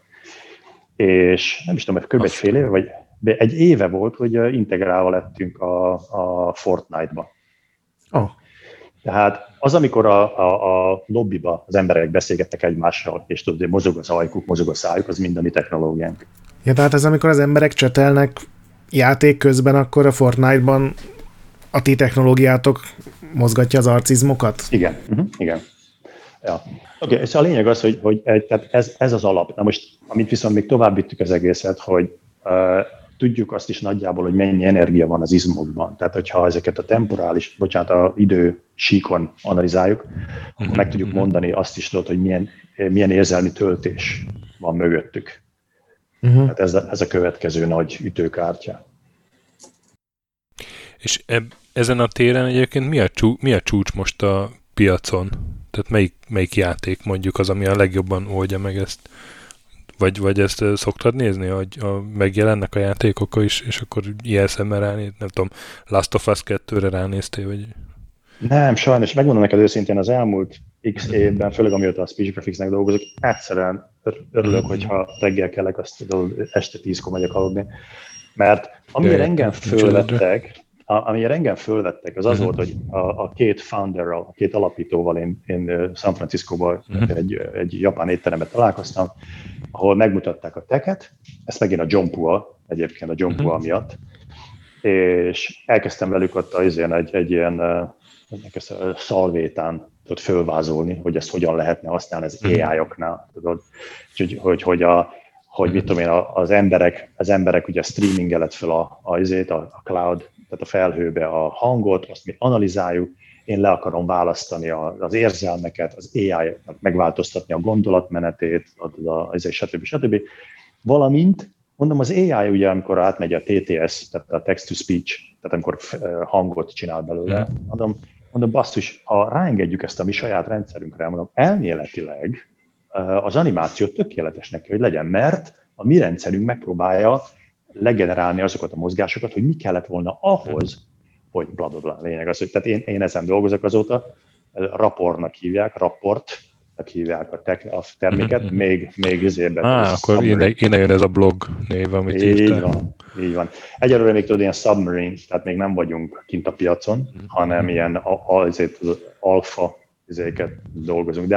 És nem is tudom, kb. Egy fél éve, vagy egy éve volt, hogy integrálva lettünk a Fortnite-ba. Oh. Tehát az, amikor a lobbyba az emberek beszélgettek egymással, és tudod, hogy mozog az ajkuk, mozog a szájuk, az mind a mi technológiánk. Ja, tehát ez amikor az emberek csetelnek játék közben, akkor a Fortnite-ban a ti technológiátok mozgatja az arcizmokat? Igen, igen. Ja. Oké, és a lényeg az, hogy tehát ez az alap. Na most, amit viszont még tovább vittük az egészet, hogy tudjuk azt is nagyjából, hogy mennyi energia van az izmokban. Tehát, hogyha ezeket a idő síkon analizáljuk, akkor meg tudjuk mondani azt is, hogy milyen érzelmi töltés van mögöttük. Tehát ez a következő nagy ütőkártya. És ezen a téren egyébként mi a csúcs most a piacon? Tehát melyik játék mondjuk az, ami a legjobban oldja meg ezt? Vagy ezt szoktad nézni, hogy megjelennek a játékok is, és akkor ilyen szemmel ránéz, nem tudom, Last of Us 2-re ránéztél, vagy... Nem, sajnos, megmondom neked őszintén, az elmúlt x évben, főleg amióta a Speech Graphics-nek dolgozok, egyszerűen örülök, hogyha reggel kellek, azt este 10-kor megyek aludni. Mert amire engem fölvettek, az volt, hogy a két founderral, a két alapítóval én San Franciscóban egy japán étteremben találkoztam, ahol megmutatták a teket, ezt megint a John Pua, egyébként a John Pua miatt, és elkezdtem velük ott egy ilyen szalvétán tudod fölvázolni, hogy ezt hogyan lehetne használni az AI-oknál, tudod, hogy mit tudom én, az emberek ugye streamingelet fel a cloud, tehát a felhőbe a hangot, azt mi analizáljuk, én le akarom választani az érzelmeket, az AI-nak megváltoztatni a gondolatmenetét, stb. Valamint, mondom, az AI ugye, amikor átmegy a TTS, tehát a text-to-speech, tehát amikor hangot csinál belőle, mondom, basszus, ha ráengedjük ezt a mi saját rendszerünkre, mondom, elméletileg az animáció tökéletesnek kell, hogy legyen, mert a mi rendszerünk megpróbálja legenerálni azokat a mozgásokat, hogy mi kellett volna ahhoz, hogy blablabla. Lényeg az, hogy tehát én ezen dolgozok azóta, rapportnak hívják a terméket, még izében. Akkor innen jön ez a blog név, amit írtál. Így van. Egyelőre még tudod, ilyen submarine, tehát még nem vagyunk kint a piacon, hanem ilyen alfa izéket dolgozunk,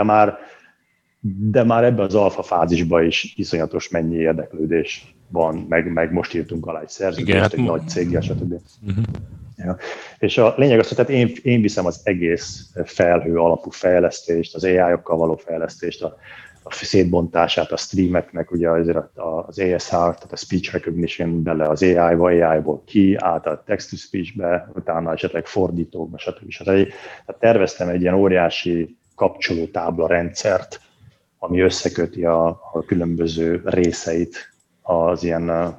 de már ebben az alfa fázisban is iszonyatos mennyi érdeklődés van, meg most írtunk alá egy szerződést, egy nagy céggel, stb. Ja. És a lényeg az, hogy tehát én viszem az egész felhő alapú fejlesztést, az AI-okkal való fejlesztést, a szétbontását a streameknek, ugye azért az ASR, tehát a speech recognition bele az AI-ból ki, át a text-to-speech-be, utána esetleg fordítókba, stb. Tehát terveztem egy ilyen óriási kapcsolótábla rendszert, ami összeköti a különböző részeit az ilyen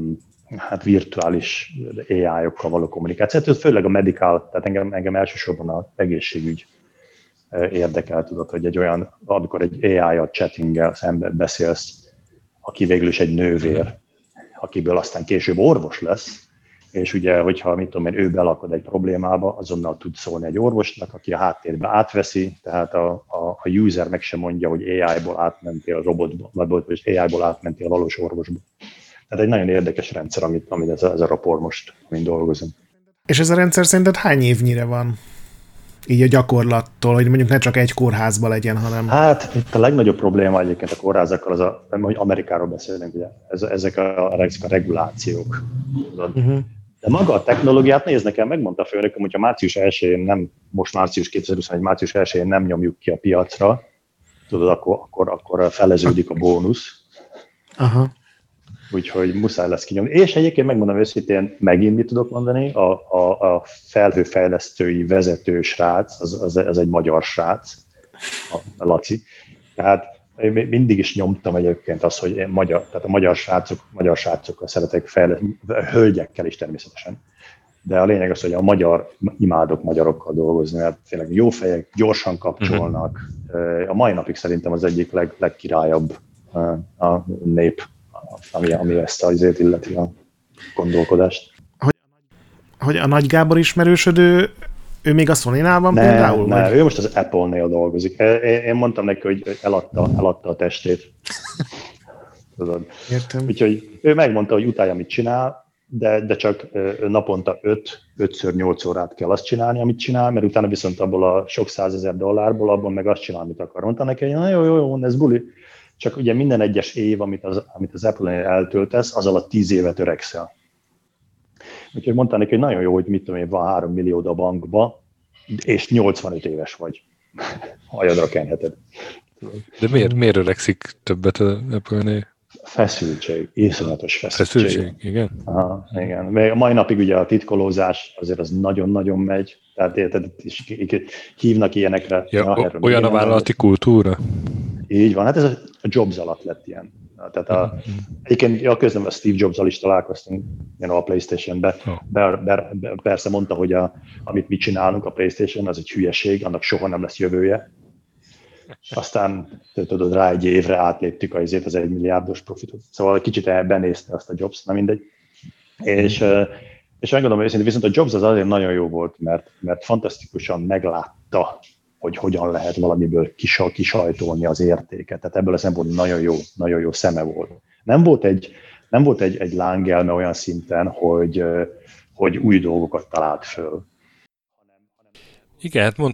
virtuális AI-okkal való kommunikációt, főleg a medical, tehát engem elsősorban az egészségügy érdekel, tudod, hogy amikor egy AI-jal chattinggel szemben beszélsz, aki végül is egy nővér, akiből aztán később orvos lesz, és ugye, hogyha mit tudom én, ő belakad egy problémába, azonnal tud szólni egy orvosnak, aki a háttérbe átveszi, tehát a user meg sem mondja, hogy AI-ból átmentél a robotba, vagy AI-ból átmentél a valós orvosba. Tehát egy nagyon érdekes rendszer, amit ez a rapport most, amin dolgozunk. És ez a rendszer szerinted hány évnyire van? Így a gyakorlattól, hogy mondjuk ne csak egy kórházban legyen, hanem... Hát itt a legnagyobb probléma egyébként a kórházakkal, hogy Amerikáról beszélünk, ugye, ezek a regulációk. De maga a technológiát néznek el, megmondta a főnököm, hogyha március 1-én most március 2021, március 1-én nem nyomjuk ki a piacra, tudod, akkor feleződik a bónusz. Aha. Úgyhogy muszáj lesz kinyomni. És egyébként megmondom őszintén, megint mit tudok mondani, a felhőfejlesztői vezető srác, az egy magyar srác, a Laci. Tehát én mindig is nyomtam egyébként azt, hogy tehát a magyar srácokkal szeretek fejleszteni, hölgyekkel is természetesen. De a lényeg az, hogy imádok magyarokkal dolgozni, mert tényleg jó fejek, gyorsan kapcsolnak. A mai napig szerintem az egyik legkirályabb a nép, ami ezt azért illeti a gondolkodást. Hogy a Nagy Gábor ismerősödő, ő még a Sony-nál van például? Nem, ő most az Apple-nél dolgozik. Én mondtam neki, hogy eladta a testét. Tudod. Értem. Úgyhogy ő megmondta, hogy utálja, mit csinál, de csak naponta 5-8 órát kell azt csinálni, amit csinál, mert utána viszont abból a sok $100,000 abban meg azt csinál, amit akar. Mondta neki, hogy na jó, ez buli. Csak ugye minden egyes év, amit az Apple-nél eltöltesz, az alatt 10 évet öregszel. Úgyhogy mondta neki, hogy nagyon jó, hogy mit tudom én, van 3 millió a bankba, és 85 éves vagy. Hajadra kenheted. De miért öregszik többet az Apple-nél? Feszültség, iszonyatos feszültség. Feszültség, igen? Aha, igen. Még a mai napig ugye a titkolózás azért az nagyon-nagyon megy. Tehát érted, hívnak ilyenekre. Ja, olyan a vállalati kultúra? Így van, hát ez a Jobs alatt lett ilyen. Tehát egyébként közben a Steve Jobs-al is találkoztunk a PlayStation-be. Persze mondta, hogy amit mi csinálunk a PlayStation, az egy hülyeség, annak soha nem lesz jövője. Aztán tudod, rá egy évre átléptük az 1 milliárdos profitot. Szóval kicsit benézte azt a Jobs, na mindegy. És És megmondom őszintén, viszont a Jobs az azért nagyon jó volt, mert fantasztikusan meglátta, hogy hogyan lehet valamiből kisajtolni az értéket. Tehát ebből a szempontból nagyon jó szeme volt. Nem volt egy lángelme olyan szinten, hogy új dolgokat talált föl. Igen, hát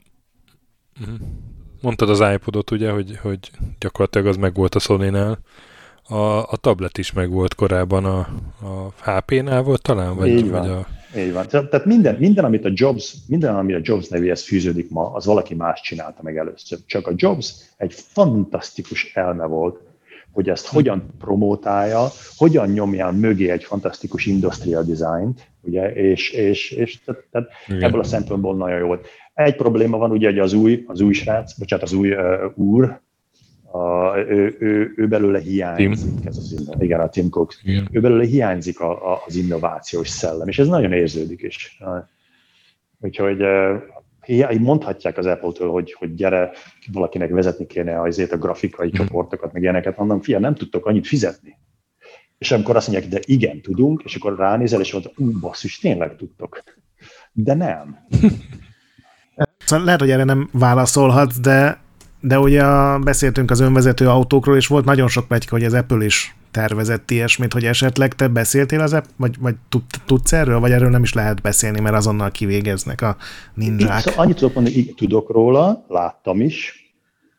mondtad az iPodot, ugye, hogy gyakorlatilag az meg volt a Sony-nál. A tablet is meg volt korábban a HP-nál volt talán? Így van. Tehát minden, amit a Jobs nevéhez fűződik ma, az valaki más csinálta meg először. Csak a Jobs egy fantasztikus elme volt, hogy ezt hogyan promótálja, hogyan nyomjál mögé egy fantasztikus industrial designt, ugye, és tehát ebből a szempontból nagyon jó volt. Egy probléma van, ugye, hogy az új srác, az új úr, ő belőle hiányzik, a Tim Cook. Igen. Ő belőle hiányzik az innovációs szellem, és ez nagyon érződik is. Úgyhogy mondhatják az Apple-től, hogy gyere, valakinek vezetni kéne azért a grafikai csoportokat, meg ilyeneket, mondom, nem tudtok annyit fizetni. És amikor azt mondják, de igen, tudunk, és akkor ránézel, és mondta, basszus, tényleg tudtok. De nem. Szóval lehet, hogy erre nem válaszolhatsz, de ugye beszéltünk az önvezető autókról, és volt nagyon sok pletyka, hogy az Apple is tervezett ilyesmit, hogy esetleg te beszéltél az vagy tudsz erről, vagy erről nem is lehet beszélni, mert azonnal kivégeznek a ninják. Szóval annyit tudok mondani, hogy tudok róla, láttam is,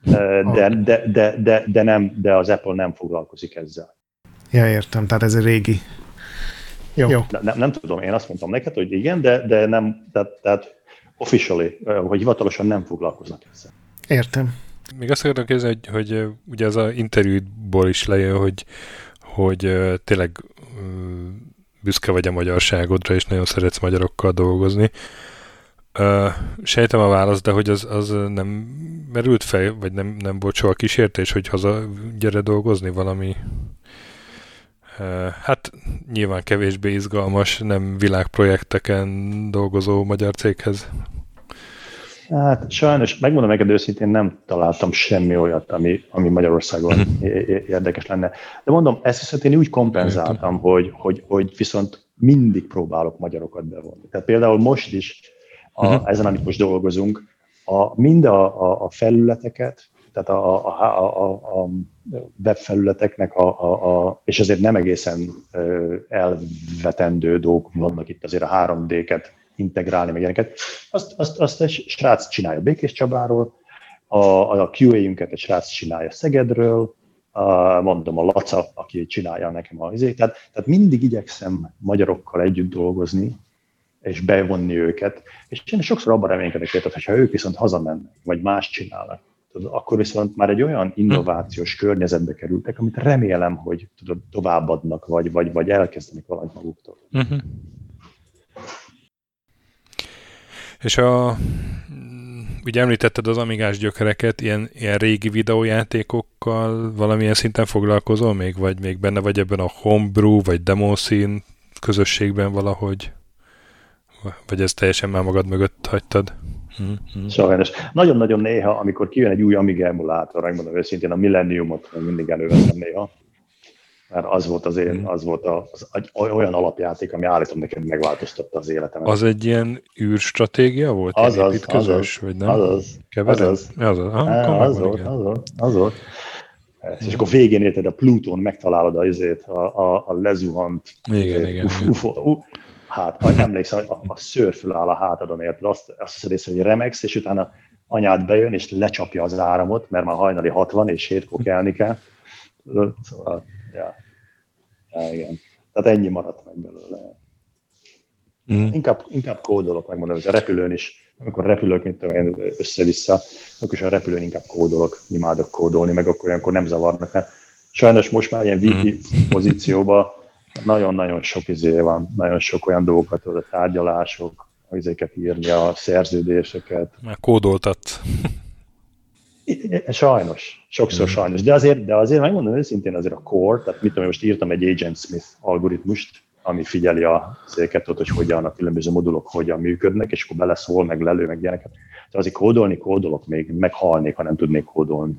de az Apple nem foglalkozik ezzel. Ja, értem, tehát ez egy régi. Jó. Nem tudom, én azt mondtam neked, hogy igen, de nem, tehát officially, hogy hivatalosan nem foglalkoznak ezzel. Értem. Még azt akarom kérdezni, hogy ugye az a interjúból is lejön, hogy tényleg büszke vagy a magyarságodra, és nagyon szeretsz magyarokkal dolgozni. Sejtem a választ, de hogy az nem merült fel, vagy nem volt soha kísértés, hogy haza gyere dolgozni valami, hát nyilván kevésbé izgalmas, nem világprojekteken dolgozó magyar céghez? Hát sajnos, megmondom neked őszintén, nem találtam semmi olyat, ami Magyarországon érdekes lenne. De mondom, ezt én úgy kompenzáltam, hogy viszont mindig próbálok magyarokat bevonni. Tehát például most is, ezen, amit most dolgozunk, mind a felületeket, tehát a webfelületeknek, és azért nem egészen elvetendő dolgok vannak itt, azért a 3D-ket integrálni, meg ilyeneket. Azt egy srác csinálja Békés Csabáról, a QA-jünket egy srác csinálja Szegedről, mondom a Laca, aki csinálja nekem a izét. Tehát mindig igyekszem magyarokkal együtt dolgozni, és bevonni őket. És én sokszor abban reménykedek, hogy ha ők viszont hazamennek, vagy más csinálnak, akkor viszont már egy olyan innovációs környezetbe kerültek, amit remélem, hogy továbbadnak, vagy elkezdenek valamit maguktól. És ugye említetted az Amigás gyökereket, ilyen régi videójátékokkal valamilyen szinten foglalkozol még, vagy még benne vagy ebben a homebrew, vagy demoscene közösségben valahogy? Vagy ezt teljesen már magad mögött hagytad? Sajnos. Nagyon-nagyon néha, amikor kijön egy új Amiga emulátor, megmondom őszintén, a Millenniumot mindig előveszem néha, mert az volt az olyan alapjáték, ami állítom neked megváltoztatta az életemet. Az egy ilyen űrstratégia volt? Azaz. Vagy nem? Az volt. És akkor végén érted, a Plutón megtalálod a lezuhant. Igen. Hát, emlékszem, a szőr föláll a hátadon, érted? Azt hiszed észre, hogy remegsz, és utána anyád bejön, és lecsapja az áramot, mert már hajnali 60, és 7-kor kelni kell. Szóval, ja, igen. Tehát ennyi maradt meg belőle. Inkább kódolok, megmondom, hogy a repülőn is, amikor repülök, mint én össze-vissza, akkor is a repülőn inkább kódolok, imádok kódolni, meg akkor olyankor nem zavarnak. Mert sajnos most már ilyen VP pozícióban nagyon-nagyon sok van, nagyon sok olyan dolgokat, a tárgyalások, ezeket írni, a szerződéseket. Már kódoltat. Sajnos, sokszor sajnos. De azért megmondom őszintén, azért a core, tehát mit tudom, most írtam egy Agent Smith algoritmust, ami figyeli a széket, hogy hogyan a különböző modulok hogyan működnek, és akkor beleszól, meg lelő, meg ilyeneket. Tehát azért kódolok még, meghalnék, ha nem tudnék kódolni.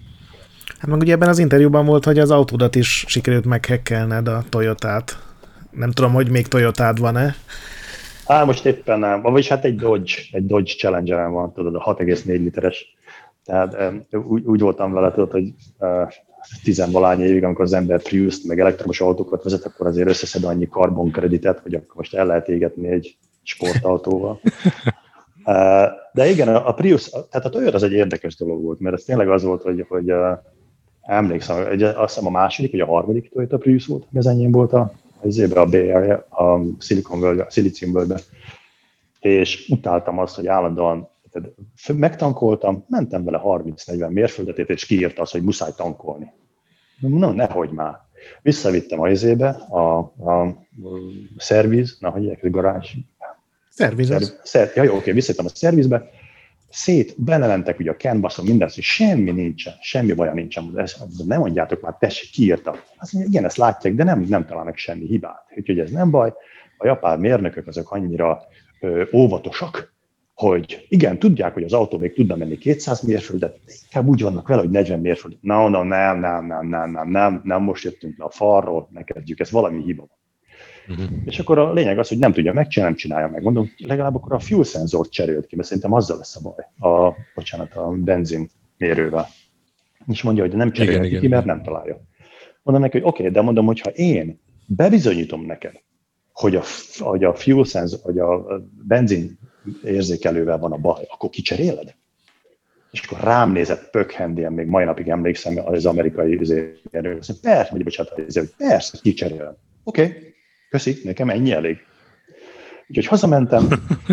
Hát meg ugye ebben az interjúban volt, hogy az autódat is sikerült meghekkelned, a Toyotát. Nem tudom, hogy még Toyotád van-e. Most éppen nem. Vagyis hát egy Dodge Challenger-en van, tudod, a 6,4 literes. Tehát úgy voltam vele, tudod, hogy 10-valány évig, amikor az ember Prius-t, meg elektromos autókat vezet, akkor azért összeszed annyi karbonkreditet, hogy akkor most el lehet égetni egy sportautóval. De igen, a Prius, tehát a Toyota az egy érdekes dolog volt, mert ez tényleg az volt, hogy emlékszem, azt hiszem a második, vagy a harmadik Toyota Prius volt, ami az enyém volt a Bay Area, a Silicium Völgyben, és utáltam azt, hogy állandóan megtankoltam, mentem vele 30-40 mérföldet, és kiírta azt, hogy muszáj tankolni. No, nehogy már. Visszavittem a szerviz, hogy hívják, a garázs. Szerviz. Visszavittem a szervizbe, belementek ugye a canvason, mindent, hogy semmi nincsen, semmi baja nincsen. Nem mondjátok már, tessék, kiírta. Azt mondja, igen, ezt látják, de nem találnak semmi hibát. Úgyhogy ez nem baj. A japán mérnökök azok annyira óvatosak, hogy igen, tudják, hogy az autó még tudna menni 200 mérföldet, de inkább úgy vannak vele, hogy 40 mérföldet. Nem, most jöttünk le a falról, ne kezdjük, ez valami hiba van. És akkor a lényeg az, hogy nem tudja megcsinálni, nem csinálja meg. Mondom, legalább akkor a fuel szenzort cserélt ki, mert szerintem azzal lesz a baj, a benzin mérővel. És mondja, hogy nem cserélni ki, mert nem találja. Mondom neki, hogy oké, de mondom, hogyha én bebizonyítom neked, hogy a fuel szenzor, hogy a benzin érzékelővel van a baj, akkor kicseréled? És akkor rám nézett pökhendien, még mai napig emlékszem az amerikai erőről. Persze, kicserélem. Oké. Köszi, nekem ennyi elég. Úgyhogy hazamentem,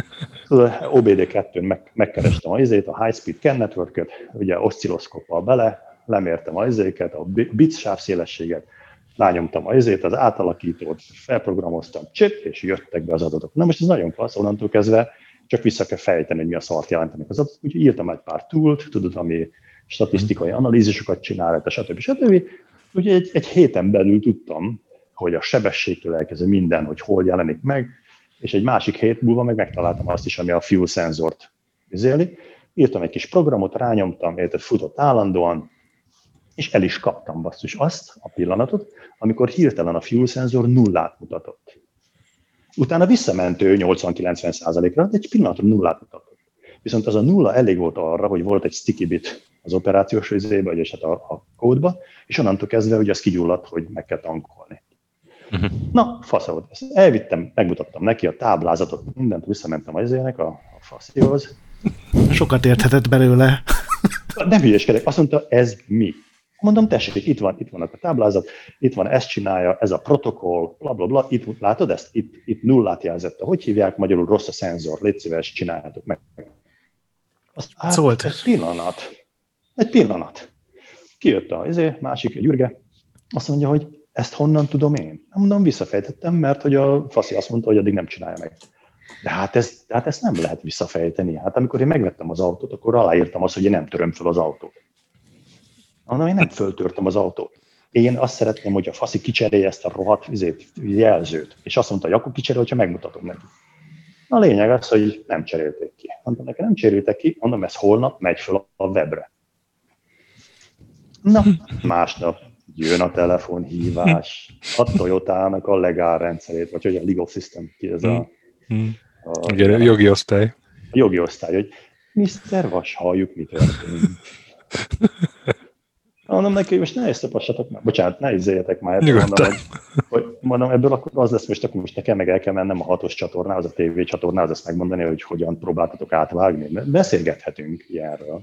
OBD2-n megkerestem a High Speed CAN Network-öt, ugye oszcilloszkoppal bele, lemértem a a bits sávszélességet, rányomtam az átalakítót, felprogramoztam, és jöttek be az adatok. Na most ez nagyon klassz, onnantól kezdve csak vissza kell fejteni, hogy mi a szart jelentenek az adatok. Úgyhogy írtam egy pár toolt, tudod, ami statisztikai analízisokat csinál, stb. Úgyhogy egy héten belül tudtam, hogy a sebességtől elkezdve minden, hogy hol jelenik meg, és egy másik hét múlva meg megtaláltam azt is, ami a fuel szenzort vizéli. Írtam egy kis programot, rányomtam, futott állandóan, és el is kaptam basszus azt a pillanatot, amikor hirtelen a fuel szenzor nullát mutatott. Utána visszamentő 80-90%-ra, de egy pillanatra nullát mutatott. Viszont az a nulla elég volt arra, hogy volt egy sticky bit az operációs részébe, vagyis hát a kódba, és onnantól kezdve, hogy az kigyulladt, hogy meg kell tankolni. Na, fasza volt. Ezt elvittem, megmutattam neki a táblázatot, mindent, visszamentem a faszihoz. Sokat érthetett belőle. Nem hülyeskedek, azt mondta, ez mi? Mondom, tessék, itt van a táblázat, itt van, ezt csinálja, ez a protokoll, blablabla, itt látod ezt? Itt nullát jelzett. Hogy hívják magyarul, rossz a szenzor, légy szíves, csináljátok meg. Szólt. Egy pillanat. Kijött a másik, a Gyürge, azt mondja, hogy ezt honnan tudom én? Mondom, visszafejtettem, mert hogy a faszi azt mondta, hogy addig nem csinálja meg. De hát ezt nem lehet visszafejteni. Hát amikor én megvettem az autót, akkor aláírtam azt, hogy én nem töröm fel az autót. Mondom, én nem föltörtem az autót. Én azt szeretném, hogy a faszi kicserélje ezt a rohadt jelzőt. És azt mondta, hogy akkor kicserél, hogyha megmutatom neki. A lényeg az, hogy nem cserélték ki. Mondom, neki nem cseréltek ki, mondom, ez holnap megy fel a webre. Na, másnap jön a telefonhívás, a Toyotának a legál rendszerét, vagy hogy a legal system, ki ez a jogi osztály. A jogi osztály, hogy Mr. Vas, halljuk, mit történik. Mondom neki, hogy most ne összepassatok már, bocsánat, ne izéljetek már, mondom, ebből akkor az lesz, akkor most nekem meg el kell mennem a 6-os csatornához, a TV csatornához, ezt megmondani, hogy hogyan próbáltatok átvágni. Beszélgethetünk ilyenről.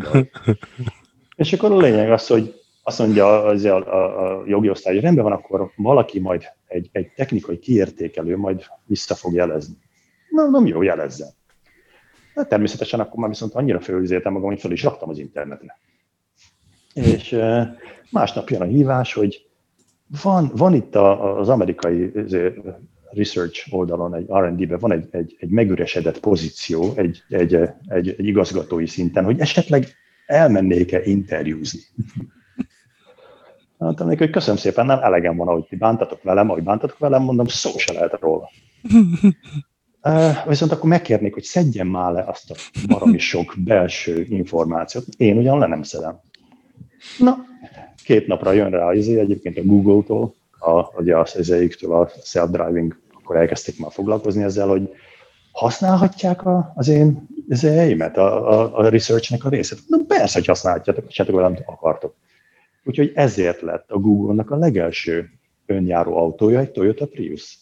És akkor a lényeg az, hogy azt mondja a jogi osztály, hogy rendben van, akkor valaki majd egy technikai kiértékelő majd vissza fog jelezni. Nem jó, jelezzen. De természetesen akkor már viszont annyira fölizéltem magam, hogy fel is raktam az internetre. És másnap jön a hívás, hogy van itt az amerikai research oldalon, egy R&D-ben van egy megüresedett pozíció, egy igazgatói szinten, hogy esetleg elmennék-e interjúzni. Mondtam neki, hogy köszönöm szépen, nem elegem van, ahogy ti bántatok velem, mondom, szó se lehet róla. Viszont akkor megkérnék, hogy szedjem már le azt a baromi sok belső információt. Én ugyan le nem szedem. Na, 2 napra jön rá egyébként a Google-tól, ugye az ezeiktől a self-driving, akkor elkezdték már foglalkozni ezzel, hogy használhatják az én ezeimet, a researchnek a részét. Na persze, hogy használhatjátok, csináltok vele, amit akartok. Úgyhogy ezért lett a Google-nak a legelső önjáró autója egy Toyota Prius.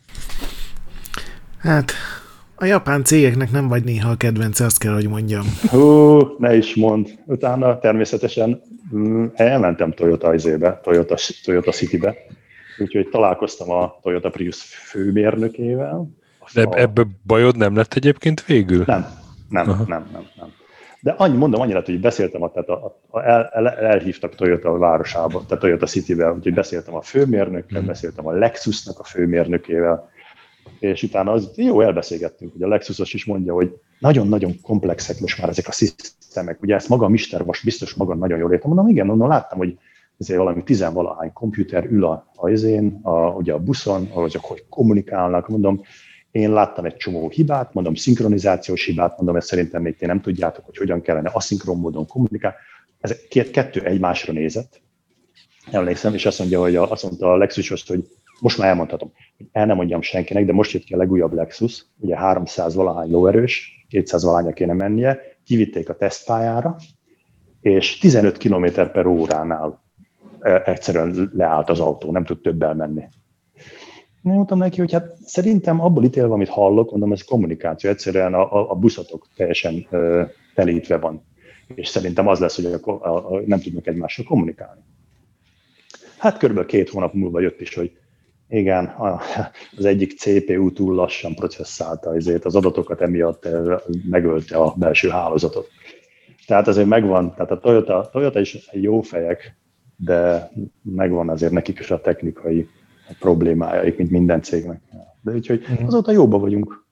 Hát, a japán cégeknek nem vagy néha a kedvence, azt kell, hogy mondjam. Ne is mondd. Utána természetesen elmentem Toyota Citybe, úgyhogy találkoztam a Toyota Prius főmérnökével. De ebből bajod nem lett egyébként végül? Nem. De annyira lett, hogy beszéltem, tehát elhívtak Toyota városába, tehát Toyota Citybe, úgyhogy beszéltem a főmérnökkel, beszéltem a Lexusnak a főmérnökével, és utána jó, elbeszélgettünk, hogy a Lexusos is mondja, hogy nagyon-nagyon komplexek most már ezek a szisztemek. Ugye ezt maga a Mr. Vas biztos maga nagyon jól értem. Mondom, igen, láttam, hogy ezért valami 10-valahány komputer ül ugye a buszon, hogy kommunikálnak. Mondom, én láttam egy csomó hibát, mondom, szinkronizációs hibát, mondom, ezt szerintem még ti nem tudjátok, hogy hogyan kellene aszinkron módon kommunikálni. Ez kettő egymásra nézett, emlékszem, és azt mondta a Lexusos, hogy most már elmondhatom, hogy el nem mondjam senkinek, de most jött ki a legújabb Lexus, ugye 300-valahány lóerős, 200-valahányra kéne mennie, kivitték a tesztpályára, és 15 km/óránál egyszerűen leállt az autó, nem tud többel menni. Én mondtam neki, hogy hát szerintem abból ítélve, amit hallok, mondom, ez kommunikáció, egyszerűen a buszatok teljesen telítve van, és szerintem az lesz, hogy nem tudnak egymással kommunikálni. Hát körülbelül 2 hónap múlva jött is, hogy igen, az egyik CPU túl lassan processzálta az adatokat, emiatt megölte a belső hálózatot. Tehát azért megvan, tehát a Toyota is jó fejek, de megvan azért nekik is a technikai problémájaik, mint minden cégnek. De úgyhogy azóta jóban vagyunk.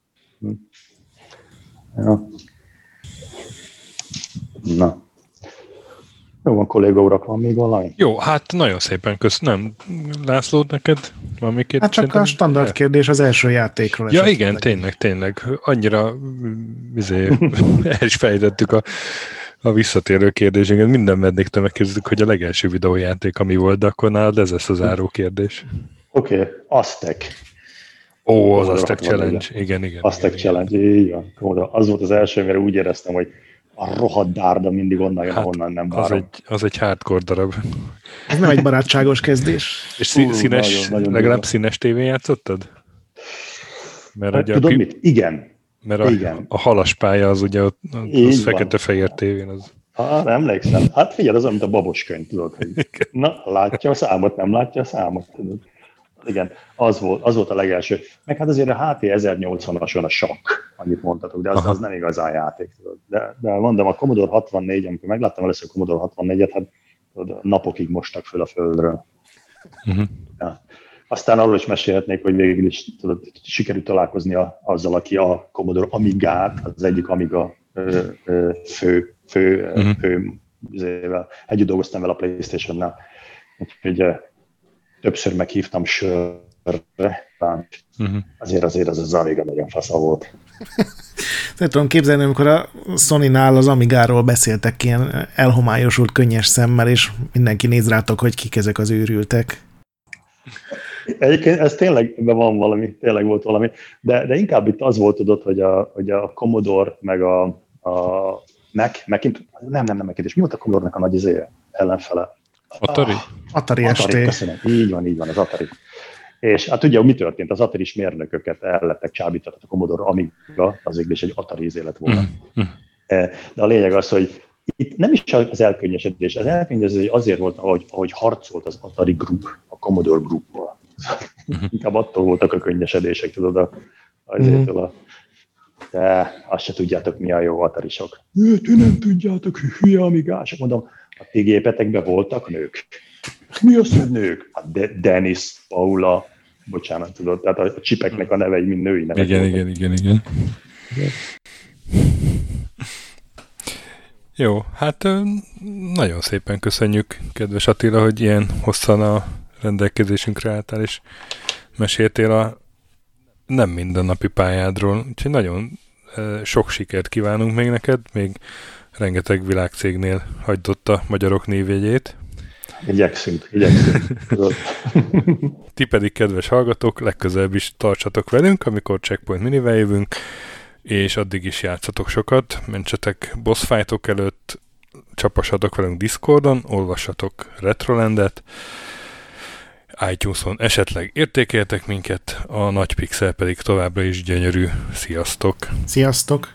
Ja. Na. Jó van, kolléga urak, van még valami? Jó, hát nagyon szépen köszönöm. László, neked van még két? Hát csak a standard kérdés az első játékról. Ja igen, tényleg. Annyira el is fejtettük a visszatérő kérdésünket. Minden mednéktől megkérdezzük, hogy a legelső videójáték, ami volt, de akkor nálad ez lesz a záró kérdés. Oké, Aztek. Az Aztek Challenge. Igen. Aztek Challenge, így van. Az volt az első, mert úgy éreztem, hogy a rohadt dárda mindig onnan jön, ahonnan nem várom. Az egy hardcore darab. Ez nem egy barátságos kezdés. És színes, nagyon legalább színes tévén játszottad? Mert hát, tudod mit? Igen. Mert igen. A halas pálya az ugye az fekete-fehér tévén. Az... Emlékszem. Hát figyelj, az, mint a babos könyv, tudod. Hogy na, látja a számot, nem látja a számot, tudod. Igen, az volt a legelső. Meg hát azért a HT 1080-ason a sakk, annyit mondhatok, de az nem igazán játék. Tudod. De mondom, a Commodore 64, amikor megláttam először a Commodore 64-et, hát tudod, napokig mostak föl a földről. Ja. Aztán arról is mesélhetnék, hogy végül is tudod, sikerült találkozni azzal, aki a Commodore Amigát, az egyik Amiga fő együtt dolgoztam vele a PlayStation-nál. Úgyhogy többször meghívtam sörre, azért az Amiga nagyon fasza volt. Nem tudom képzelni, amikor a Sony-nál az Amigáról beszéltek ilyen elhomályosult, könnyes szemmel, és mindenki néz rátok, hogy kik ezek az őrültek. Egyébként ez tényleg van valami, tényleg volt valami, de inkább itt az volt, tudod, hogy a Commodore meg a Macintosh, nem, és mi volt a Commodore-nak a nagy ellenfele? Atari ST. Köszönöm. Így van, az Atari. És hát ugye, mi történt? Az Atari-s mérnököket el lettek csábítani, a Commodore Amiga, az is egy Atari élet volt. De a lényeg az, hogy itt nem is az elkönnyesedés, azért volt, ahogy harcolt az Atari Group, a Commodore Group-val. Inkább attól voltak a könnyesedések, tudod, de azt se tudjátok, mi a jó Atarisok. Ti nem tudjátok, hülye amigások. Mondom, a ti gépetekben voltak nők. Mi az, hogy nők? Hát Dennis, Paula, bocsánat, tudod, tehát a csipeknek a nevei mind női nevek. Igen. Jó, hát nagyon szépen köszönjük, kedves Attila, hogy ilyen hosszan a rendelkezésünkre álltál, és meséltél a nem mindennapi pályádról. Úgyhogy nagyon sok sikert kívánunk még neked, még rengeteg világcégnél hagyd ott a magyarok névjegyét. Igyekszünk. Ti pedig, kedves hallgatók, legközelebb is tartsatok velünk, amikor Checkpoint Minivel jövünk, és addig is játszatok sokat, mentsetek boss fightok előtt, csapassatok velünk Discordon, olvassatok Retrolandet, iTunes-on esetleg értékeltek minket, a nagy pixel pedig továbbra is gyönyörű. Sziasztok! Sziasztok!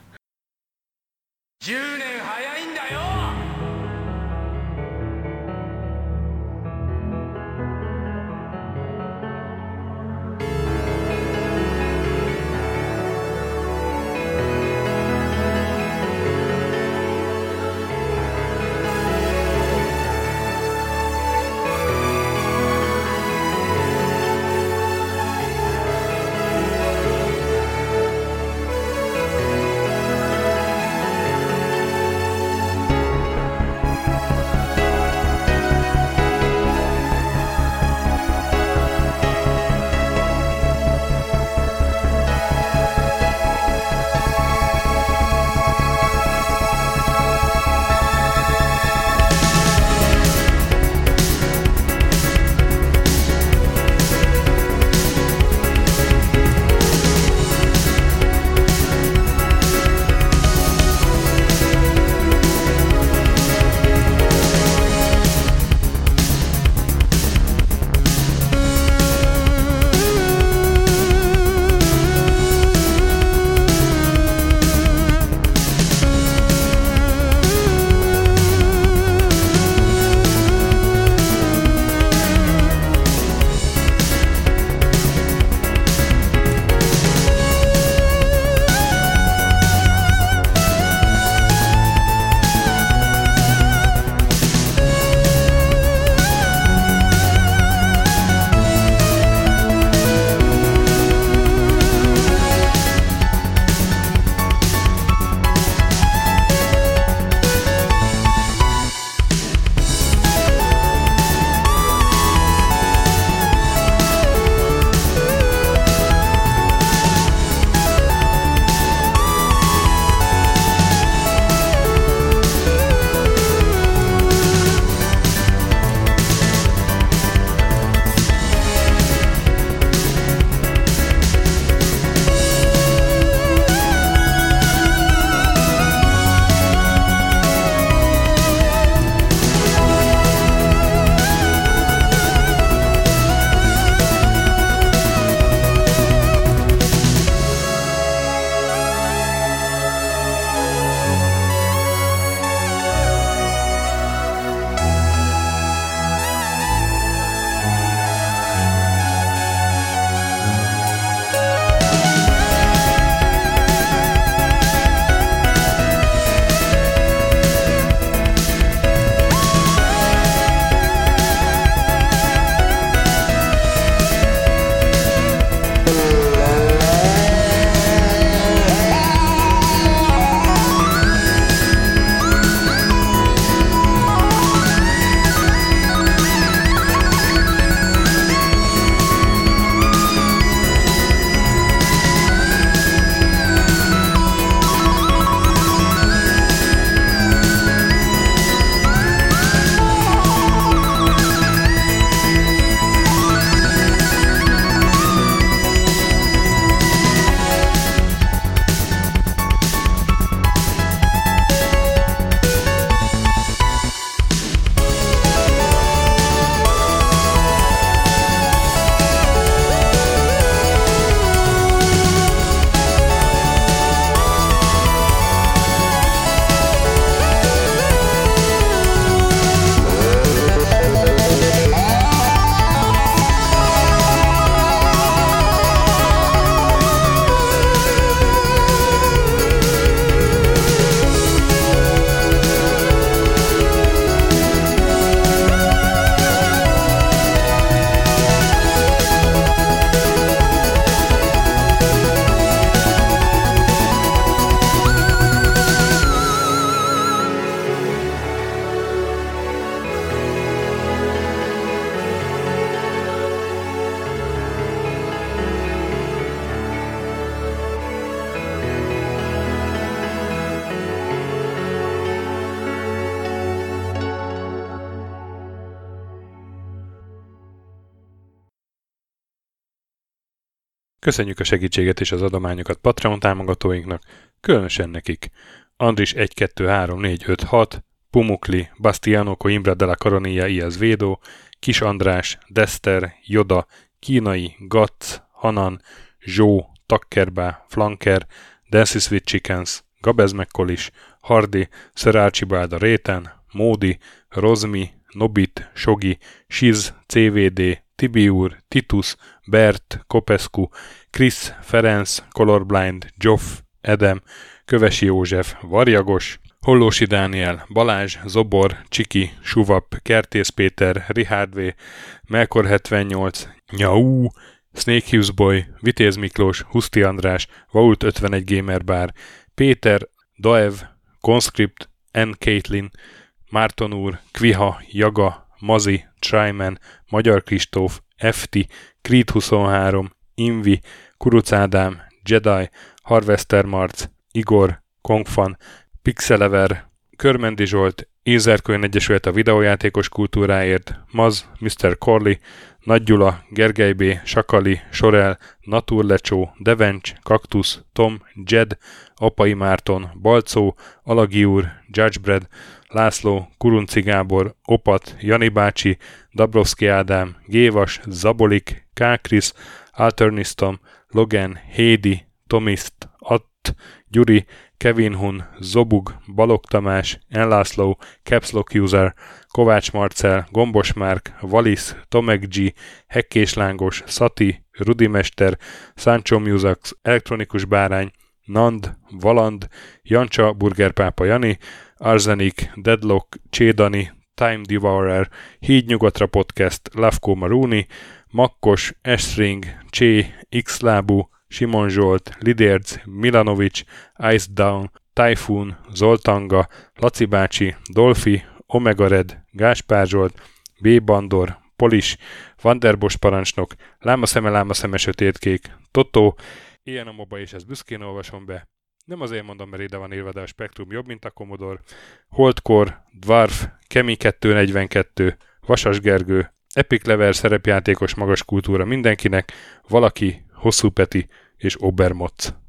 Köszönjük a segítséget és az adományokat Patreon támogatóinknak, különösen nekik. Andris 1, 2, 3, 4, 5, 6, Pumukli, Bastiano Coimbra de la Coronilla y Azvedo, Kis András, Dester, Joda, Kínai, Gatz, Hanan, Zsó, Takkerbá, Flanker, Dancy Sweet Chickens, Gabez Mekkolis, Hardy, Sir Archibald a Réten, Módi, Rozmi, Nobit, Sogi, Siz, CVD, Tibiur, Titus, Bert, Kopescu, Krisz, Ferenc, Colorblind, Joff, Edem, Kövesi József, Varjagos, Hollósi Dániel, Balázs, Zobor, Csiki, Suvap, Kertész Péter, Richard V, Melkor 78, Nyau, Snake Hughes Boy, Vitéz Miklós, Huszti András, Vault 51 Gamer Bar, Péter, Daev, Conscript, N. Caitlin, Márton úr, Kviha, Jaga, Mazi, Tryman, Magyar Kristóf, FT, Creed 23, Invi, Kuruc Ádám, Jedi, Harvester Marc, Igor, Kongfan, Pixelever, Körmendi Zsolt, Ézerkönyv Egyesület a videójátékos kultúráért, Maz, Mr. Corley, Nagy Gyula, Gergely B., Sakali, Sorel, Naturlecsó, Devencs, Kaktusz, Tom, Jed, Apai Márton, Balcó, Alagi úr, Judgebred, László, Kurunci Gábor, Opat, Jani bácsi, Dabrowski Ádám, Gévas, Zabolik, Kákris, Alternisztom, Logan, Hédi, Tomiszt, Att, Gyuri, Kevin Hun, Zobug, Balog Tamás, Enlászló, Capslock User, Kovács Marcel, Gombos Márk, Valisz, Tomek G, Hekkés Lángos, Szati, Rudimester, Sancho Musax, Elektronikus Bárány, Nand, Valand, Jancsa, Burgerpápa Jani, Arzenik, Deadlock, Csédani, Time Devourer, Hídnyugatra Podcast, Lavko Maruni, Makkos, Esring, Csé, Xlábú, Simon Zsolt, Lidérc, Milanovic, Ice Down, Typhoon, Zoltanga, Laci bácsi, Dolfi, Omega Red, Gáspár Zsolt, B. Bandor, Polis, Vanderbos parancsnok, Lámaszeme sötétkék, Totó, ilyen a moba és ezt büszkén olvasom be. Nem azért mondom, mert ide van írva, de a Spektrum jobb, mint a Commodore. Holdcore, Dwarf, Kemi 242, Vasas Gergő, Epic Level szerepjátékos magas kultúra mindenkinek, Valaki, Hosszú Peti és Obermotz.